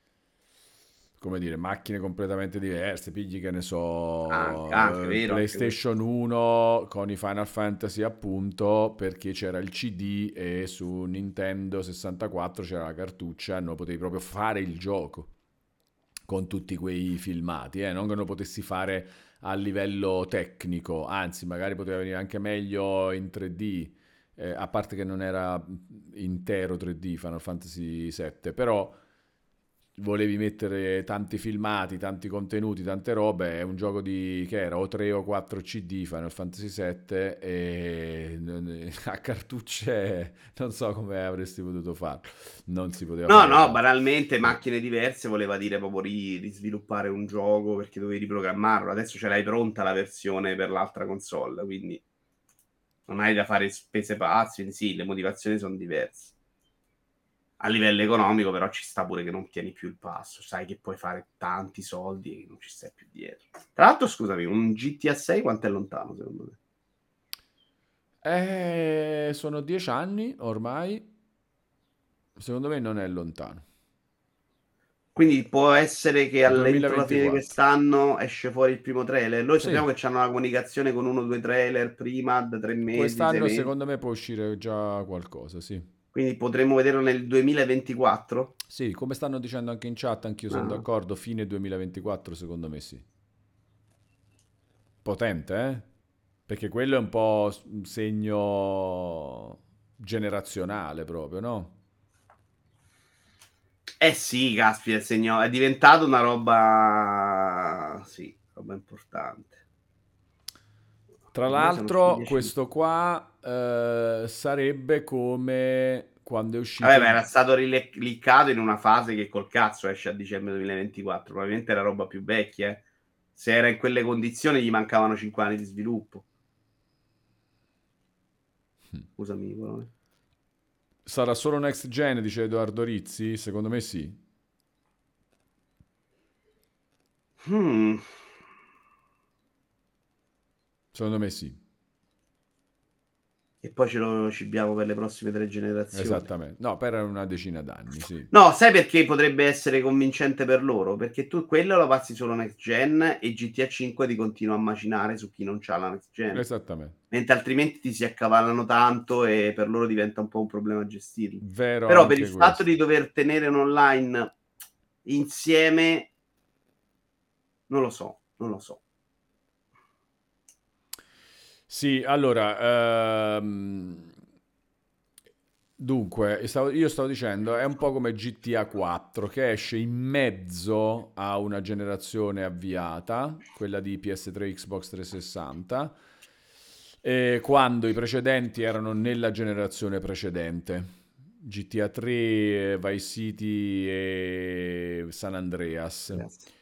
come dire, macchine completamente diverse, pigli che ne Anche, anche so, eh, vero, anche questo. PlayStation uno con i Final Fantasy appunto, perché c'era il C D e su Nintendo sessantaquattro c'era la cartuccia e non potevi proprio fare il gioco con tutti quei filmati, eh? Non che non lo potessi fare a livello tecnico, anzi magari poteva venire anche meglio in tre D, eh, a parte che non era intero tre D Final Fantasy sette, però volevi mettere tanti filmati, tanti contenuti, tante robe, è un gioco di che era o tre o quattro C D Final Fantasy sette e non- a cartucce non so come avresti potuto farlo, non si poteva No, fare no, basta. banalmente Eh, macchine diverse voleva dire proprio ri- risviluppare un gioco perché dovevi riprogrammarlo. Adesso ce l'hai pronta la versione per l'altra console, quindi non hai da fare spese pazze. Sì, le motivazioni sono diverse. A livello economico, però, ci sta pure che non tieni più il passo. Sai che puoi fare tanti soldi e non ci stai più dietro. Tra l'altro, scusami, un G T A sei quanto è lontano, secondo me? Eh, sono dieci anni ormai, secondo me non è lontano. Quindi può essere che all'entro la fine di duemilaventiquattro. quest'anno esce fuori il primo trailer. Noi Sì, sappiamo che c'hanno una comunicazione con uno o due trailer prima, da tre mesi, sei quest'anno mesi. secondo me può uscire già qualcosa, sì. Quindi potremmo vederlo nel duemilaventiquattro? Sì, come stanno dicendo anche in chat, anch'io sono No. d'accordo, fine duemilaventiquattro secondo me sì. Potente, eh? Perché quello è un po' un segno generazionale proprio, no? Eh sì, caspita, il segno è diventato una roba. Sì, roba importante. Tra Ormai sono usciti l'altro, dieci. questo qua eh, sarebbe come quando è uscito Vabbè, ma il... era stato rile- liccato in una fase che col cazzo esce a dicembre duemilaventiquattro. Probabilmente era roba più vecchia. eh. Se era in quelle condizioni, gli mancavano cinque anni di sviluppo. Scusami, Nicolò. Sarà solo next gen, dice Edoardo Rizzi? Secondo me sì. Hmm. Secondo me sì. E poi ce lo cibiamo per le prossime tre generazioni. Esattamente. No, per una decina d'anni, sì. No, sai perché potrebbe essere convincente per loro? Perché tu quello lo passi solo next gen e G T A cinque ti continua a macinare su chi non c'ha la next gen. Esattamente. Mentre altrimenti ti si accavallano tanto e per loro diventa un po' un problema gestirli. Vero Però per il anche fatto questo. di dover tenere un online insieme, non lo so, non lo so. Sì, allora, ehm, dunque, stavo- io stavo dicendo, è un po' come G T A quattro che esce in mezzo a una generazione avviata, quella di P S tre Xbox trecentosessanta, e quando i precedenti erano nella generazione precedente. G T A tre, Vice City e San Andreas. Yes.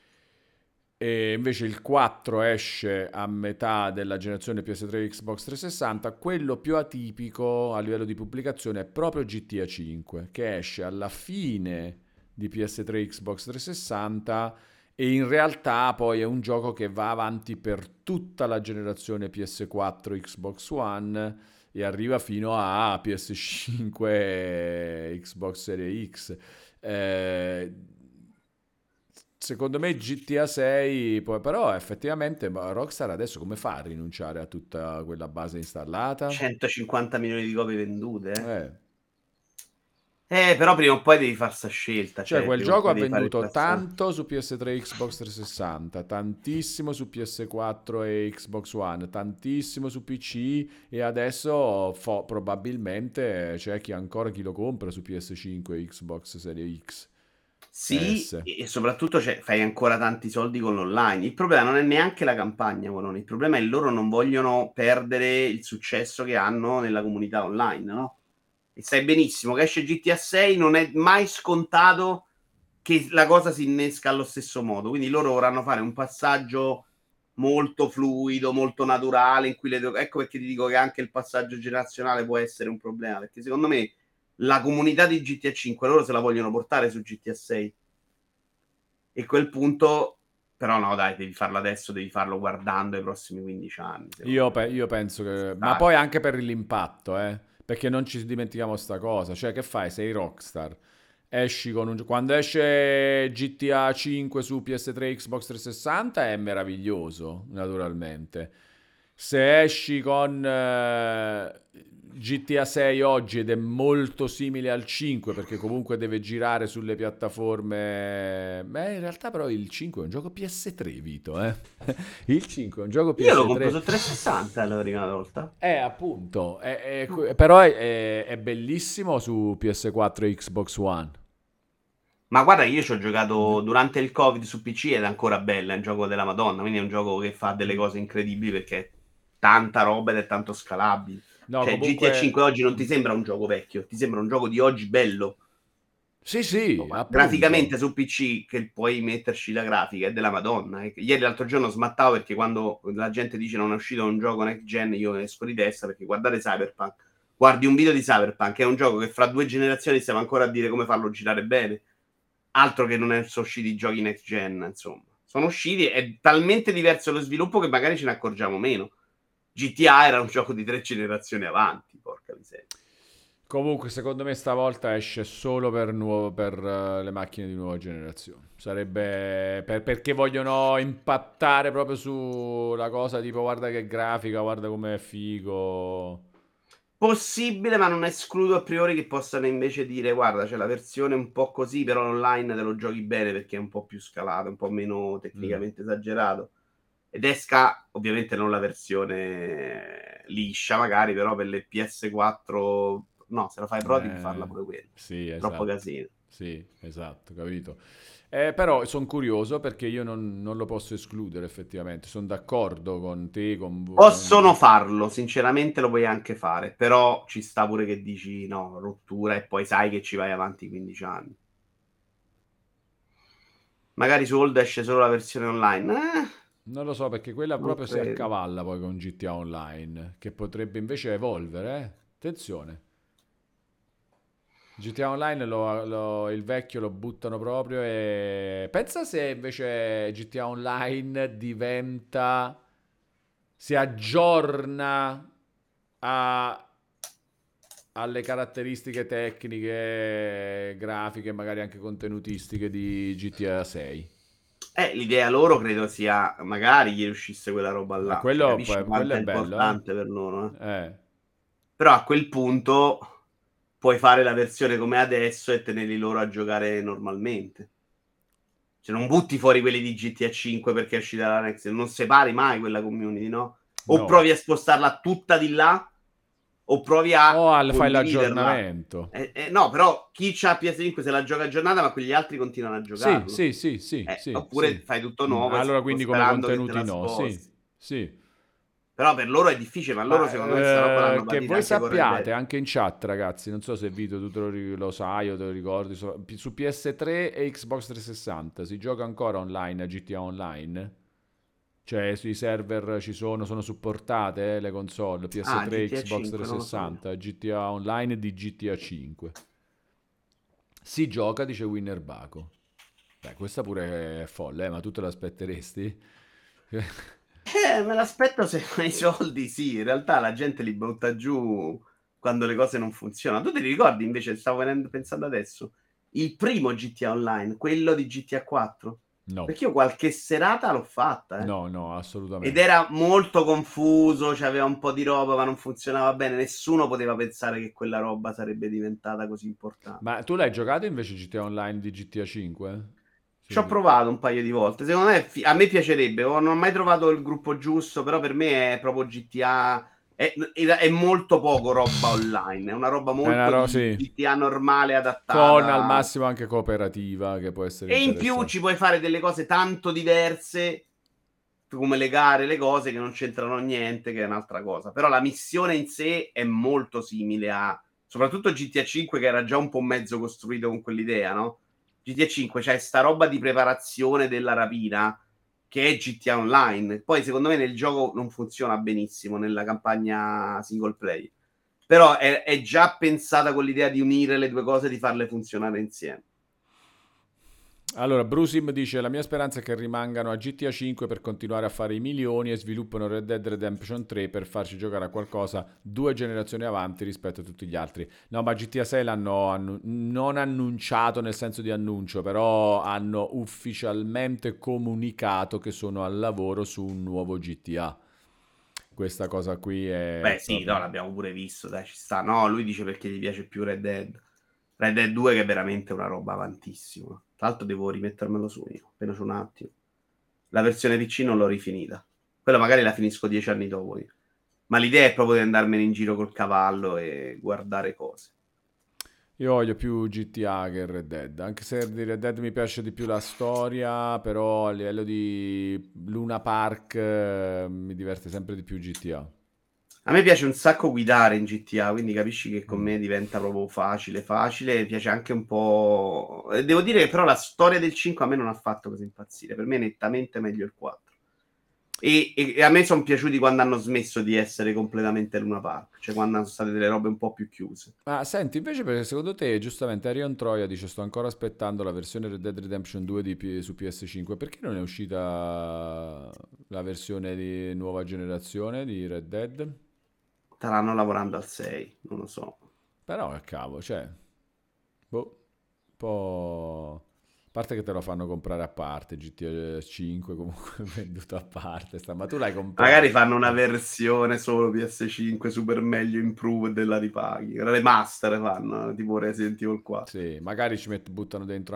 E invece il quattro esce a metà della generazione P S tre e Xbox trecentosessanta. Quello più atipico a livello di pubblicazione è proprio G T A cinque, che esce alla fine di P S tre e Xbox trecentosessanta e in realtà poi è un gioco che va avanti per tutta la generazione P S quattro, Xbox One e arriva fino a P S cinque e Xbox Series X. Eh, Secondo me G T A sei, poi, però effettivamente ma Rockstar adesso come fa a rinunciare a tutta quella base installata? centocinquanta milioni di copie vendute. Eh, Eh, Eh, però prima o poi devi fare sta scelta, cioè cioè quel prima o gioco poi ha devi fare il venduto passaggio. tanto su P S tre e Xbox trecentosessanta, tantissimo su P S quattro e Xbox One, tantissimo su P C e adesso fo- probabilmente c'è chi ancora chi lo compra su P S cinque e Xbox Series X e Sì, S. e e soprattutto cioè, fai ancora tanti soldi con l'online. Il problema non è neanche la campagna, Morone. Il problema è che loro non vogliono perdere il successo che hanno nella comunità online, no? E sai benissimo che esce G T A sei, non è mai scontato che la cosa si innesca allo stesso modo. Quindi loro vorranno fare un passaggio molto fluido, molto naturale, in cui le do- ecco perché ti dico che anche il passaggio generazionale può essere un problema, perché secondo me la comunità di G T A cinque loro se la vogliono portare su G T A sei. E a quel punto, però no, dai, devi farlo adesso, devi farlo guardando i prossimi quindici anni, secondo Io, me. pe- io penso che... Ma Dai. poi anche per l'impatto, eh? Perché non ci dimentichiamo sta cosa. Cioè, che fai? Sei Rockstar. Esci con un... gio- Quando esce G T A cinque su P S tre e Xbox trecentosessanta è meraviglioso, naturalmente. Se esci con eh, G T A sei oggi ed è molto simile al cinque perché comunque deve girare sulle piattaforme... Beh, in realtà però il cinque è un gioco P S tre, Vito, eh? Il cinque è un gioco Io lo compro P S tre. su trecentosessanta la prima volta. Eh, appunto, è- è No. que- però è, è- è bellissimo su P S quattro e Xbox One. Ma guarda, io ci ho giocato durante il Covid su P C ed è ancora bella, è un gioco della Madonna, quindi è un gioco che fa delle cose incredibili perché è tanta roba ed è tanto scalabile. No, Cioè, G T A comunque... cinque oggi non ti sembra un gioco vecchio, ti sembra un gioco di oggi bello. Sì, sì, Insomma, appunto. graficamente su P C che puoi metterci la grafica è della Madonna. E ieri l'altro giorno smattavo perché quando la gente dice non è uscito un gioco next gen, io esco di testa perché guardate Cyberpunk. Guardi un video di Cyberpunk, è un gioco che fra due generazioni stiamo ancora a dire come farlo girare bene. Altro che non sono usciti i giochi next gen, insomma. Sono usciti, è talmente diverso lo sviluppo che magari ce ne accorgiamo meno. G T A era un gioco di tre generazioni avanti, porca miseria. Comunque, secondo me stavolta esce solo per, nuovo- per eh, le macchine di nuova generazione. Sarebbe per- perché vogliono impattare proprio sulla cosa tipo guarda che grafica, guarda com'è figo. Possibile, ma non escludo a priori che possano invece dire: guarda, c'è la versione un po' così, però online te lo giochi bene perché è un po' più scalato, un po' meno Mm. tecnicamente esagerato. Ed esca, ovviamente, non la versione liscia, magari, però per le P S quattro. No, se la fai pro, devi farla Eh, pure quella. sì, Troppo esatto. casino. Sì, esatto, capito. Eh, però sono curioso perché io non, non lo posso escludere effettivamente. Sono d'accordo con te, con, vo- Possono con- farlo, sinceramente lo puoi anche fare, però ci sta pure che dici no, rottura e poi sai che ci vai avanti quindici anni. Magari su Old esce solo la versione online. Eh, Non lo so perché quella non proprio si credo. accavalla poi con G T A Online, che potrebbe invece evolvere, eh? Attenzione. G T A Online lo- lo- il vecchio lo buttano proprio e pensa se invece G T A Online diventa, si aggiorna a- alle caratteristiche tecniche, grafiche, magari anche contenutistiche di G T A sei. Eh, l'idea loro credo sia, magari gli riuscisse quella roba Eh, là, cioè quello, capisci poi- quello quanto è è bello, eh? importante per loro, eh? Eh. Però a quel punto puoi fare la versione come adesso e tenerli loro a giocare normalmente. Cioè non butti fuori quelli di G T A cinque perché è uscita la Next, non separi mai quella community, no? O No. provi a spostarla tutta di là, o provi a O al- fai condividerla. l'aggiornamento. Eh, eh, no, però chi c'ha P S cinque se la gioca aggiornata, ma quegli altri continuano a Sì, giocarlo. sì, sì, sì, Eh, sì, oppure sì. fai tutto Mm, nuovo e allora sp- quindi come sperando che te contenuti la no, sì, sposti. sì. Però per loro è difficile, ma loro secondo me sta roba Ma l'hanno eh, che patita voi anche con Red sappiate, Dead. anche in chat ragazzi, non so se Vito tu te lo, ri- lo sai o te lo ricordi, so- pi- su P S tre e Xbox trecentosessanta si gioca ancora online a G T A Online? Cioè sui server ci sono, sono supportate eh, le console Ah, P S tre e G T A Xbox cinque, non lo so io. trecentosessanta, G T A Online di G T A cinque. Si gioca, dice Winner Baco. Beh, questa pure è folle, eh, ma tu te l'aspetteresti? Eh, me l'aspetto se hai i soldi, sì. In realtà la gente li butta giù quando le cose non funzionano. Tu ti ricordi invece, stavo venendo- pensando adesso, il primo G T A Online, quello di G T A quattro? No, Perché io qualche serata l'ho fatta, eh. no, no, Ed assolutamente. era molto confuso, c'aveva un po' di roba, ma non funzionava bene. Nessuno poteva pensare che quella roba sarebbe diventata così importante. Ma tu l'hai giocato invece G T A Online di G T A cinque? Ci ho Sì. provato un paio di volte. Secondo me, fi- a me piacerebbe. Oh, non ho mai trovato il gruppo giusto, però per me è proprio G T A. È, è molto poco roba online. È una roba È una molto roba, di sì. G T A normale Con al adattata. massimo anche cooperativa che può essere E in più interessante. ci puoi fare delle cose tanto diverse, come le gare, le cose che non c'entrano niente, che è un'altra cosa. Però la missione in sé è molto simile a. Soprattutto G T A cinque, che era già un po' mezzo costruito con quell'idea, no? G T A cinque c'è sta roba di preparazione della rapina che è G T A Online. Poi secondo me nel gioco non funziona benissimo nella campagna single player. Però è, è già pensata con l'idea di unire le due cose e di farle funzionare insieme. Allora, Brusim dice: La mia speranza è che rimangano a G T A cinque per continuare a fare i milioni e sviluppano Red Dead Redemption tre per farci giocare a qualcosa due generazioni avanti rispetto a tutti gli altri. No, ma G T A sei l'hanno annu- non annunciato nel senso di annuncio, però hanno ufficialmente comunicato che sono al lavoro su un nuovo G T A. Questa cosa qui è Beh, sì, no, proprio. l'abbiamo pure visto, dai, ci sta. No, lui dice perché gli piace più Red Dead. Red Dead due che è veramente una roba avantissima. Tra l'altro devo rimettermelo su io, appena c'è un attimo. La versione P C non l'ho rifinita. Quella magari la finisco dieci anni dopo io. Ma l'idea è proprio di andarmene in giro col cavallo e guardare cose. Io voglio più G T A che Red Dead, anche se di Red Dead mi piace di più la storia, però a livello di Luna Park eh, mi diverte sempre di più G T A. A me piace un sacco guidare in G T A, quindi capisci che con Mm. me diventa proprio facile, facile. Mi piace anche un po'. Eh, Devo dire che però la storia del cinque a me non ha fatto così impazzire. Per me è nettamente meglio il quattro. E, e- e a me sono piaciuti quando hanno smesso di essere completamente Luna Park, cioè quando sono state delle robe un po' più chiuse. Ma senti, invece perché secondo te, giustamente, Arion Troia dice sto ancora aspettando la versione Red Dead Redemption due di P- su P S cinque, perché non è uscita la versione di nuova generazione di Red Dead? Staranno lavorando al sei, non lo so. Però, eh, cavolo, cioè, boh, un po'. A parte che te lo fanno comprare a parte, G T A cinque comunque venduto a parte, sta- ma tu l'hai Magari comprato. fanno una Eh. versione solo P S cinque super meglio improved e la ripaghi. Remaster fanno, tipo Resident Evil quattro. Sì, magari ci met- buttano dentro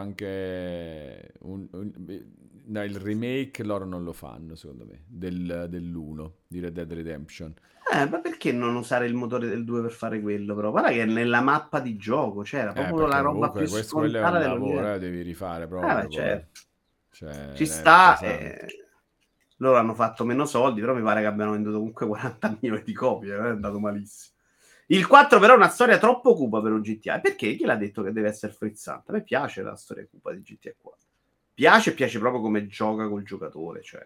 anche un, un- no, il remake, loro non lo fanno, secondo me, del, dell'uno di Red Dead Redemption. Eh, ma perché non usare il motore del due per fare quello, però? Guarda che nella mappa di gioco c'era Eh, proprio la perché roba più comunque questo, quello è scontata un dell'universo. lavoro, eh, devi rifare Ah, beh, proprio poi. certo. Ci Cioè, è sta. pesante. eh, Loro hanno fatto meno soldi, però mi pare che abbiano venduto comunque quaranta milioni di copie, non è andato malissimo. Il quattro però è una storia troppo cupa per un G T A. Perché? Chi l'ha detto che deve essere frizzante? A me piace la storia cupa di G T A quattro. Piace e piace proprio come gioca col giocatore. Cioè,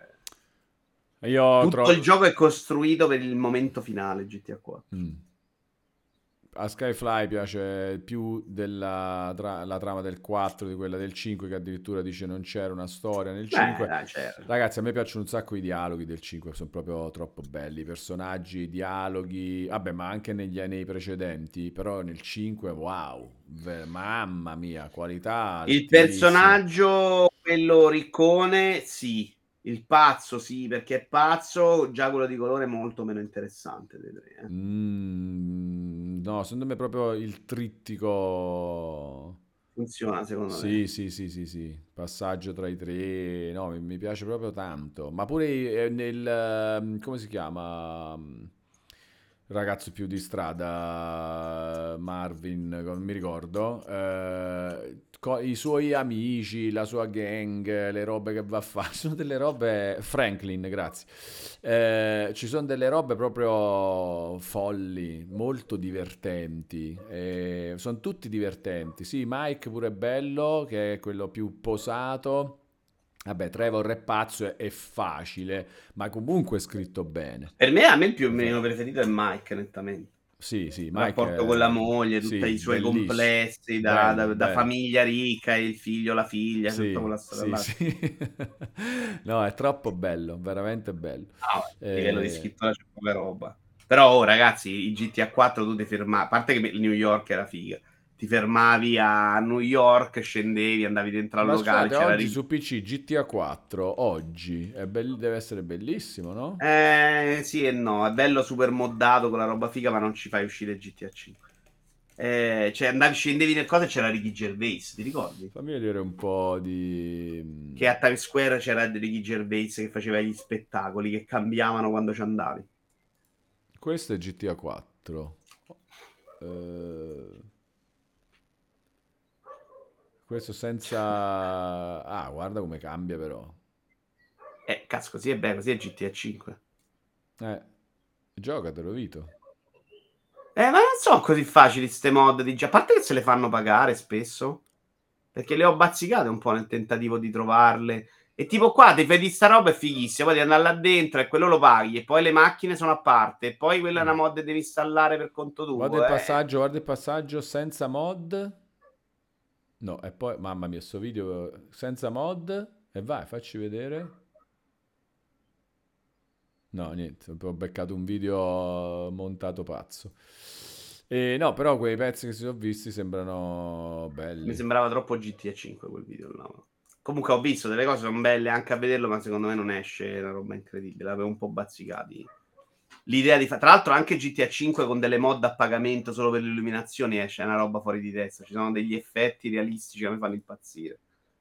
Io tutto il trovo. gioco è costruito per il momento finale G T A quattro. Mm. a Skyfly piace più della tra- la trama del quattro di quella del cinque, che addirittura dice non c'era una storia nel Beh, cinque. dai, c'era. Ragazzi, a me piacciono un sacco i dialoghi del cinque, sono proprio troppo belli, i personaggi, i dialoghi, vabbè, ma anche negli, nei precedenti, però nel cinque, wow, ve- mamma mia, qualità Il altissima. personaggio, quello riccone, sì. Il pazzo, sì, perché è pazzo. Già quello di colore è molto meno interessante dei tre, eh. Mm, no, secondo me proprio il trittico. Funziona, secondo me. Sì, sì, sì, sì, sì, passaggio tra i tre, no, mi, mi piace proprio tanto. Ma pure eh, nel, ehm, come si chiama? Mm, Il ragazzo più di strada, Marvin, non mi ricordo, eh, co- i suoi amici, la sua gang, le robe che va a fare, sono delle robe, Franklin, grazie. Eh, ci sono delle robe proprio folli, molto divertenti. Eh, sono tutti divertenti. Sì, Mike pure è bello, che è quello più posato. Vabbè, Trevor è pazzo e è facile, ma comunque è scritto bene. Per me, a me il più o Lo fa- meno preferito è Mike, nettamente. Sì, sì, Il Mike rapporto con la è... moglie, tutti Sì, i suoi bellissimo. complessi da, Bello, da- da bello. famiglia ricca, il figlio, la figlia, tutta Sì, quella storia sì, là. sì. No, è troppo bello, veramente bello. Ah, a livello di Eh, scrittura c'è poca roba. Però, oh, ragazzi, i G T A quattro tu ti fermavi, a parte che il New York era figa, ti fermavi a New York, scendevi, andavi dentro al Ma locale, scusate, c'era oggi ri- su P C G T A quattro, oggi, è bell- deve essere bellissimo, no? Eh, sì e no, è bello super moddato con la roba figa, ma non ci fai uscire G T A cinque. Eh, cioè, andavi, scendevi nel coso e c'era Ricky Gervais, ti ricordi? Fammi vedere un po' di... Che a Times Square c'era Ricky Gervais che faceva gli spettacoli che cambiavano quando ci andavi. Questo è G T A quattro. Eh, questo senza... Ah, guarda come cambia però. Eh, cazzo, così è bello, così è G T A cinque. Eh, giocatelo, Vito. Eh, ma non sono così facili ste mod di A parte che se le fanno pagare spesso. Perché le ho bazzicate un po' nel tentativo di trovarle. E tipo qua, ti vedi sta roba è fighissima. Poi devi andare là dentro e quello lo paghi. E poi le macchine sono a parte. E poi quella è una Mm. mod che devi installare per conto Guarda tuo. il Eh. passaggio, guarda il passaggio senza mod. No, e poi, mamma mia, sto video senza mod. E vai, facci vedere. No, niente, ho beccato un video montato pazzo. E no, però quei pezzi che si sono visti sembrano Mi belli. sembrava troppo G T A cinque quel video là. Comunque ho visto delle cose, sono belle anche a vederlo, ma secondo me non esce una roba incredibile. L'avevo un po' bazzicati. L'idea di fare, tra l'altro, anche G T A cinque con delle mod a pagamento solo per le illuminazioni esce, è una roba fuori di testa. Ci sono degli effetti realistici che mi fanno impazzire.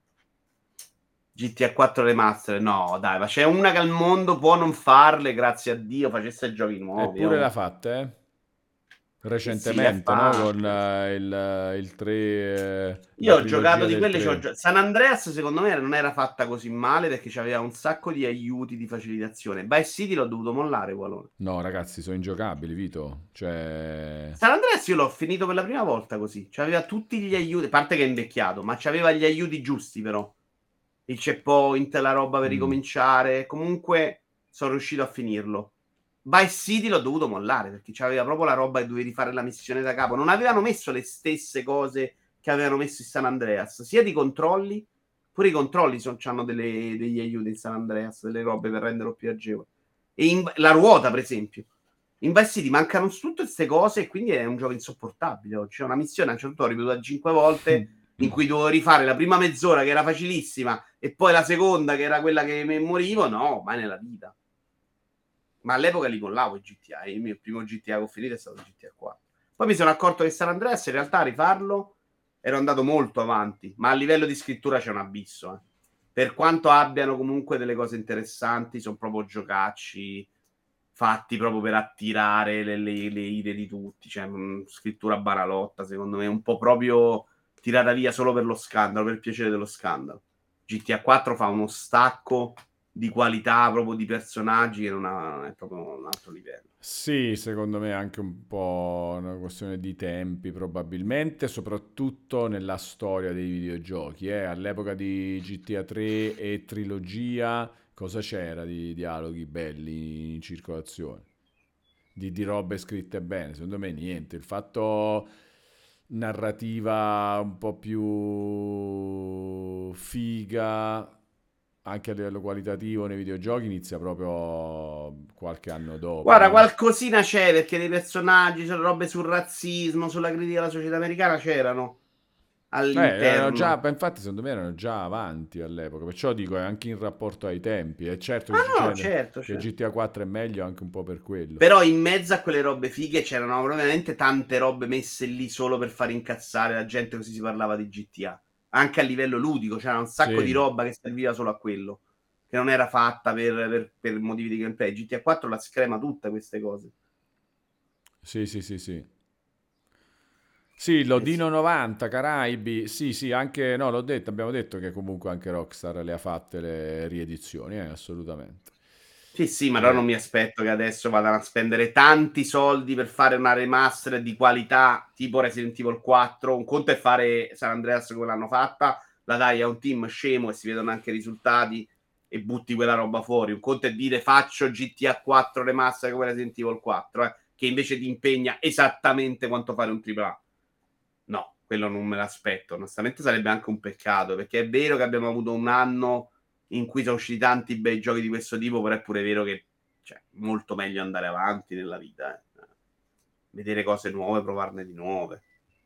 G T A quattro Remaster, no, dai, ma c'è una che al mondo può non farle, grazie a Dio, facesse giochi nuovi. Eppure l'ha Oh. fatta, eh? E sì, le ha Recentemente, no? Con fatte. eh, il, il tre, eh, Io la ho giocato trilogia di del quelle. c'ho tre. gio- San Andreas, secondo me, non era fatta così male perché c'aveva un sacco di aiuti di facilitazione. Vice City l'ho dovuto mollare, Walone. No, ragazzi, sono ingiocabili, Vito. Cioè... San Andreas io l'ho finito per la prima volta così. C'aveva tutti gli aiuti, a parte che è invecchiato, ma c'aveva gli aiuti giusti però. Il checkpoint, la roba per mm. ricominciare. Comunque sono riuscito a finirlo. Vice City l'ho dovuto mollare perché c'aveva proprio la roba che dovevi fare la missione da capo. Non avevano messo le stesse cose che avevano messo in San Andreas, sia di controlli, pure i controlli hanno degli aiuti in San Andreas, delle robe per renderlo più agevole. E in, la ruota, per esempio. In Vice City mancano tutte queste cose e quindi è un gioco insopportabile oggi. C'è una missione, a un certo punto ho ripetuta cinque volte, in cui dovevo rifare la prima mezz'ora che era facilissima e poi la seconda che era quella che mi morivo. No, mai nella vita. Ma all'epoca li mollavo i G T A. Il mio primo G T A che ho finito è stato G T A quattro. Poi mi sono accorto che San Andreas in realtà a rifarlo ero andato molto avanti, ma a livello di scrittura c'è un abisso. Eh. Per quanto abbiano comunque delle cose interessanti, sono proprio giocacci fatti proprio per attirare le, le, le ire di tutti. Cioè, mh, scrittura banalotta, secondo me, un po' proprio tirata via solo per lo scandalo, per il piacere dello scandalo. G T A quattro fa uno stacco di qualità proprio di personaggi che non ha, è proprio un altro livello. Sì, secondo me è anche un po' una questione di tempi, probabilmente, soprattutto nella storia dei videogiochi. Eh. All'epoca di G T A tre e trilogia, cosa c'era di dialoghi belli in circolazione? di, di robe scritte bene. Secondo me niente. Il fatto narrativa un po' più figa anche a livello qualitativo nei videogiochi inizia proprio qualche anno dopo, Guarda, no? qualcosina c'è perché dei personaggi, sono robe sul razzismo, sulla critica alla società americana c'erano Eh, erano già, all'interno. ma infatti secondo me erano già avanti all'epoca, perciò dico è anche in rapporto ai tempi. E certo che Ah no, succede certo, che certo. G T A quattro è meglio anche un po' per quello. Però in mezzo a quelle robe fighe c'erano veramente tante robe messe lì solo per far incazzare la gente, così si parlava di G T A. Anche a livello ludico c'era un sacco di Sì, roba che serviva solo a quello, che non era fatta per, per- per motivi di gameplay. G T A quattro la screma tutte queste cose. sì, sì, sì, sì. Sì, Eh sì. l'Odino novanta, Caraibi, sì, sì, anche, no, l'ho detto, abbiamo detto che comunque anche Rockstar le ha fatte le riedizioni, eh, assolutamente. Sì, sì, ma allora non Eh, mi aspetto che adesso vadano a spendere tanti soldi per fare una remaster di qualità tipo Resident Evil quattro. Un conto è fare San Andreas come l'hanno fatta, la dai a un team scemo e si vedono anche i risultati e butti quella roba fuori. Un conto è dire faccio G T A quattro remaster come Resident Evil quattro, eh, che invece ti impegna esattamente quanto fare un tripla A. No, quello non me l'aspetto. Onestamente sarebbe anche un peccato, perché è vero che abbiamo avuto un anno in cui sono usciti tanti bei giochi di questo tipo, però è pure vero che cioè, molto meglio andare avanti nella vita, eh. Vedere cose nuove, provarne di nuove.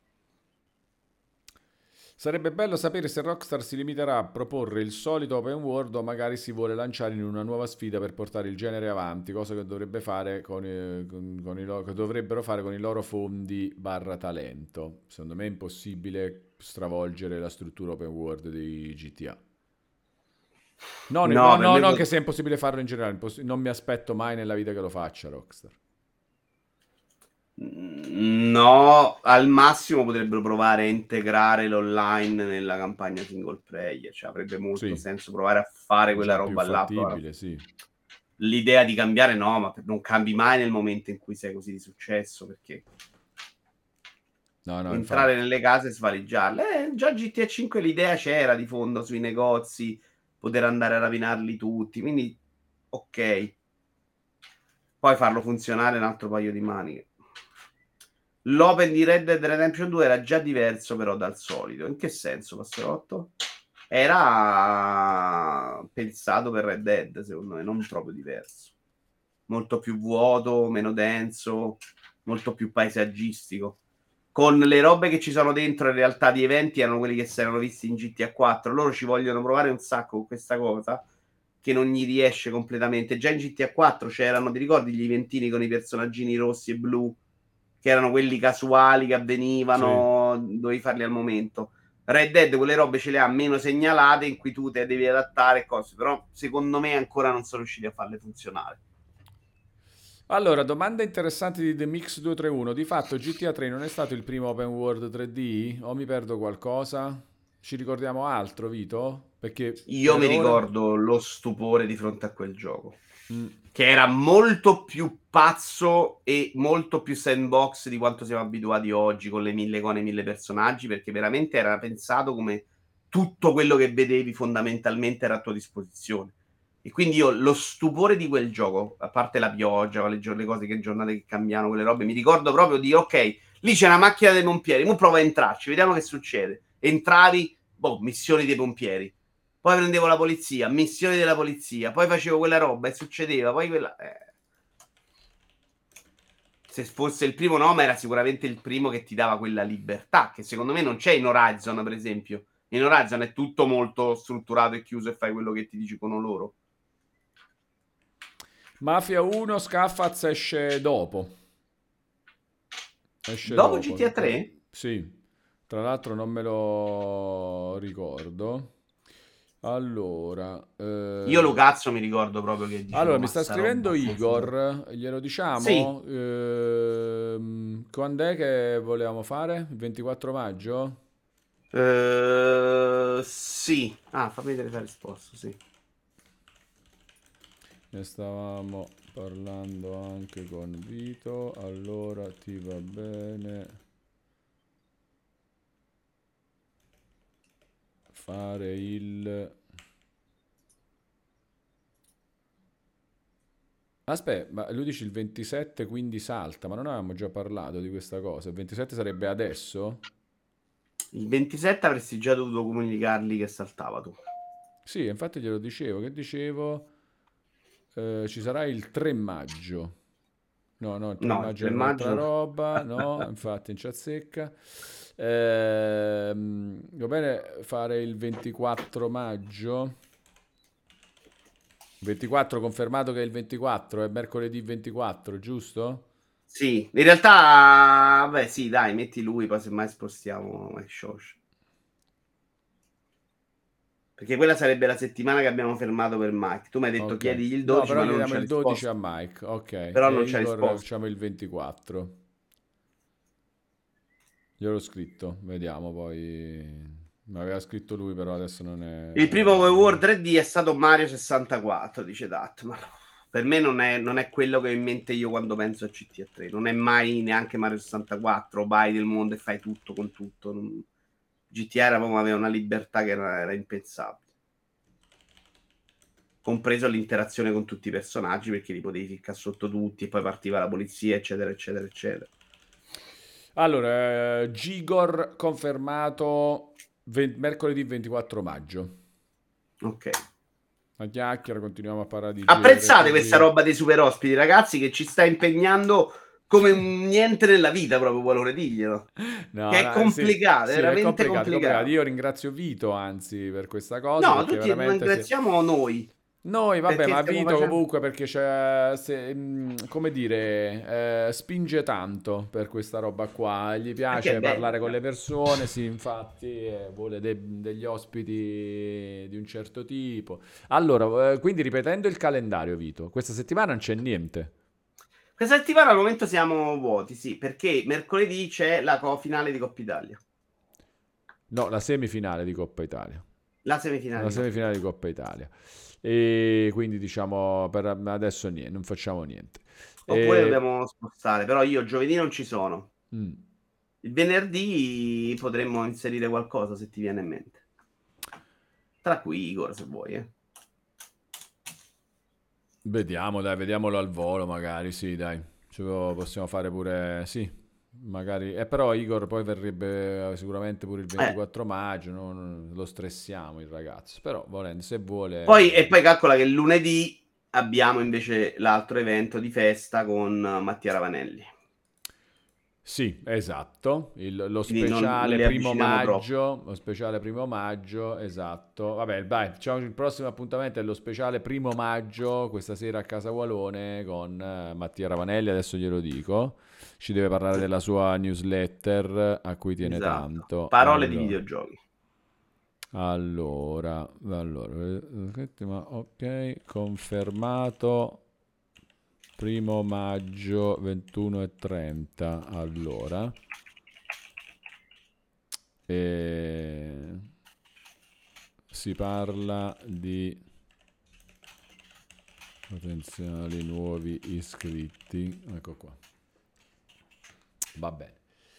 Sarebbe bello sapere se Rockstar si limiterà a proporre il solito open world o magari si vuole lanciare in una nuova sfida per portare il genere avanti, cosa che dovrebbe fare con, i- con- con i lo- che dovrebbero fare con i loro fondi barra talento. Secondo me è impossibile stravolgere la struttura open world di G T A. No, ne- no, No, per no, me non che pot- sia impossibile farlo in generale, imposs- non mi aspetto mai nella vita che lo faccia Rockstar. no, al massimo potrebbero provare a integrare l'online nella campagna single player, cioè avrebbe molto Sì, senso provare a fare quella già più roba là. Provare a- fattibile, sì. L'idea di cambiare no, ma non cambi mai nel momento in cui sei così di successo, perché No, no, entrare infatti. nelle case e svaligiarle. Eh, già G T A cinque l'idea c'era di fondo sui negozi, poter andare a rapinarli tutti, quindi ok. Poi farlo funzionare un altro paio di maniche. L'open di Red Dead Redemption due era già diverso però dal solito. In che senso, Passerotto? Era pensato per Red Dead, secondo me, non proprio diverso. Molto più vuoto, meno denso, molto più paesaggistico. Con le robe che ci sono dentro, in realtà, di eventi erano quelli che si erano visti in G T A quattro. Loro ci vogliono provare un sacco con questa cosa che non gli riesce completamente. Già in G T A quattro c'erano, ti ricordi gli eventini con i personaggini rossi e blu, che erano quelli casuali che Sì. avvenivano, dovevi farli al momento. Red Dead quelle robe ce le ha meno segnalate in cui tu te devi adattare e cose, però secondo me ancora non sono riusciti a farle funzionare. Allora, domanda interessante di The Mix duecentotrentuno. Di fatto G T A tre non è stato il primo open world tre D? O mi perdo qualcosa? Ci ricordiamo altro, Vito? Perché Io per mi ora... ricordo lo stupore di fronte a quel gioco, Mm, che era molto più pazzo e molto più sandbox di quanto siamo abituati oggi con le mille icone e mille personaggi, perché veramente era pensato come tutto quello che vedevi fondamentalmente era a tua disposizione. E quindi io lo stupore di quel gioco, a parte la pioggia, le, gio- le cose che giornate che cambiano, quelle robe, mi ricordo proprio di ok, lì c'è una macchina dei pompieri, mo prova a entrarci, vediamo che succede. Entravi, boh, missioni dei pompieri. Poi prendevo la polizia, missioni della polizia, poi facevo quella roba e succedeva, poi quella... eh. Se fosse il primo nome era sicuramente il primo che ti dava quella libertà, che secondo me non c'è in Horizon, per esempio. In Horizon è tutto molto strutturato e chiuso e fai quello che ti dicono loro. Mafia uno Scaffaz esce dopo. Esce Dopo dopo. G T A Tra- tre? Sì, tra l'altro non me lo ricordo. Allora, Io eh, Lucazzo mi ricordo proprio che dicevo, allora mi ma sta sta roba scrivendo funziona. Igor, glielo Sì, diciamo? Ehm, quando è che volevamo fare? Il ventiquattro maggio? eh, sì. Ah, fammi vedere la risposta, sì. Ne stavamo parlando anche con Vito. Allora ti va bene fare il... Aspetta, ma lui dice il ventisette, quindi salta, ma non avevamo già parlato di questa cosa? Il ventisette sarebbe adesso? Il ventisette avresti già dovuto comunicargli che saltava tu. Sì, infatti glielo dicevo, che dicevo? Eh, ci sarà il tre maggio. No, no, il tre No, il maggio è tre un'altra maggio. roba, no, infatti non ci azzecca. Ehm, va bene fare il ventiquattro maggio? ventiquattro confermato che è il ventiquattro, è mercoledì ventiquattro, giusto? Sì, in realtà, beh, sì, dai, metti lui, poi semmai spostiamo Mike Shosh. Perché quella sarebbe la settimana che abbiamo fermato per Mike. Tu mi hai detto Ok. chiedigli il No, dodici, però ma gli lui non diamo ci ha il dodici a risposto. Mike, ok. Però E non ci ha Igor risposto. facciamo il ventiquattro. Gliel'ho scritto, vediamo poi. Mi aveva scritto lui, però adesso non Il primo è... World tre D è stato Mario sessantaquattro, dice Datman. Per me non è, non è quello che ho in mente io quando penso a G T A tre. Non è mai neanche Mario sessantaquattro, vai del mondo e fai tutto con tutto. Non- G T A era proprio, aveva una libertà che era, era impensabile. Compreso l'interazione con tutti i personaggi, perché li potevi ficcare sotto tutti e poi partiva la polizia, eccetera, eccetera, eccetera. Allora, eh, Gigor confermato ve- mercoledì ventiquattro maggio. Ok. La chiacchiera, continuiamo a parlare di Apprezzate questa J R P G. roba dei super ospiti, ragazzi, che ci sta impegnando come un niente nella vita, proprio vuole dirglielo. No, Che è no, sì, complicato, è sì, è veramente complicato, è complicato. complicato. Io ringrazio Vito, anzi, per questa cosa, No, perché tutti veramente sì. ringraziamo noi, Noi, vabbè, perché ma stiamo Vito facendo... comunque perché c'è, se- mh, come dire, eh, spinge tanto per questa roba qua, gli Perché è piace bello, parlare con cioè. le persone, sì, infatti eh, vuole de- degli ospiti di un certo tipo. Allora, eh, quindi ripetendo il calendario, Vito, questa settimana non c'è niente. Questa settimana al momento siamo vuoti, sì, perché mercoledì c'è la co- finale di Coppa Italia. No, la semifinale di Coppa Italia. La semifinale La di Coppa semifinale di Italia. Coppa Italia. E quindi diciamo per adesso niente, non facciamo niente. Oppure E, dobbiamo spostare, però io giovedì non ci sono. mm, Il venerdì potremmo inserire qualcosa se ti viene in mente. Tra cui Igor, se vuoi, eh. vediamo, dai, vediamolo al volo magari, sì, dai. Ci può- possiamo fare pure, sì, magari. Eh, però Igor poi verrebbe eh, sicuramente pure il Eh, ventiquattro maggio, no? Non lo stressiamo il ragazzo. Però volendo, se Poi, e vuole... poi calcola che lunedì abbiamo invece l'altro evento di festa con Mattia Ravanelli. Sì, esatto, il- lo Quindi non, non speciale li primo avviciniamo troppo. maggio, lo speciale primo maggio, esatto. Vabbè, dai, diciamo che il prossimo appuntamento è lo speciale primo maggio, questa sera a Casa Walone con eh, Mattia Ravanelli, adesso glielo dico. Ci deve parlare Sì, della sua newsletter a cui tiene esatto. tanto. Parole di Allora, videogiochi. allora, allora, eh, ma ok, confermato primo maggio ventuno e trenta. Allora. E si parla di potenziali nuovi iscritti. Ecco qua. Va bene.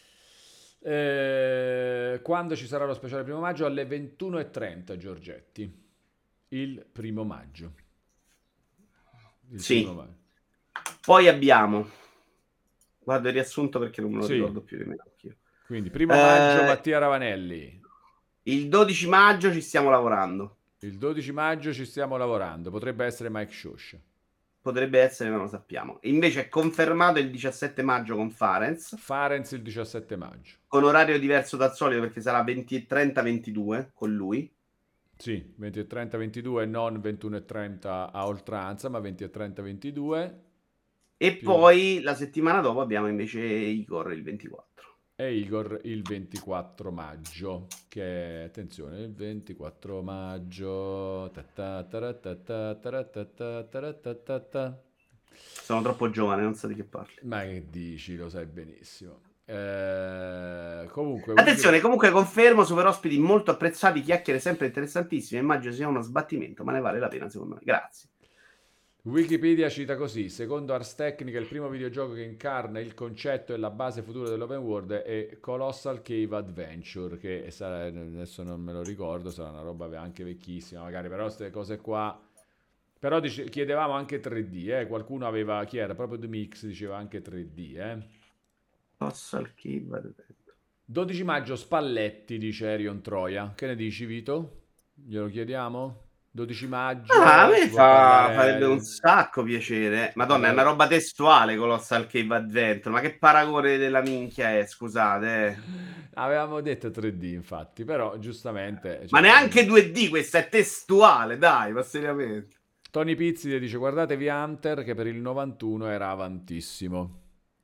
Eh, quando ci sarà lo speciale primo maggio? Alle ventuno e trenta, Giorgetti. Il primo maggio. Il primo Sì. maggio. Poi abbiamo, guardo il riassunto perché non me lo Sì, ricordo più nemmeno anch'io. quindi primo maggio Eh, Mattia Ravanelli. il dodici maggio ci stiamo lavorando. Il dodici maggio ci stiamo lavorando. Potrebbe essere Mike Shush. Potrebbe essere, ma non lo sappiamo. Invece è confermato il diciassette maggio con Farenz, Farenz il diciassette maggio. con orario diverso dal solito perché sarà venti e trenta ventidue con lui. Sì, venti e trenta ventidue, non ventuno e trenta a oltranza, ma venti e trenta ventidue E più poi la settimana dopo abbiamo invece Igor il ventiquattro. e Igor il ventiquattro maggio, che attenzione, il ventiquattro maggio. Ta ta ta ta ta ta ta ta ta ta ta ta. Sono troppo giovane, non so di che parli. Ma che dici, lo sai benissimo. Eh, comunque, Attenzione, Wiki- comunque confermo, super ospiti molto apprezzati, chiacchiere sempre interessantissime. Immagino sia uno sbattimento, ma ne vale la pena secondo me. Grazie. Wikipedia cita così: secondo Ars Technica, il primo videogioco che incarna il concetto e la base futura dell'open world è Colossal Cave Adventure, che sarà, adesso non me lo ricordo, sarà una roba anche vecchissima, magari, però queste cose qua Però dice- chiedevamo anche tre D, eh? Qualcuno aveva, chi era? Proprio The Mix diceva anche tre D, eh? Tossal Kid. dodici maggio Spalletti, dice Erion Troia. Che ne dici, Vito? Glielo chiediamo? dodici Ah, a maggio, me si può fa, farebbe un parlare... sacco piacere. Si Madonna, è una parla... roba testuale Colossal Cave Adventure. Ma che paragone della minchia è, scusate. eh. Avevamo detto tre D, infatti, però giustamente... Ma Cioè, neanche due D, questa è testuale, dai, ma seriamente. Tony Pizzi dice guardatevi Hunter che per il novantuno era avantissimo.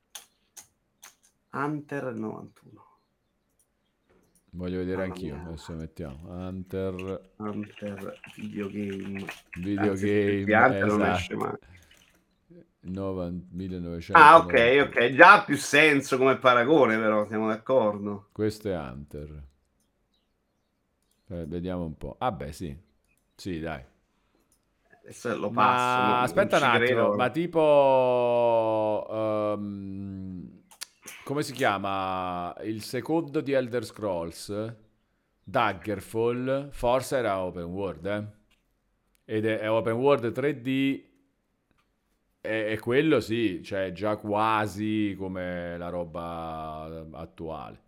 Hunter novantuno. Voglio vedere Mamma anch'io, mia. adesso mettiamo Hunter Hunter videogame. Anzi, perché videogame, Hunter non esce esatto. mai. novanta Ah, ok, millenovecentonovantuno. ok. Già ha più senso come paragone, però, siamo d'accordo. Questo è Hunter. Eh, vediamo un po'. Ah beh, sì. Sì, dai. Adesso lo passo, Ma non, non aspetta un ci attimo, credo. ma tipo... ehm, come si chiama? Il secondo di Elder Scrolls? Daggerfall? Forse era open world, eh? Ed è, è open world tre D e, e quello sì, cioè già quasi come la roba attuale.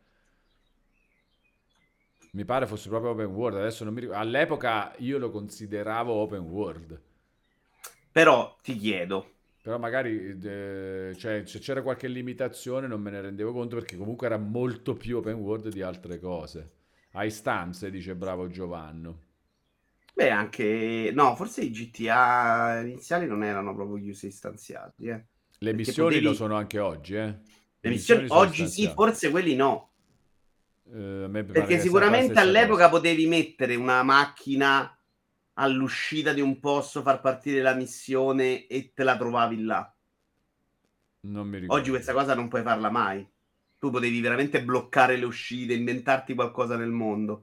Mi pare fosse proprio open world, adesso non mi ricordo. All'epoca io lo consideravo open world. Però ti chiedo, Però magari eh, cioè, se c'era qualche limitazione non me ne rendevo conto perché comunque era molto più open world di altre cose. A istanze, dice bravo Giovanno. beh, anche... No, forse i G T A iniziali non erano proprio chiusi e istanziati, eh. Le Perché missioni lo potevi... sono anche oggi, eh. Le Le missioni missioni sono oggi sì, istanziate. forse quelli no. Eh, a me pare Perché che sia la sicuramente stessa cosa. all'epoca potevi mettere una macchina all'uscita di un posto, far partire la missione e te la trovavi là. Non mi Oggi questa ricordo. cosa non puoi farla mai. Tu potevi veramente bloccare le uscite, inventarti qualcosa nel mondo.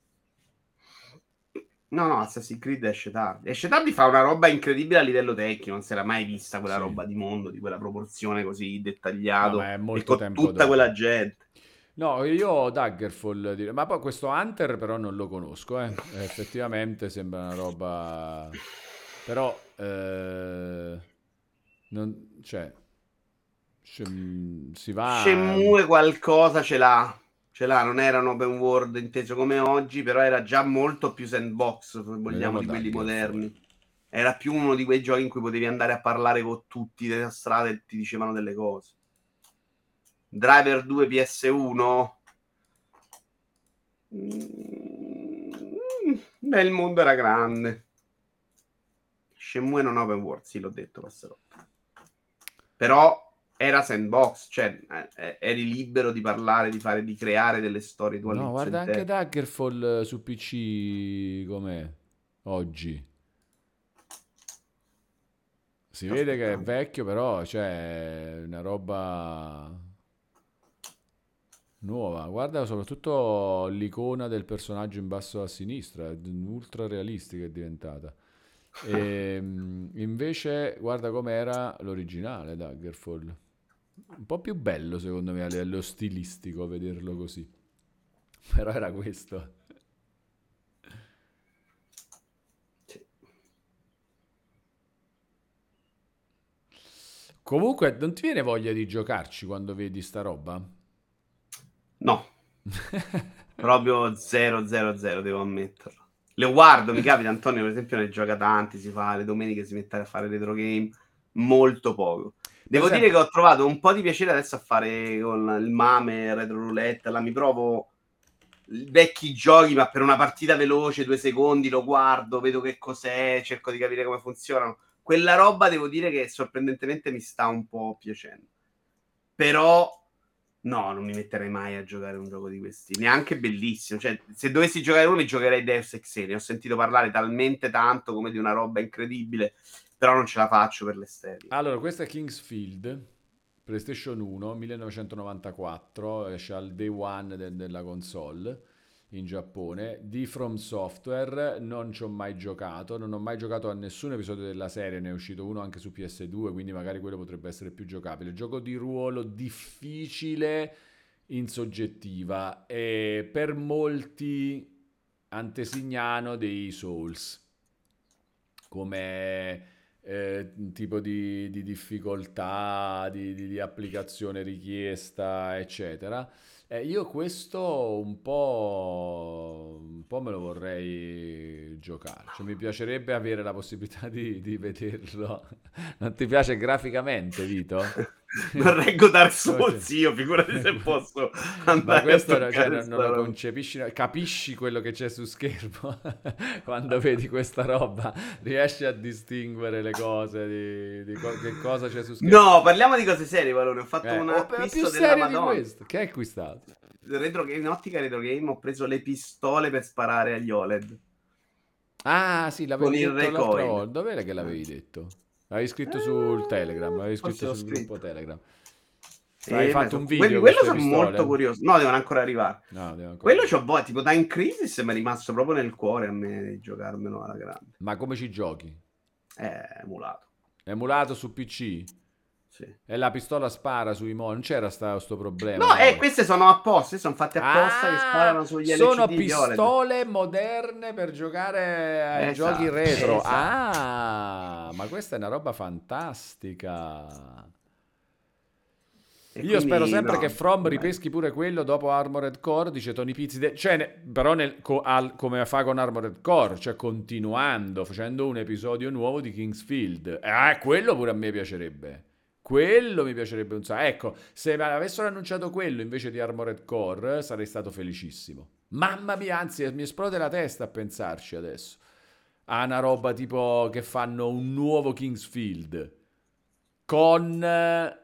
No, no, Assassin's Creed esce tardi. Esce tardi, fa una roba incredibile a livello tecnico. Non si era mai vista quella Sì. roba di mondo, di quella proporzione così No, ma dettagliato è e molto con tempo tutta quella dopo. gente. No, io ho Daggerfall, dire- ma poi questo Hunter però non lo conosco, eh. Effettivamente sembra una roba... Però, eh, non, cioè, scem- si va... Shenmue qualcosa ce l'ha. Ce l'ha, non era un open world inteso come oggi, però era già molto più sandbox, se vogliamo, Vediamo di quelli Daggerfall. moderni. Era più uno di quei giochi in cui potevi andare a parlare con tutti nella strada e ti dicevano delle cose. Driver due P S uno. Mm, beh, il mondo era grande. Shenmue non open world, sì, l'ho detto, passerò. Però era sandbox, cioè eh, eri libero di parlare, di fare, di creare delle storie tu No, all'inizio guarda anche intero. Daggerfall eh, su P C com'è oggi. Si Sto vede che è aspettando. vecchio, però c'è una roba nuova. Guarda soprattutto l'icona del personaggio in basso a sinistra, è ultra realistica è diventata. E, mm, invece guarda com'era l'originale Daggerfall. Un po' più bello secondo me a livello stilistico vederlo così. Però era questo. Sì. Comunque, non ti viene voglia di giocarci quando vedi sta roba? No, proprio zero zero zero, devo ammetterlo. Le guardo, mi capita, Antonio per esempio ne gioca tanti, si fa le domeniche, si mette a fare retro game, molto poco. Per Devo dire esempio, che ho trovato un po' di piacere adesso a fare con il Mame, Retro Roulette, là mi provo vecchi giochi, ma per una partita veloce, due secondi, lo guardo, vedo che cos'è, cerco di capire come funzionano. Quella roba devo dire che sorprendentemente mi sta un po' piacendo. Però no, non mi metterei mai a giocare un gioco di questi, neanche bellissimo. Cioè, se dovessi giocare uno, mi giocherei Deus Ex. Ne ho sentito parlare talmente tanto come di una roba incredibile, però non ce la faccio per l'estetica. allora, questo è Kingsfield, PlayStation uno, millenovecentonovantaquattro, esce al day one de- della console in Giappone, di From Software, non ci ho mai giocato, non ho mai giocato a nessun episodio della serie, ne è uscito uno anche su P S due, quindi magari quello potrebbe essere più giocabile. Gioco di ruolo difficile in soggettiva e per molti antesignano dei Souls. come eh, tipo di, di difficoltà, di, di- di applicazione richiesta, eccetera. Eh, io questo un po', un po' me lo vorrei giocare, cioè mi piacerebbe avere la possibilità di, di vederlo. Non ti piace graficamente, Vito? Non reggo Dark Come se- Souls, io figurati se posso Ma andare a questo no- cioè, toccare non, non sta lo roba. concepisci, no? Capisci quello che c'è su schermo quando vedi questa roba, riesci a distinguere le cose di, di co- che cosa c'è su schermo. No, parliamo di cose serie, Valone. Ho fatto Eh, un oh, ma più acquisto della serio di Madonna. questo, che hai acquistato? Retro game, in ottica retro game ho preso le pistole per sparare agli O L E D Ah, sì, con l'avevi il detto l'altra recoil. volta. Dov'era che Eh, l'avevi detto? L'avevi scritto sul Telegram, l'avevi forse scritto l'ho sul gruppo scritto. Telegram. Hai E me fatto so- un quelli- video con quello queste sono molto pistole? curioso. No, devono ancora arrivare. No, devo ancora Quello arrivare. c'ho boh, tipo Time Crisis mi è rimasto proprio nel cuore a me di giocarmelo alla grande. Ma come ci giochi? È emulato. Emulato su P C? Sì. E la pistola spara sui mo... Non c'era sta, sto problema, No, eh, no? queste sono apposte, sono fatte apposta che Ah, sparano sugli sono L C D di O L E D. pistole moderne per giocare ai giochi Esatto, retro. esatto. Ah, ma questa è una roba fantastica. E Io spero quindi, sempre che no, From bello. ripeschi pure quello dopo Armored Core, dice Tony Pizzi. de- Cioè, ne- però nel- co- al- come fa con Armored Core, cioè continuando, facendo un episodio nuovo di Kingsfield. Ah, quello pure a me piacerebbe. Quello mi piacerebbe un sacco. Ecco, se mi avessero annunciato quello invece di Armored Core, sarei stato felicissimo. Mamma mia, anzi, mi esplode la testa a pensarci adesso. A una roba tipo che fanno un nuovo Kingsfield con eh,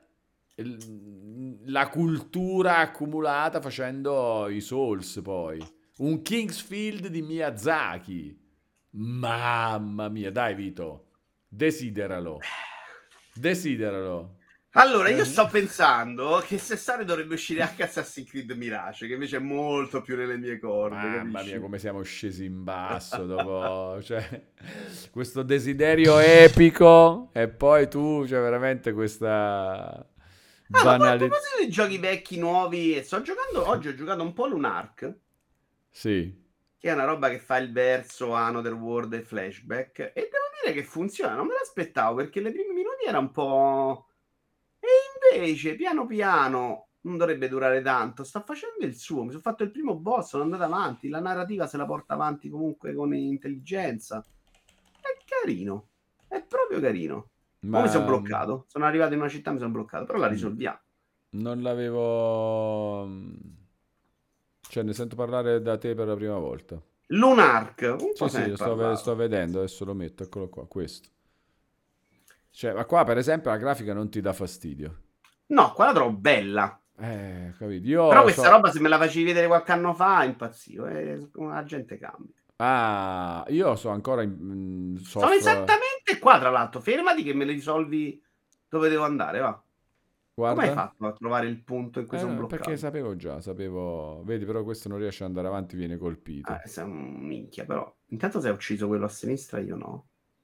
il- la cultura accumulata facendo i Souls poi. Un Kingsfield di Miyazaki. Mamma mia, dai Vito, desideralo. Desideralo. Allora, io Eh? sto pensando che quest'estate dovrebbe uscire anche Assassin's Creed Mirage, che invece è molto più nelle mie corde, Mamma mia, capisci? come siamo scesi in basso dopo, cioè, questo desiderio epico e poi tu, cioè, veramente questa Ah, ma poi a banalità. proposito di giochi vecchi, nuovi, sto giocando, oggi ho giocato un po' Lunark, Sì. che è una roba che fa il verso Another World e flashback, e devo dire che funziona, non me l'aspettavo, perché nei primi minuti era un po'... E invece, piano piano, non dovrebbe durare tanto, sta facendo il suo, mi sono fatto il primo boss, sono andato avanti, la narrativa se la porta avanti comunque con intelligenza, è carino, è proprio carino. Ora mi sono Ma bloccato, sono arrivato in una città, mi sono bloccato, però la mm, risolviamo. non l'avevo... mm, cioè, ne sento parlare da te per la prima volta. Lunark, un po' Sì, se ne sì, è lo sto, ve- sto parlato. vedendo, adesso lo metto, eccolo qua, questo. Cioè, ma qua per esempio la grafica non ti dà fastidio. No, qua la trovo bella. Eh, capito? Però Io questa so... roba, se me la facevi vedere qualche anno fa, impazzivo. E la gente cambia. Ah, io so ancora... in- mm, Sono soffro... esattamente qua, tra l'altro. Fermati che me le risolvi dove devo andare, va. Come hai Guarda. fatto a trovare il punto in cui Eh, sono no, perché bloccato? sapevo già, sapevo... Vedi, però questo non riesce ad andare avanti, viene colpito. Eh, sei un minchia, però. Intanto sei ucciso quello a sinistra, io no.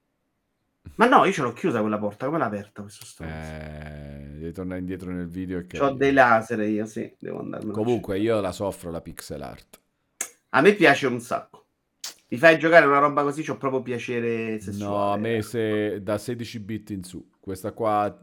Ma no, io ce l'ho chiusa quella porta. Come l'ha aperta questo stronzo? Eh, devi tornare indietro nel video e C'ho dei capire. laser io, sì. Devo andarmelo a Comunque, cercare. io la soffro la pixel art. A me piace un sacco. Mi fai giocare una roba così, c'ho proprio piacere No, a sessuale. me se da sedici bit in su. Questa qua,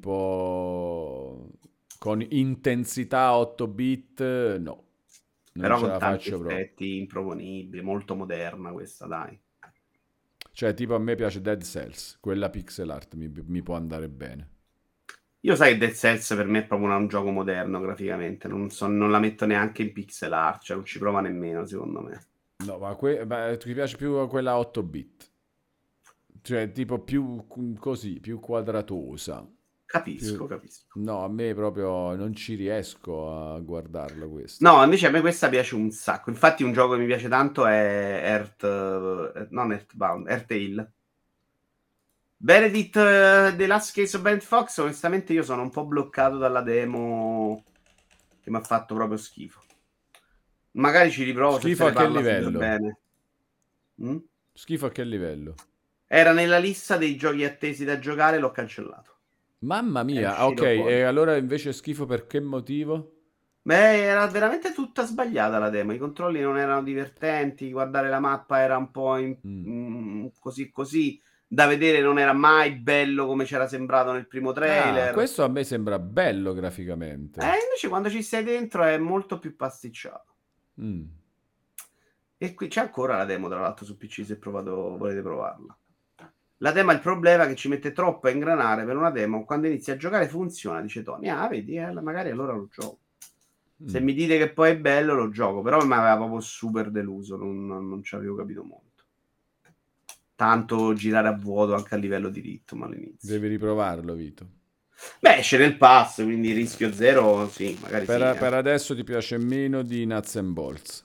tipo, con intensità otto bit, no. Non Però ce con la tanti faccio proprio. effetti improponibili, molto moderna questa, dai. Cioè, tipo, a me piace Dead Cells. Quella pixel art mi, mi può andare bene. Io sai che Dead Cells per me è proprio un gioco moderno graficamente, non, so- non la metto neanche in pixel art, cioè non ci prova nemmeno secondo me. No, ma, que- ma ti piace più quella otto bit? Cioè, tipo più cu- così, più quadratosa. Capisco, Più... capisco. No, a me proprio non ci riesco a guardarlo questo. No, invece a me questa piace un sacco. Infatti un gioco che mi piace tanto è Earth, eh, non Earthbound, Earthale. Benedict, eh, The Last Case of Benedict Fox, onestamente io sono un po' bloccato dalla demo che mi ha fatto proprio schifo. Magari ci riprovo se se Schifo ne a che parla sempre livello? bene. Mm? Schifo a che livello? Era nella lista dei giochi attesi da giocare, l'ho cancellato. Mamma È mia, ah, ok, uscito fuori. e allora invece schifo per che motivo? Beh, era veramente tutta sbagliata la demo. I controlli non erano divertenti. Guardare la mappa era un po' in- Mm. mm, così così. da vedere non era mai bello come c'era sembrato nel primo Ah, trailer. questo a me sembra bello E graficamente. invece quando ci stai dentro è molto più pasticciato. Mm. E qui c'è ancora la demo, tra l'altro, su P C se provato, volete provarla. La demo ha il problema che ci mette troppo a ingranare per una demo. Quando inizi a giocare funziona, dice Tony. Ah, vedi, eh, magari allora lo gioco. Se Mm. mi dite che poi è bello, lo gioco. Però mi aveva proprio super deluso, non, non, non ci avevo capito molto. Tanto girare a vuoto anche a livello di ritmo all'inizio. Devi riprovarlo, Vito. Beh, esce nel pass, quindi rischio zero, sì, magari sì, Per, eh. per adesso ti piace meno di Nuts and Bolts.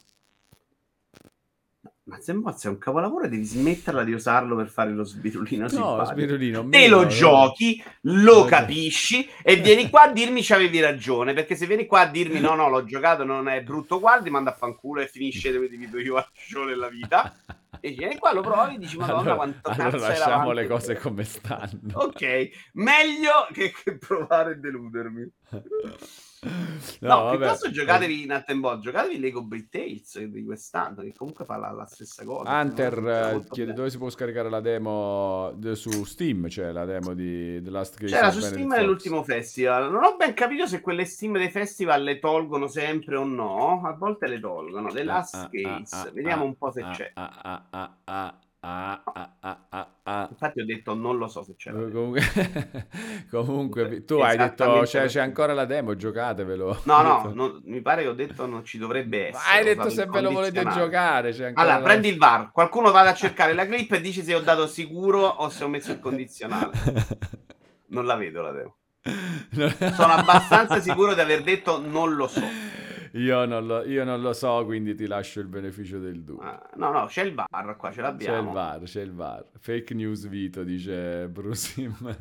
Ma Zenbox è un capolavoro e devi smetterla di usarlo per fare lo sbirulino No, simpatico. Spirulino, Te lo meno. Non... giochi, lo non- capisci e vieni qua a dirmi c'avevi ragione. Perché se vieni qua a dirmi no, no, l'ho giocato, non è brutto uguale, ti manda a fanculo e finisce dove divido io a show nella vita. E dici, vieni qua, lo provi e dici, Madonna, Allora, quanto allora cazzo era lasciamo le avanti. cose come stanno. Ok, meglio che, che provare a deludermi. No, No, vabbè. piuttosto giocatevi Nut and Ball, giocatevi Lego Break Tales di quest'anno, che comunque fa la, la stessa cosa. Secondo me Hunter funziona eh, molto chiede bene. dove si può scaricare la demo de- su Steam, c'è la demo di The Last Case C'era of su Steam Benedict Fox. nell'ultimo festival. Non ho ben capito se quelle Steam dei festival le tolgono sempre o no. A volte le tolgono. The Ah, Last ah, ah, Case. ah, Vediamo ah, un po' se ah, c'è. ah, ah, ah, ah, ah, No. ah, ah, ah, ah. Infatti ho detto non lo so se c'è la Eh, demo. Comunque, comunque vi- tu hai detto Esattamente c'è, c'è perché. ancora la demo, giocatevelo. No, Hai no, detto, non- mi pare che ho detto non ci dovrebbe ma essere. hai Ho detto usato il se ve lo volete condizionale. giocare, c'è ancora Allora, la... prendi il VAR. Qualcuno vada a cercare la clip e dici se ho dato sicuro o se ho messo il condizionale. Non la vedo la demo. Sono abbastanza sicuro di aver detto non lo so. Io non lo, io non lo so, quindi ti lascio il beneficio del dubbio. Ah, no, no, c'è il VAR qua, ce C'è il l'abbiamo. VAR, c'è il VAR. Fake news Vito, dice Brusim.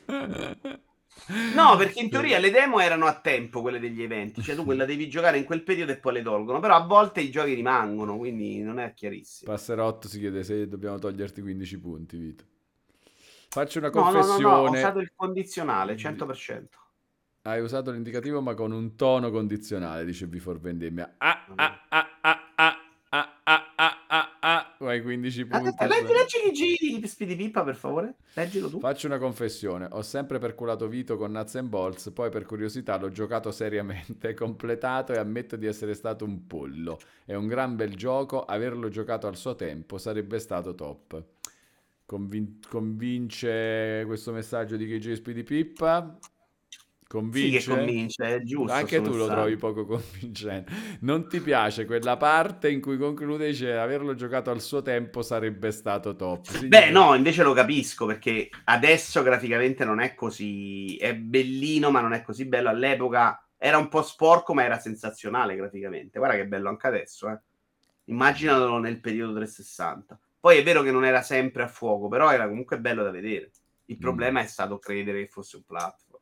No, perché in teoria le demo erano a tempo, quelle degli eventi. Cioè tu quella devi giocare in quel periodo e poi le tolgono. Però a volte i giochi rimangono, quindi non è chiarissimo. Passerotto si chiede se dobbiamo toglierti quindici punti, Vito. Faccio una No, no, no, no, ho usato confessione. il condizionale, Vi- cento per cento. Hai usato l'indicativo ma con un tono condizionale, dice V for Vendemmia. Ah, Vabbè. ah, ah, ah, ah, ah, ah, ah, ah, ah. Hai quindici Aspetta, punti. leggi, Sbaglio. leggi chi giri Speedy Pippa, per favore. Leggilo tu. Faccio una confessione, ho sempre perculato Vito con Nuts and Bolts, poi per curiosità l'ho giocato seriamente, completato e ammetto di essere stato un pollo. È un gran bel gioco, averlo giocato al suo tempo sarebbe stato top. Convin- convince questo messaggio di K J Speedy Pippa? Sì che Convince? convince, è giusto Anche sto tu lo trovi messaggio. poco convincente. Non ti piace quella parte in cui conclude dice averlo giocato al suo tempo sarebbe stato top. Beh, Significa... no, invece lo capisco perché adesso graficamente non è così. È bellino, ma non è così bello. All'epoca era un po' sporco, ma era sensazionale graficamente. Guarda che è bello anche adesso, eh. Immaginalo nel periodo trecentosessanta. Poi è vero che non era sempre a fuoco, però era comunque bello da vedere. Il Mm. problema è stato credere che fosse un platform.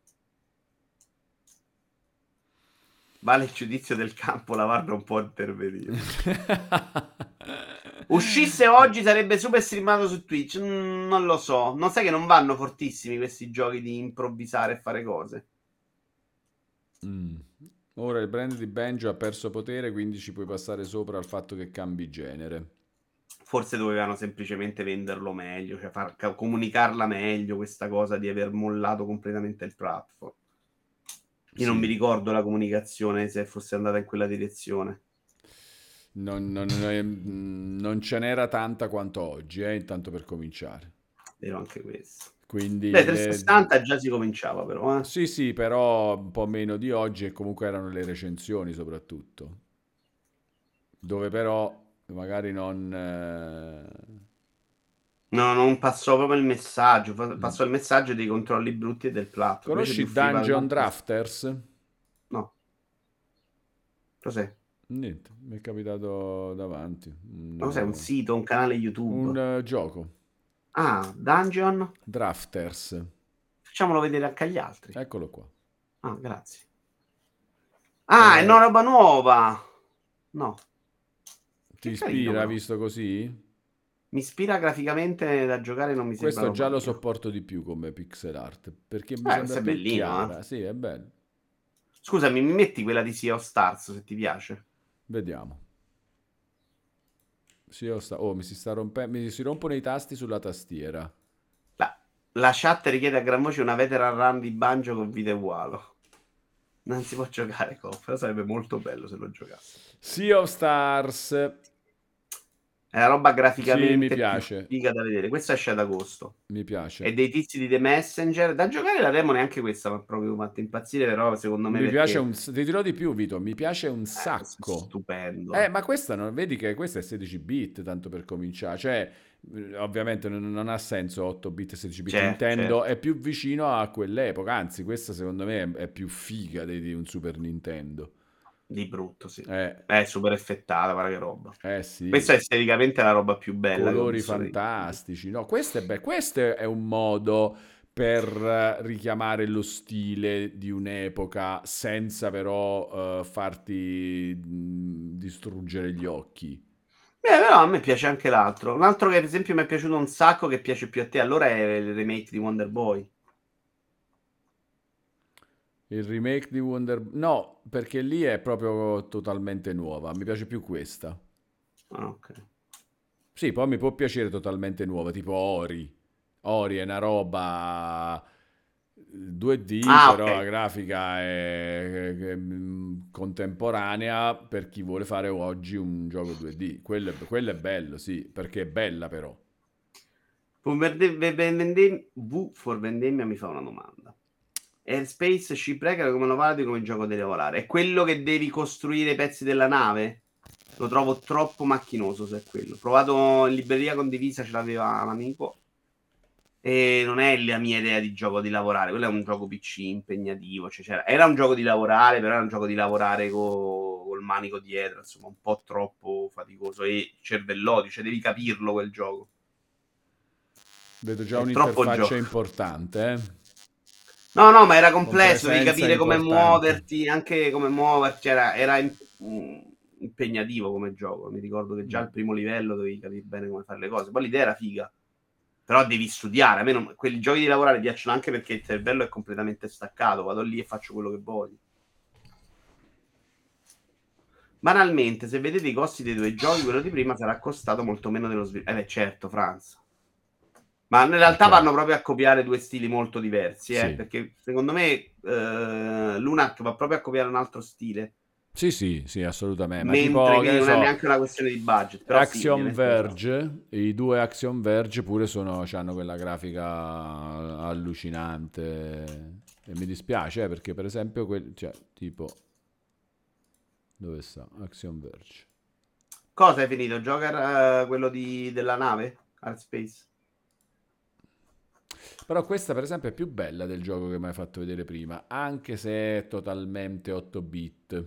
Vale il giudizio del campo, la VAR non può intervenire. Uscisse oggi sarebbe super streamato su Twitch. Mm, non lo so. Non sai che non vanno fortissimi questi giochi di improvvisare e fare cose. Mm. Ora il brand di Banjo ha perso potere, quindi ci puoi passare sopra al fatto che cambi genere. Forse dovevano semplicemente venderlo meglio, cioè far ca- comunicarla meglio questa cosa di aver mollato completamente il platform. Io non mi Sì, ricordo la comunicazione se fosse andata in quella direzione. non, non- non- non ce n'era tanta quanto oggi, eh, intanto per cominciare. Vero anche questo. Beh, Quindi le... trecentosessanta già si cominciava però, eh. Sì, sì, però un po' meno di oggi e comunque erano le recensioni soprattutto, dove però magari non... eh, No, non passò proprio il messaggio. fa- mm. Passò il messaggio dei controlli brutti e del platform. Invece di Conosci offriva Dungeon un'altra. Drafters? No, cos'è? Niente, mi è capitato davanti. Un, Ma cos'è? Un eh, sito, un canale un, YouTube? eh, gioco, Ah, Dungeon? Drafters. Facciamolo vedere anche agli altri. Eccolo qua. Ah, grazie. Ah, è Eh, una roba nuova. No, ti che carino ispira però. visto così? Mi ispira graficamente da giocare, non mi sembra Questo già roba lo mia. sopporto di più come pixel art, perché mi Eh, sembra questo è più bellino, eh. chiara. Sì, è bello. Scusami, mi metti quella di Sea of Stars se ti piace? Vediamo. Sì, oh, sta- oh, mi si sta rompendo, mi si rompono i tasti sulla tastiera. La chat richiede a gran voce una veteran run di Banjo con vita uguale. Non si può giocare coop, però sarebbe molto bello se lo giocasse. Sea of Stars. È una roba Sì, mi graficamente più piace. figa da vedere. Questa esce ad agosto. Mi E piace. dei tizi di The Messenger. Da giocare la demo neanche questa mi ha proprio fatto impazzire, però secondo me Mi piace perché un... s- Ti dirò di più, Vito. Mi piace un eh, questo è sacco. Eh, stupendo. ma questa non... vedi che questa è sedici bit, tanto per cominciare. Cioè, eh, ovviamente non, non ha senso otto bit e sedici bit. Certo, Nintendo certo. è più vicino a quell'epoca. Anzi, questa secondo me è, è più figa di, di un Super Nintendo. Di brutto, sì. Eh, È super effettata, guarda che roba. eh sì. Questa è esteticamente la roba più bella che ho Colori visto nei video. fantastici. No, questo è, be- questo è un modo per eh, richiamare lo stile di un'epoca senza però eh, farti mh, distruggere gli occhi. Beh, però a me piace anche l'altro. Un altro che ad esempio mi è piaciuto un sacco, che piace più a te, allora è il remake di Wonder Boy. Il remake di Wonder... No, perché lì è proprio totalmente nuova. Mi piace più questa. Ah, ok. Sì, poi mi può piacere totalmente nuova, tipo Ori. Ori è una roba due D, Ah, però ok. la grafica è, è, mm, contemporanea per chi vuole fare oggi un gioco due D. Quello è, quello è bello, sì, perché è bella però. For Vende- Ve- Ve- Vendem- V for Vendemmia mi fa una domanda. Airspace Shipwrecker come lo valuti come gioco da lavorare? È quello che devi costruire i pezzi della nave? Lo trovo troppo macchinoso se è quello. Provato in libreria condivisa, ce l'aveva un amico. E non è la mia idea di gioco di lavorare. Quello è un gioco P C impegnativo. Cioè, c'era- era un gioco di lavorare, però era un gioco di lavorare co- col manico dietro. Insomma, un po' troppo faticoso e cervellotico. Cioè, devi capirlo quel gioco. Vedo già È troppo un'interfaccia gioco. importante, eh? No, no, ma era Con complesso, devi presenza capire come importanti. muoverti, anche come muoverti, era, era im- mm, impegnativo come gioco. Mi ricordo che già Mm. al primo livello dovevi capire bene come fare le cose. Poi l'idea era figa, però devi studiare. A me non, quelli giochi di lavorare piacciono anche perché il cervello è completamente staccato. Vado lì e faccio quello che voglio. Banalmente, se vedete i costi dei due giochi, quello di prima sarà costato molto meno dello sviluppo. Eh beh, certo, Franz. Ma in Eh, realtà vanno certo, proprio a copiare due stili molto diversi, eh, sì. perché secondo me eh, Lunac va proprio a copiare un altro stile, Sì, sì, sì, assolutamente. Ma mentre tipo, che quindi ne non è so, neanche una questione di budget, però sì, Axiom ovviamente lo sa. Verge, i due Axiom Verge pure sono, hanno quella grafica allucinante. E mi dispiace, eh, perché per esempio, quel, cioè, tipo, dove sta? Axiom Verge. Cosa hai finito? Joker, eh, quello di, della nave? Art Space? Però questa, per esempio, è più bella del gioco che mi hai fatto vedere prima, anche se è totalmente otto bit.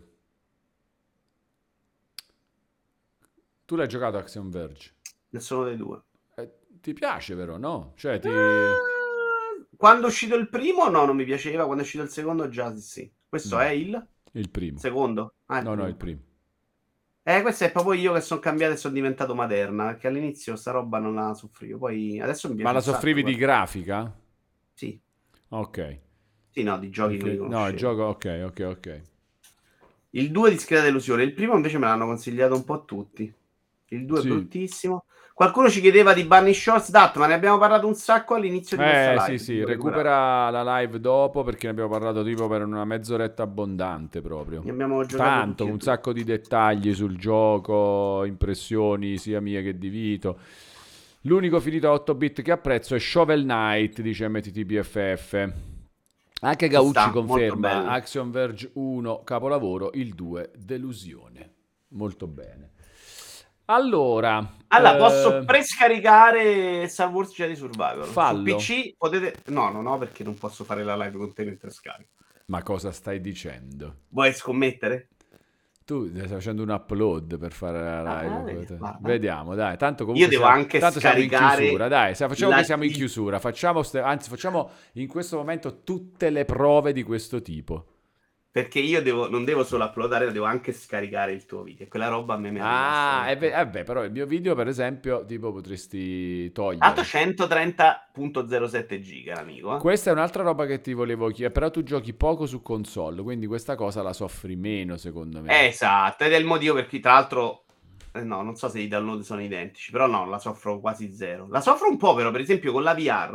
Tu l'hai giocato Axiom Verge? Nessuno dei due. Eh, ti piace però, no? Cioè, ti... Eh, Quando è uscito il primo, no, non mi piaceva. Quando è uscito il secondo, già sì. Questo Mm, è il il primo. secondo? Ah, il No, no, il primo. primo. Eh, questo è proprio io che sono cambiato e sono diventato materna, perché all'inizio sta roba non la soffrivo, poi adesso mi Ma piace la un sacco, soffrivi di guarda. grafica? Sì, Ok. sì, no, di giochi non li Perché, no, il conoscevo. gioco, ok, ok, ok. Il due discreta delusione, il primo invece me l'hanno consigliato un po' tutti. Il due è Sì, bruttissimo. Qualcuno ci chiedeva di Bunny Shorts, dat, ma ne abbiamo parlato un sacco all'inizio di questa eh, sì, live, sì, devo recuperare. recupera la live dopo perché ne abbiamo parlato tipo per una mezz'oretta abbondante proprio. Ne abbiamo giocato Tanto, tutti e un due. sacco di dettagli sul gioco, impressioni sia mie che di Vito. L'unico finito a otto bit che apprezzo è Shovel Knight, dice M T T B F F. Anche Ci Gaucci sta, molto conferma bello. Axiom Verge uno capolavoro, il due delusione. Molto bene. Allora, Allora, posso eh, prescaricare Star Wars Jedi Survivor. Su fallo. P C potete... No, no, no, perché non posso fare la live con te mentre scarico. Ma cosa stai dicendo? Vuoi scommettere? Tu stai facendo un upload per fare la Ah, vedi, live. guarda. Vediamo, dai. Tanto Io comunque devo siamo, anche tanto siamo in chiusura. scaricare Dai, se- facciamo che la- siamo in il chiusura. Facciamo, ste- anzi, facciamo in questo momento tutte le prove di questo tipo. perché io devo, non devo solo uploadare, ma devo anche scaricare il tuo video. E quella roba a me mi è rimasta Ah, e veramente. beh, eh beh, però il mio video, per esempio, tipo potresti Alto togliere. centotrenta virgola zero sette giga, amico. Eh? Questa è un'altra roba che ti volevo chiedere, però tu giochi poco su console, quindi questa cosa la soffri meno, secondo me. Esatto, ed è il motivo per cui, tra l'altro, eh, no, non so se i download sono identici, però no, la soffro quasi zero. La soffro un po', però, per esempio, con la V R.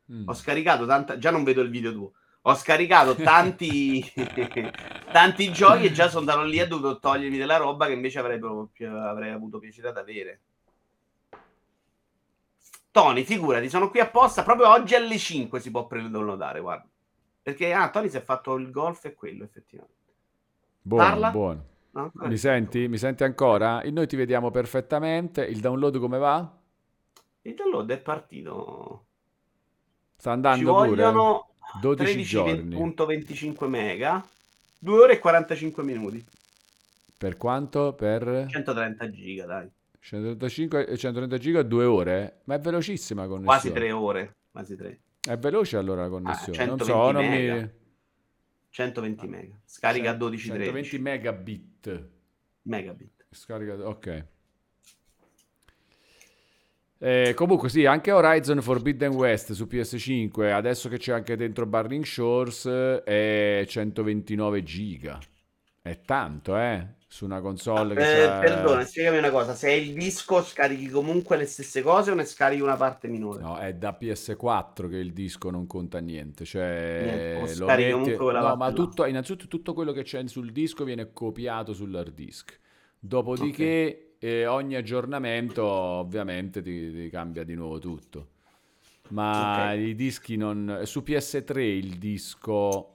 Ho scaricato tanta... Già non vedo il video tuo. Ho scaricato tanti tanti giochi e già sono andato lì e ho dovuto togliermi della roba che invece avrei, proprio- avrei avuto piacere ad avere. Tony, figurati, sono qui apposta. Proprio oggi alle cinque si può pre-downloadare, guarda. Perché, ah, Tony si è fatto il golf e quello, effettivamente. Buono, Parla? buono. No, ancora Mi rispetto. senti? Mi senti ancora? E noi ti vediamo perfettamente. Il download come va? Il download è partito. Sta Ci andando pure? vogliono dodici tredici giorni. virgola venticinque mega, due ore e quarantacinque minuti. Per quanto? Per centotrenta giga, dai. centotrentacinque e centotrenta giga, due ore? Ma è velocissima la Quasi connessione. tre ore. Quasi tre. È veloce allora la Ah, connessione. Non so, centoventi non mega. mi... centoventi mega. Scarica a cen- dodici centoventi tredici. megabit. Megabit. Scarica... Ok. Eh, comunque sì, anche Horizon Forbidden West su P S cinque, adesso che c'è anche dentro Burning Shores, eh, è centoventinove giga. È tanto, eh? Su una Ah, console che eh, perdona, c'ha... spiegami una cosa. Se è il disco, scarichi comunque le stesse cose o ne scarichi una parte minore? No, è da P S quattro che il disco non conta niente, Niente, o cioè lo scarichi comunque metti... quella No, ma parte là. tutto, innanzitutto tutto quello che c'è sul disco viene copiato sull'hard disk. Ok, Dopodiché eh, ogni aggiornamento ovviamente ti, ti cambia di nuovo tutto. ok. Ma i dischi non... Su P S tre il disco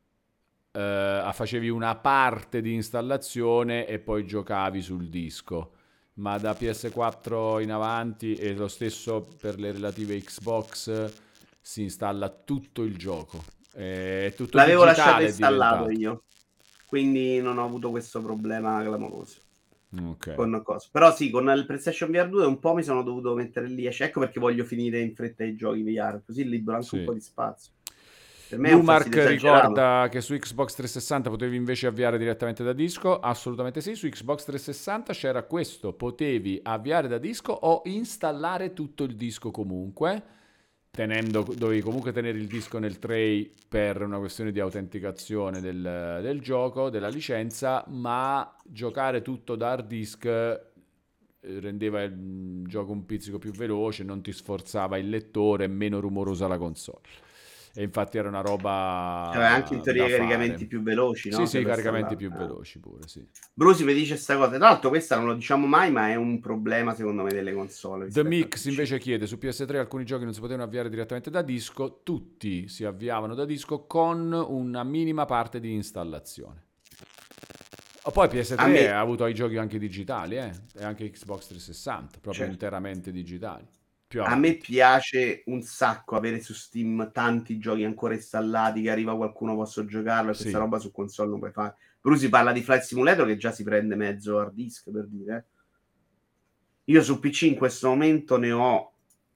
eh, facevi una parte di installazione e poi giocavi sul disco. Ma da P S quattro in avanti e lo stesso per le relative Xbox si installa tutto il gioco. È tutto L'avevo lasciato digitale è installato diventato. io, quindi non ho avuto questo problema clamoroso. Ok. Con cosa. Però sì, con il PlayStation V R due un po' mi sono dovuto mettere lì. Ecco perché voglio finire in fretta i giochi V R, così libero anche un Sì. po' di spazio. Per me è un Lumark fastidio esagerato. ricorda che su Xbox trecentosessanta potevi invece avviare direttamente da disco. Assolutamente sì, su Xbox trecentosessanta c'era questo, potevi avviare da disco o installare tutto il disco comunque, tenendo, dovevi comunque tenere il disco nel tray per una questione di autenticazione del, del gioco, della licenza, ma giocare tutto da hard disk eh, rendeva il mm, gioco un pizzico più veloce, non ti sforzava il lettore, meno rumorosa la console. E infatti era una Cioè, anche in roba teoria da i caricamenti fare. più veloci, Sì, no? sì, Se i lo caricamenti installate. più Ah. veloci pure, sì. Brusi mi dice questa cosa. Tra l'altro, questa non lo diciamo mai, ma è un problema secondo me delle console The rispetto al Mix P C. invece chiede, su P S tre alcuni giochi non si potevano avviare direttamente da disco, tutti si avviavano da disco con una minima parte di installazione. O poi A me, P S tre ha avuto i giochi anche digitali, eh? E anche Xbox trecentosessanta, proprio certo. interamente digitali, più A me avanti. piace un sacco avere su Steam tanti giochi ancora installati, che arriva qualcuno posso giocarlo e questa Sì, roba su console non puoi fare. Brusi parla di Flight Simulator che già si prende mezzo hard disk per dire. eh. Io su P C in questo momento ne ho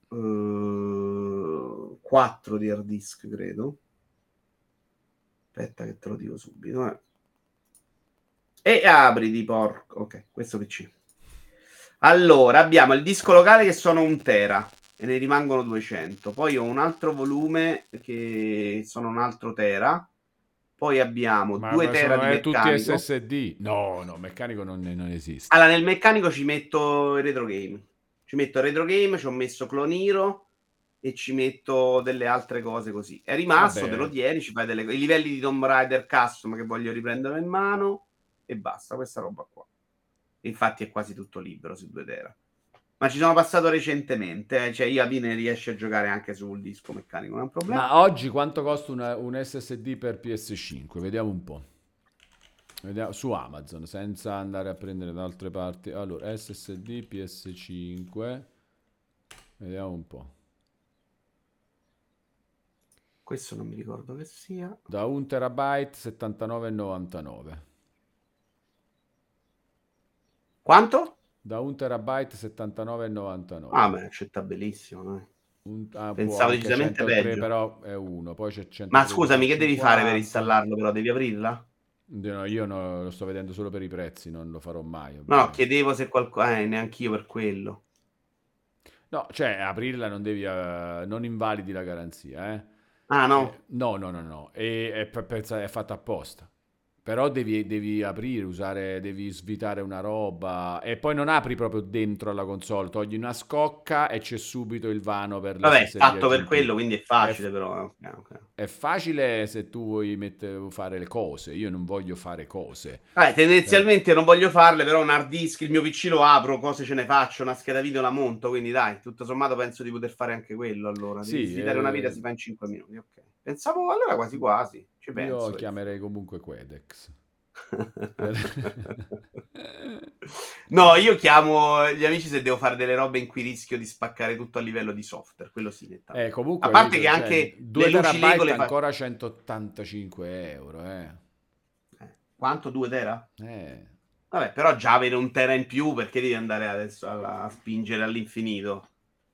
quattro di hard disk, credo. Aspetta che te lo dico subito. eh. E apri di porco. Ok, questo P C. Allora, abbiamo il disco locale che sono un tera e ne rimangono duecento. Poi ho un altro volume che sono un altro tera. Poi abbiamo ma, due ma tera sono di eh, tutti meccanico. S S D? No, no, meccanico non, non esiste. Allora, nel meccanico ci metto il retro game. Ci metto il retro game, ci ho messo Cloniro e ci metto delle altre cose così. È rimasto, te lo Vabbè, tieni, ci fai delle... i livelli di Tomb Raider custom che voglio riprendere in mano e basta, questa roba qua. Infatti è quasi tutto libero su due tera. Ma ci sono passato recentemente, eh, cioè io a ne riesce a giocare anche sul disco meccanico, non è un problema. ma oggi quanto costa una- un S S D per P S cinque? Vediamo un po'. Vediamo, su Amazon, senza andare a prendere da altre parti. Allora, S S D P S cinque. Vediamo un po'. Questo non mi ricordo che sia. Da un terabyte settantanove virgola novantanove. Quanto? Da un terabyte settantanove virgola Ah, novantanove. beh, accettabilissimo. dai. Un, ah, può Pensavo anche decisamente centotré, peggio. però è uno. Poi c'è Ma centotredici e scusami, che devi fare per cinquanta. installarlo però? Devi aprirla? No, io no, lo sto vedendo solo per i prezzi, non lo farò mai, No, ovviamente. chiedevo se qualcosa... Eh, neanch'io per quello. No, cioè, aprirla non devi, eh, non invalidi la garanzia, eh. Ah, Eh, no? no, no, no, no. E, è, pe- pensa- è fatta apposta. Però devi, devi aprire, usare, devi svitare una roba e poi non apri proprio dentro alla console, togli una scocca e c'è subito il vano per Vabbè, è l'S S D fatto per aggiuntivo. quello, quindi è È, facile f- però. eh, ok, ok. è facile se tu vuoi mettere, fare le cose, io non voglio fare cose. Vabbè, Per- tendenzialmente non voglio farle, però un hard disk, il mio P C lo apro, cose ce ne faccio, una scheda video la monto, quindi dai, tutto sommato penso di poter fare anche quello allora. Devi Sì, svitare una vita, eh, si fa in cinque minuti, ok. Pensavo allora quasi quasi, ci io penso. vedi. chiamerei comunque Quedex. Per- No, io chiamo gli amici se devo fare delle robe in cui rischio di spaccare tutto a livello di software, quello sì, Eh, nettamente. A comunque, parte che capito, cioè, anche le due luci Lego terabyte le fa... ancora centottantacinque euro, eh. Eh, Quanto? due tera? Eh. Vabbè, però già avere un tera in più perché devi andare adesso a, a spingere all'infinito.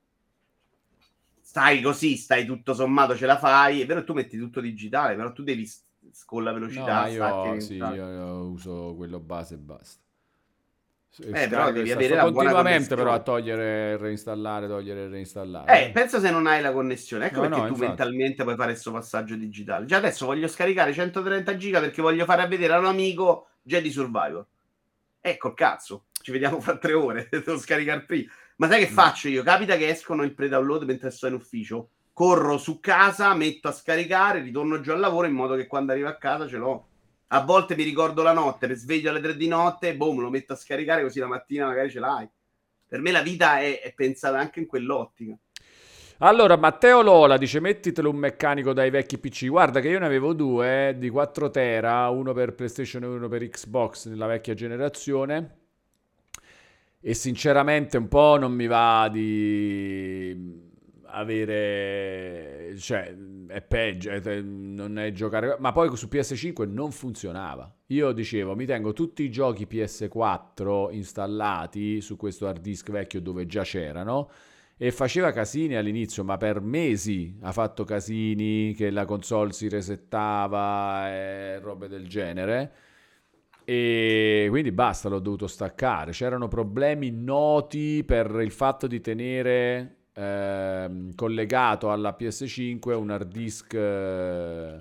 Stai così, stai tutto sommato, ce la fai. È vero, tu metti tutto digitale, però tu devi s- con la No, ma velocità stacchi e io sì, rientrare. io uso quello base e basta. S- Eh, però Scarico e devi sta. avere Sto la buona continuamente però a connessione. togliere e reinstallare, togliere e reinstallare. Eh, eh. pensa se non hai la connessione. Ecco No, perché no, tu infatti. mentalmente puoi fare questo passaggio digitale. Già adesso voglio scaricare centotrenta giga perché voglio fare a vedere a un amico Jedi Survivor. Ecco, cazzo, ci vediamo fra tre ore. Devo scaricare prima. Ma sai che Mm. faccio io? Capita che escono il pre-download mentre sto in ufficio. Corro su casa, metto a scaricare, ritorno giù al lavoro in modo che quando arrivo a casa ce l'ho. A volte mi ricordo la notte, mi sveglio alle tre di notte, boom, lo metto a scaricare così la mattina magari ce l'hai. Per me la vita è, è pensata anche in quell'ottica. Allora, Matteo Lola dice: mettitelo un meccanico dai vecchi P C. Guarda che io ne avevo due eh, di quattro tera, uno per PlayStation e uno per Xbox nella vecchia generazione. E sinceramente un po' non mi va di avere, cioè è peggio, è- non è giocare, ma poi su P S cinque non funzionava. Io dicevo, mi tengo tutti i giochi P S quattro installati su questo hard disk vecchio dove già c'erano e faceva casini all'inizio, ma per mesi ha fatto casini che la console si resettava e robe del genere. E quindi basta, l'ho dovuto staccare. C'erano problemi noti per il fatto di tenere ehm, collegato alla P S cinque un hard disk eh,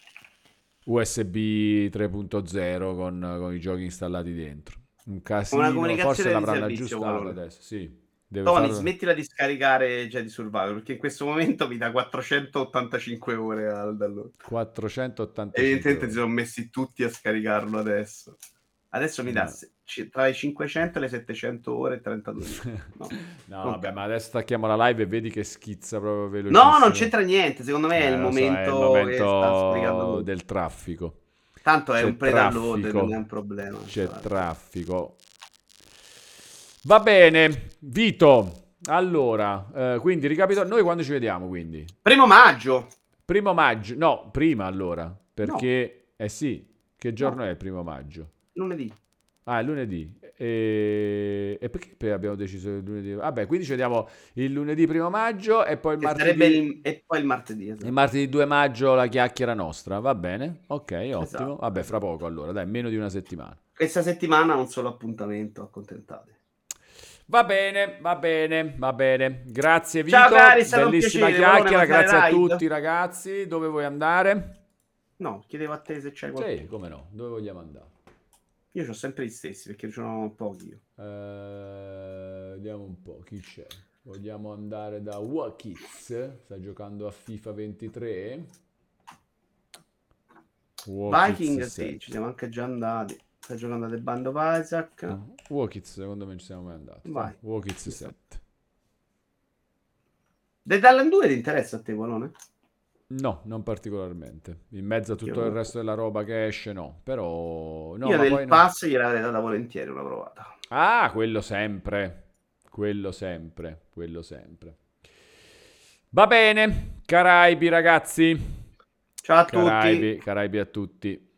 U S B tre punto zero con, con i giochi installati dentro. Un Una casino, forse comunicazione di l'avranno servizio, aggiustato Walone. adesso. Sì, deve Tony, farlo. smettila di scaricare Jedi Survivor perché in questo momento mi dà quattrocentottantacinque ore al download. quattrocentottantacinque Evidentemente si ore. sono messi tutti a scaricarlo adesso. Adesso mi dà No. se- ci- tra i cinquecento e le settecento ore e trentadue minuti. No, No, non vabbè, ma cambia. adesso stacchiamo la live e vedi che schizza proprio No, non velocissimo. c'entra niente. Secondo me è il Eh, lo so, è il momento che sta scaricando momento tutto. del traffico. Tanto è un C'è pre-download, non è traffico. un problema. C'è Guarda. traffico. Va bene, Vito. Allora, eh, quindi ricapitolo. Noi quando ci vediamo, quindi? Primo maggio. Primo maggio. No, prima allora. No, Perché, eh sì, che giorno no, è il primo maggio? lunedì. Ah, è lunedì. E, e perché abbiamo deciso il lunedì? Vabbè, quindi ci vediamo il lunedì primo maggio e poi il Che sarebbe martedì, il... E poi il martedì, il esatto. martedì due maggio la chiacchiera nostra. Va bene? Ok, ottimo. Esatto, Vabbè, fra esatto. poco allora, dai, meno di una settimana. Questa settimana un solo appuntamento, accontentate. Va bene, va bene, va bene. Grazie Ciao Vito, cari, è stato un bellissima piacere. Valone, chiacchiera, vuoi fare grazie a raid? tutti ragazzi. Dove vuoi andare? No, chiedevo a te se c'hai Sì, qualcuno. come no, dove vogliamo andare? Io ho sempre gli stessi perché ce ne ho pochi io. Eh, vediamo un po' chi c'è. Vogliamo andare da Wakiz, sta giocando a FIFA ventitré. Wakiz Viking, sì, ci sette. siamo anche già andati. Sta giocando a The Band of Isaac. Wakiz secondo me non ci siamo mai andati. Dai, Vai. Wakiz Ci sta. sette. Dead Island due ti interessa a te, Valone? No, non particolarmente. In mezzo a tutto il Io, resto della roba che esce, no. Però, no, io ma nel poi no. pass gliel'avrei data volentieri una provata. Ah, quello sempre. Quello sempre. Quello sempre. Va bene, Caraibi ragazzi. Ciao a tutti. Caraibi, Caraibi a tutti.